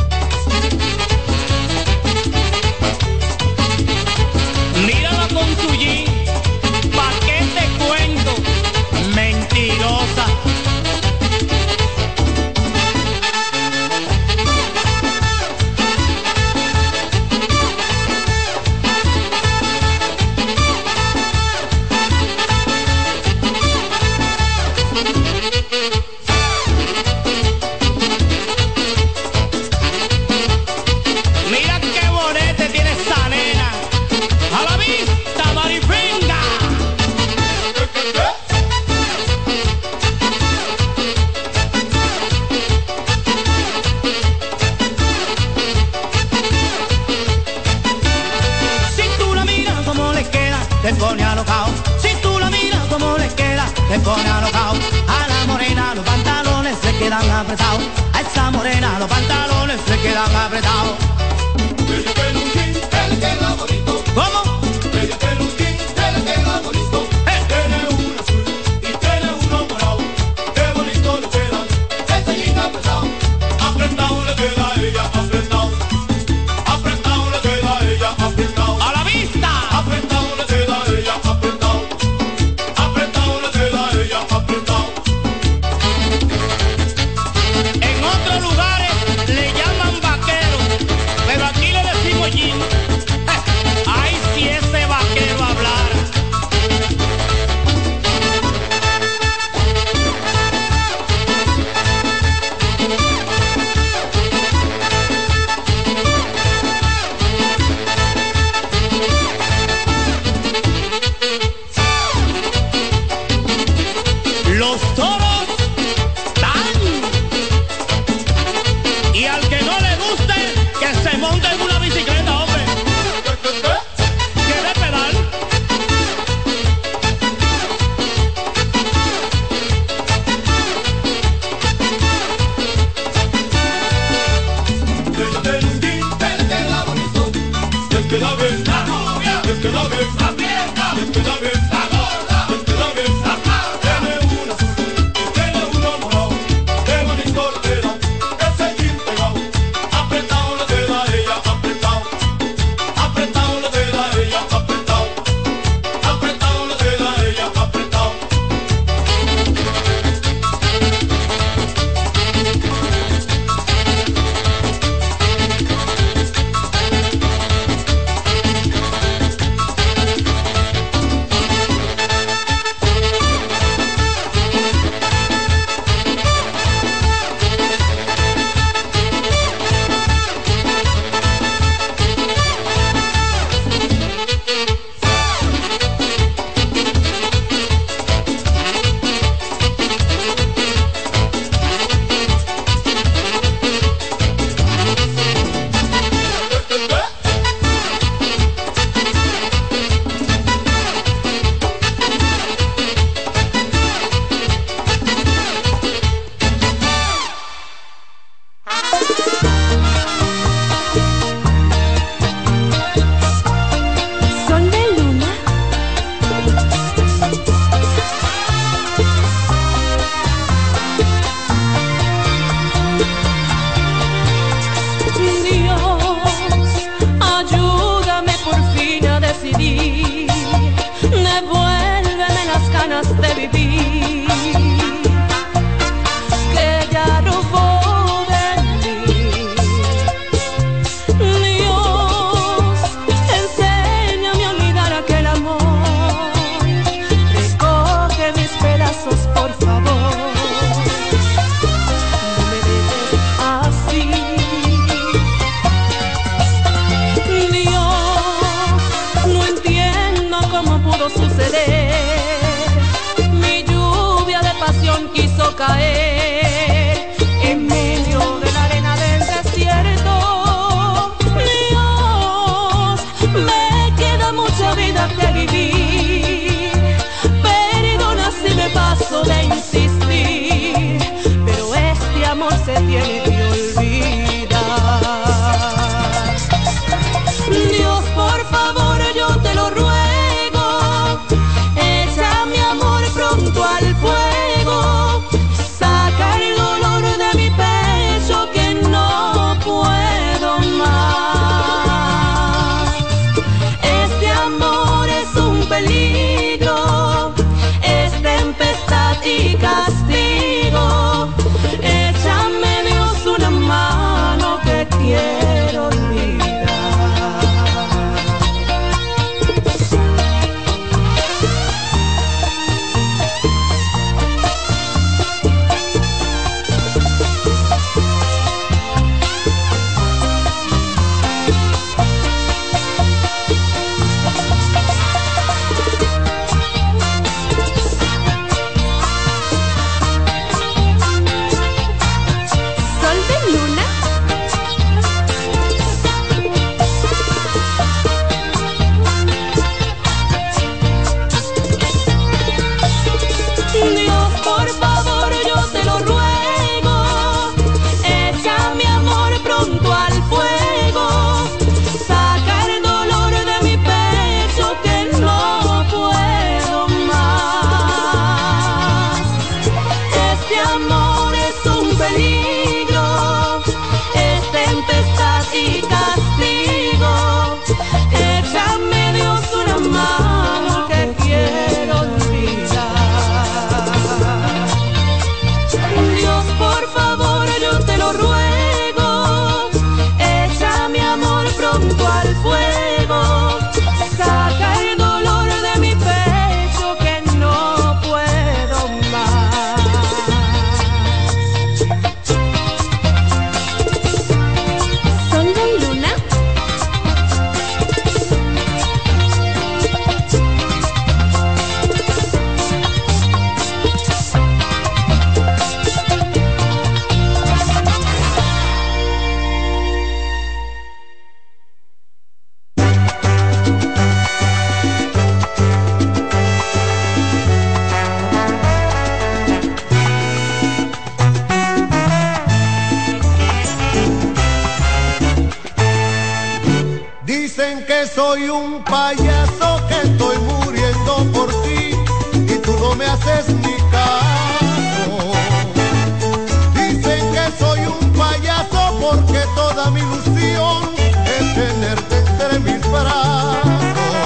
Mírala con su jean, ¿pa' qué te cuento? Mentirosa. Te pone alocao, si tú la miras como le queda, te pone alocao. A la morena los pantalones se quedan apretados, a esa morena los pantalones se quedan apretados. Ella tiene un jean, él queda bonito. ¿Cómo? Ella tiene un jean, él queda bonito. Él tiene uno azul y tiene uno morado, qué bonito le queda, ese jean apretado. Apretado le queda a ella, apretado. Apretado le queda a ella, apretado. A la vista. Apretado le queda a ella, apretado. Apretado le queda a ella, apretado. En otros lugares le llaman vaquero, pero aquí le decimos jean. Eh, ay, si ese vaquero hablara. Los toros están. Y al que no le guste, que se monte en una bicicleta, hombre. ¿Quiere pedal? Ella tiene un jean, él queda bonito. Les queda bien la novia, les queda bien la vieja, les queda bien la gorda, les queda bien la gorda. Tiene un azul soy un payaso, que estoy muriendo por ti y tú no me haces ni caso. Dicen que soy un payaso porque toda mi ilusión es tenerte entre mis brazos.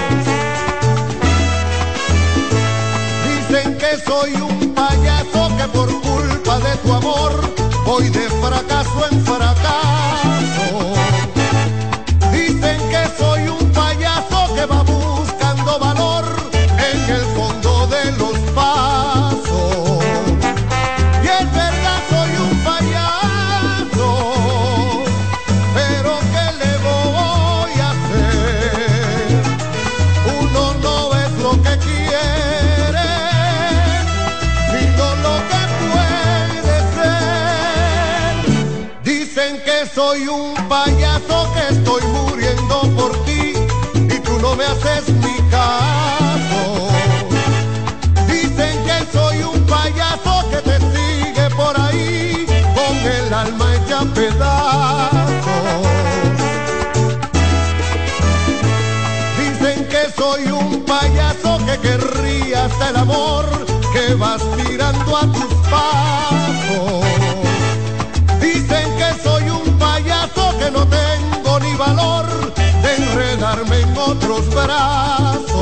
Dicen que soy un payaso, que por culpa de tu amor voy de fracaso en fracaso. Dicen que soy un payaso que va buscando valor en el fondo de los pasos. Y es verdad, soy un payaso, pero ¿qué le voy a hacer? Uno no es lo que quiere, sino lo que puede ser. Dicen que soy un payaso, que estoy muriendo por ti y tú no me haces ni caso. Dicen que soy un payaso que te sigue por ahí con el alma hecha pedazos. Dicen que soy un payaso que querría hasta el amor que vas tirando a tus pasos. Dicen que soy un payaso que no tengo ni valor de enredarme en otros brazos.